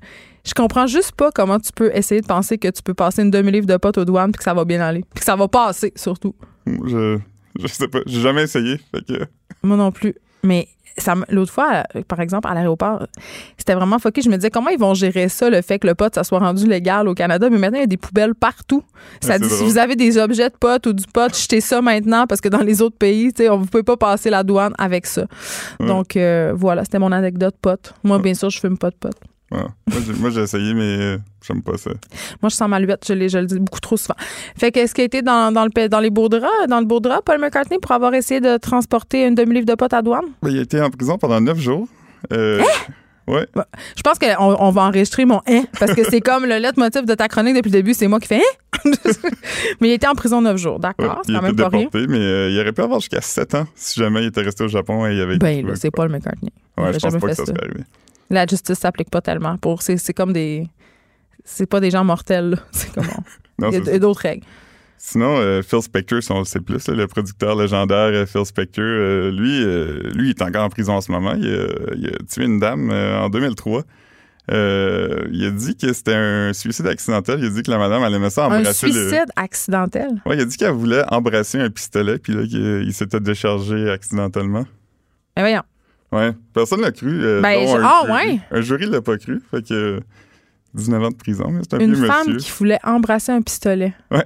Je comprends juste pas comment tu peux essayer de penser que tu peux passer une demi-livre de potes aux douanes puis que ça va bien aller. Puis que ça va passer, surtout. Je sais pas. J'ai jamais essayé. Fait que... Moi non plus. Mais l'autre fois, par exemple, à l'aéroport, c'était vraiment fucké. Je me disais, comment ils vont gérer ça, le fait que le pot, ça soit rendu légal au Canada? Mais maintenant, il y a des poubelles partout. Ça dit, si vous avez des objets de pot ou du pot, jetez ça maintenant, parce que dans les autres pays, vous ne pouvez pas passer la douane avec ça. Donc, voilà, c'était mon anecdote pot. Moi, bien sûr, je fume pas de pot. Ouais. Moi, j'ai essayé, mais j'aime pas ça. Moi, je sens maluette, je le dis beaucoup trop souvent. Fait qu'est-ce qui a été dans le beau drap, Paul McCartney, pour avoir essayé de transporter une demi-livre de pot à douane? Ben, il a été en prison pendant 9 jours. Ouais. Je pense qu'on va enregistrer mon « hein », parce que c'est comme le leitmotiv de ta chronique depuis le début, c'est moi qui fais « hein ». Mais il était en prison 9 jours, d'accord, c'est quand même pas rien. Mais il aurait pu avoir jusqu'à 7 ans si jamais il était resté au Japon et il avait... Ben là, c'est Paul McCartney. Ouais, je pense pas que ça serait arrivé. La justice s'applique pas tellement. C'est comme des... C'est pas des gens mortels, là. C'est comme... Non, il y a d'autres règles. Sinon, Phil Spector, si on le sait plus, le producteur légendaire Phil Spector, lui, il est encore en prison en ce moment. Il a tué une dame en 2003. Il a dit que c'était un suicide accidentel. Il a dit que la madame, elle aimait ça embrasser... Un suicide accidentel? Oui, il a dit qu'elle voulait embrasser un pistolet, puis là, il s'était déchargé accidentellement. Mais voyons. Ouais, personne l'a cru. Un jury l'a pas cru. Fait que 19 ans de prison, mais c'est un vieux monsieur. Une femme qui voulait embrasser un pistolet. Ouais.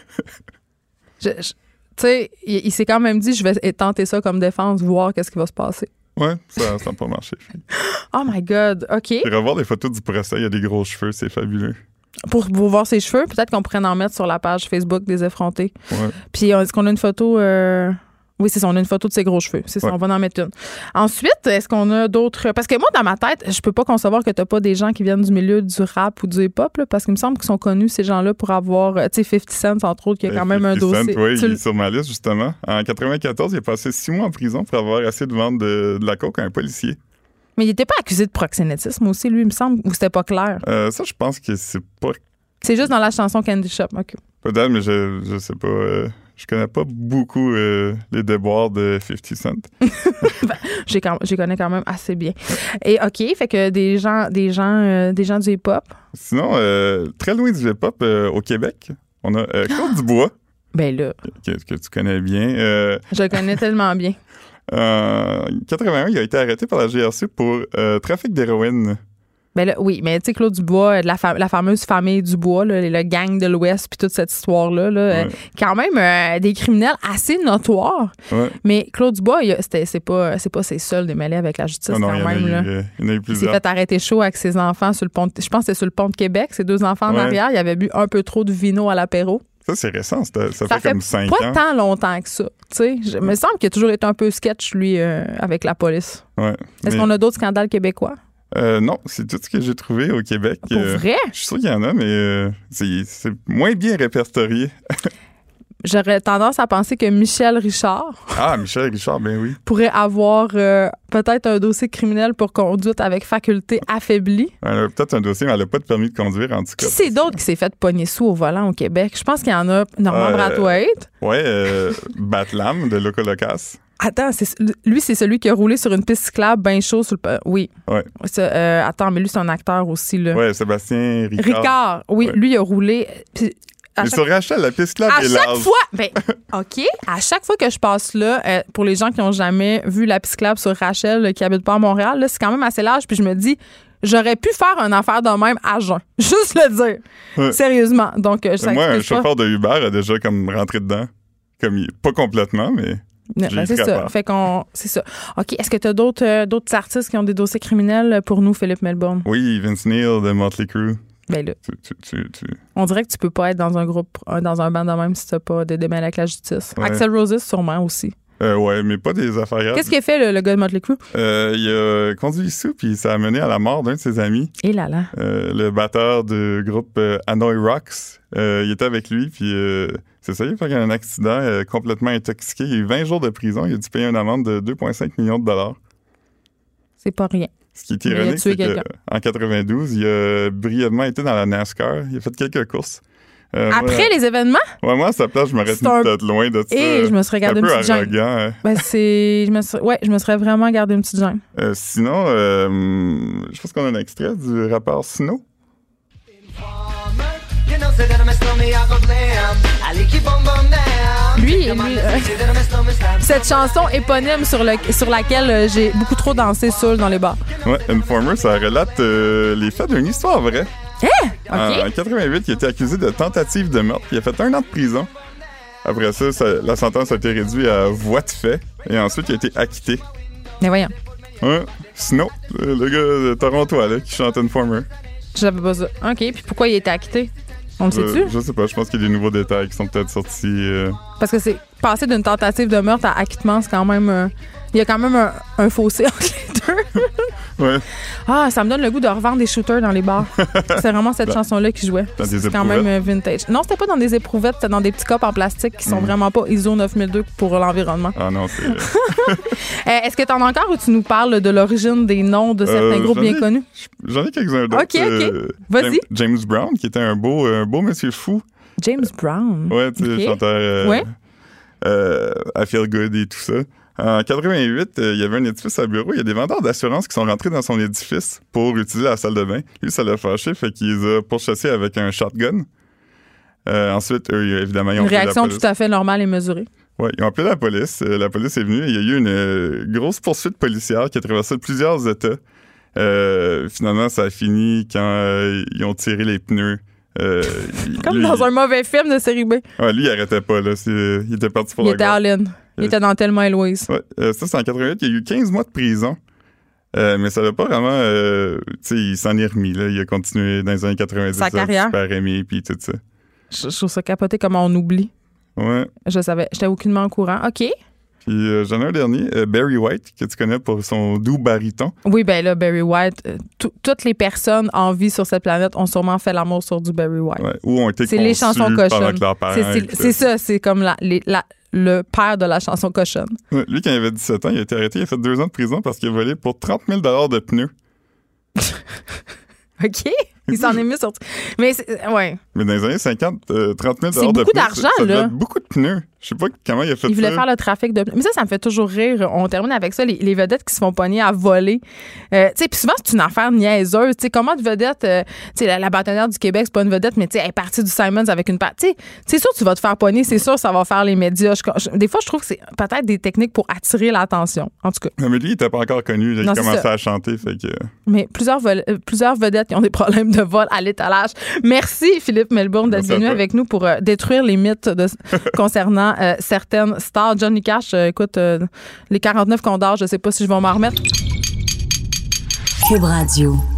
Tu sais, il s'est quand même dit, je vais tenter ça comme défense, voir qu'est-ce qui va se passer. Ouais, ça n'a pas marché. Oh my God, OK. Et revoir des photos du procès, il y a des gros cheveux, c'est fabuleux. Pour voir ses cheveux, peut-être qu'on pourrait en mettre sur la page Facebook des effrontés. Ouais. Puis, est-ce qu'on a une photo... Oui, c'est ça, on a une photo de ses gros cheveux. C'est ça, on va en mettre une. Ensuite, est-ce qu'on a d'autres... Parce que moi, dans ma tête, je peux pas concevoir que t'as pas des gens qui viennent du milieu du rap ou du hip-hop, là, parce qu'il me semble qu'ils sont connus, ces gens-là, pour avoir... Tu sais, 50 Cent, entre autres, qui a quand même un dossier. Cent, oui, il est sur ma liste, justement. En 94, il a passé 6 mois en prison pour avoir essayé de vendre de la coke à un policier. Mais il était pas accusé de proxénétisme aussi, lui, il me semble, ou c'était pas clair? Ça, je pense que c'est pas... C'est juste dans la chanson Candy Shop, OK. Peut-être, mais je sais pas... Je connais pas beaucoup les déboires de 50 Cent. Je connais quand même assez bien. Et OK, fait que des gens du hip-hop. Sinon, très loin du hip-hop, au Québec, on a Claude Dubois. Ben là. Que tu connais bien. Je le connais tellement bien. En 81, il a été arrêté par la GRC pour trafic d'héroïne. Ben là, oui, mais tu sais, Claude Dubois, la fameuse famille Dubois, là, le gang de l'Ouest, puis toute cette histoire-là, ouais. Quand même des criminels assez notoires. Ouais. Mais Claude Dubois, c'est pas ses seuls démêlés avec la justice, non, quand même. Il y en a eu plusieurs. Il s'est fait arrêter chaud avec ses enfants sur le pont. Je pense que c'est sur le pont de Québec, ses 2 enfants en arrière. Il avait bu un peu trop de vino à l'apéro. Ça, c'est récent. Ça fait comme 5 ans. Pas tant longtemps que ça. Il me semble qu'il a toujours été un peu sketch, lui, avec la police. Ouais, Est-ce qu'on a d'autres scandales québécois? Non, c'est tout ce que j'ai trouvé au Québec. Pour vrai? Je suis sûr qu'il y en a, mais c'est moins bien répertorié. J'aurais tendance à penser que Michel Richard... Ah, Michel Richard, ben oui. ...pourrait avoir peut-être un dossier criminel pour conduite avec faculté affaiblie. Elle a peut-être un dossier, mais elle n'a pas de permis de conduire, en tout cas. Qui c'est d'autres qui s'est fait pogner sous au volant au Québec? Je pense qu'il y en a Normand Brathwaite. Oui, Batlam de Locolocasse. Attends, lui, c'est celui qui a roulé sur une piste cyclable bien chaud sur le... Oui. Ouais. Attends, mais lui, c'est un acteur aussi, là. Oui, Sébastien Ricard. Ricard, oui. Ouais. Lui, il a roulé... Mais sur Rachel, la piste cyclable est large. À chaque fois... Ben, OK. À chaque fois que je passe là, pour les gens qui n'ont jamais vu la piste cyclable sur Rachel, qui habitent pas à Montréal, là, c'est quand même assez large. Puis je me dis... J'aurais pu faire une affaire de même à jeun. Juste le dire. Ouais. Sérieusement. Donc, moi, un chauffeur de Uber a déjà comme rentré dedans. Pas complètement, mais... c'est ça. Fait c'est ça. OK. Est-ce que tu as d'autres artistes qui ont des dossiers criminels pour nous, Philippe Melbourne? Oui, Vince Neil de Motley Crue. Ben là. On dirait que tu peux pas être dans un groupe, dans un band de même si tu n'as pas de démêlés avec la justice. Ouais. Axl Rose, sûrement aussi. Ouais, mais pas des affaires graves. Qu'est-ce qu'il a fait, le gars de Motley Crue? Il a conduit sous, puis ça a mené à la mort d'un de ses amis. Et là là. Le batteur du groupe Hanoi Rocks. Il était avec lui, puis c'est ça, il a fait un accident complètement intoxiqué. Il a eu 20 jours de prison. Il a dû payer une amende de 2,5 millions de dollars. C'est pas rien. Ce qui est ironique, c'est qu'en 92, il a brièvement été dans la NASCAR. Il a fait quelques courses. Après les événements? Ouais, moi, à sa place, je m'aurais tenu peut-être loin de ça. Et je me serais gardé une petite gêne. Arrogant, ben, je me serais vraiment gardé une petite gêne. Sinon, je pense qu'on a un extrait du rappeur Snow. Lui, Cette chanson éponyme sur laquelle j'ai beaucoup trop dansé seul dans les bars. Ouais, Informer, ça relate les faits d'une histoire vraie. Okay. En 88, il a été accusé de tentative de meurtre. Il a fait 1 an de prison. Après ça, la sentence a été réduite à voie de fait. Et ensuite, il a été acquitté. Mais voyons. Ouais. Snow, le gars de Toronto, là, qui chante Informer. Je savais pas ça. OK. Puis pourquoi il a été acquitté? On le sait-tu? Je sais pas. Je pense qu'il y a des nouveaux détails qui sont peut-être sortis. Parce que c'est passé d'une tentative de meurtre à acquittement, c'est quand même... il y a quand même un fossé entre les deux. Ouais. Ah, ça me donne le goût de revendre des shooters dans les bars. C'est vraiment cette chanson-là qui jouait. Dans des c'est quand même vintage. Non, c'était pas dans des éprouvettes, c'était dans des petits copes en plastique qui sont vraiment pas ISO 9002 pour l'environnement. Ah non, c'est... Est-ce que t'en as encore ou tu nous parles de l'origine des noms de certains groupes bien connus? J'en ai quelques-uns d'autres. OK. Vas-y. James Brown, qui était un beau monsieur fou. James Brown? Ouais, tu sais, chanteur I Feel Good et tout ça. En 88, il y avait un édifice à bureau. Il y a des vendeurs d'assurance qui sont rentrés dans son édifice pour utiliser la salle de bain. Lui, ça l'a fâché, fait qu'il les a pourchassés avec un shotgun. Ensuite, eux, évidemment, ils ont appelé la police. Une réaction tout à fait normale et mesurée. Oui, ils ont appelé la police. La police est venue. Il y a eu une grosse poursuite policière qui a traversé plusieurs États. Finalement, ça a fini quand ils ont tiré les pneus. Comme dans un mauvais film de série B. Ouais, lui, il arrêtait pas. Là. Il était parti pour la guerre. Il était all-in. Il était dans Thelma et Louise. Ouais, ça, c'est en 88. Il y a eu 15 mois de prison. Mais ça l'a pas vraiment... tu sais, il s'en est remis. Là. Il a continué dans les années 90. Sa carrière. Super aimé, puis tout ça. Je trouve ça capoté comment on oublie. Ouais. Je savais. J'étais aucunement au courant. OK. Puis j'en ai un dernier, Barry White, que tu connais pour son doux baryton. Oui, ben là, Barry White, toutes les personnes en vie sur cette planète ont sûrement fait l'amour sur du Barry White. Ouais, ou ont été conçues les chansons cochonnes. Leurs parents. C'est ça, c'est comme le père de la chanson cochonne. Ouais, lui, quand il avait 17 ans, il a été arrêté, il a fait 2 ans de prison parce qu'il a volé pour 30 000 $ de pneus. OK. Il s'en est mis sur... Mais, ouais. Mais dans les années 50, 30 000 $. C'est beaucoup d'argent, ça là. Beaucoup de pneus. Je sais pas comment il a fait ça. Il voulait faire le trafic de pneus. Mais ça me fait toujours rire. On termine avec ça, les vedettes qui se font pogner à voler. Tu sais, puis souvent, c'est une affaire niaiseuse. Tu sais, comment de vedette... tu sais, la bâtonnière du Québec, c'est pas une vedette, mais tu sais, elle est partie du Simons avec une patte. Tu sais, c'est sûr que tu vas te faire pogner. C'est sûr que ça va faire les médias. Des fois, je trouve que c'est peut-être des techniques pour attirer l'attention. En tout cas. Non, mais lui, il était pas encore connu. Il commençait à chanter. Fait que... Mais plusieurs vedettes qui ont des problèmes de vol à l'étalage. Merci, Philippe Melbourne, d'être venu avec nous pour détruire les mythes concernant certaines stars. Johnny Cash, écoute, les 49 qu'on dort, je sais pas si je vais m'en remettre. Cube Radio.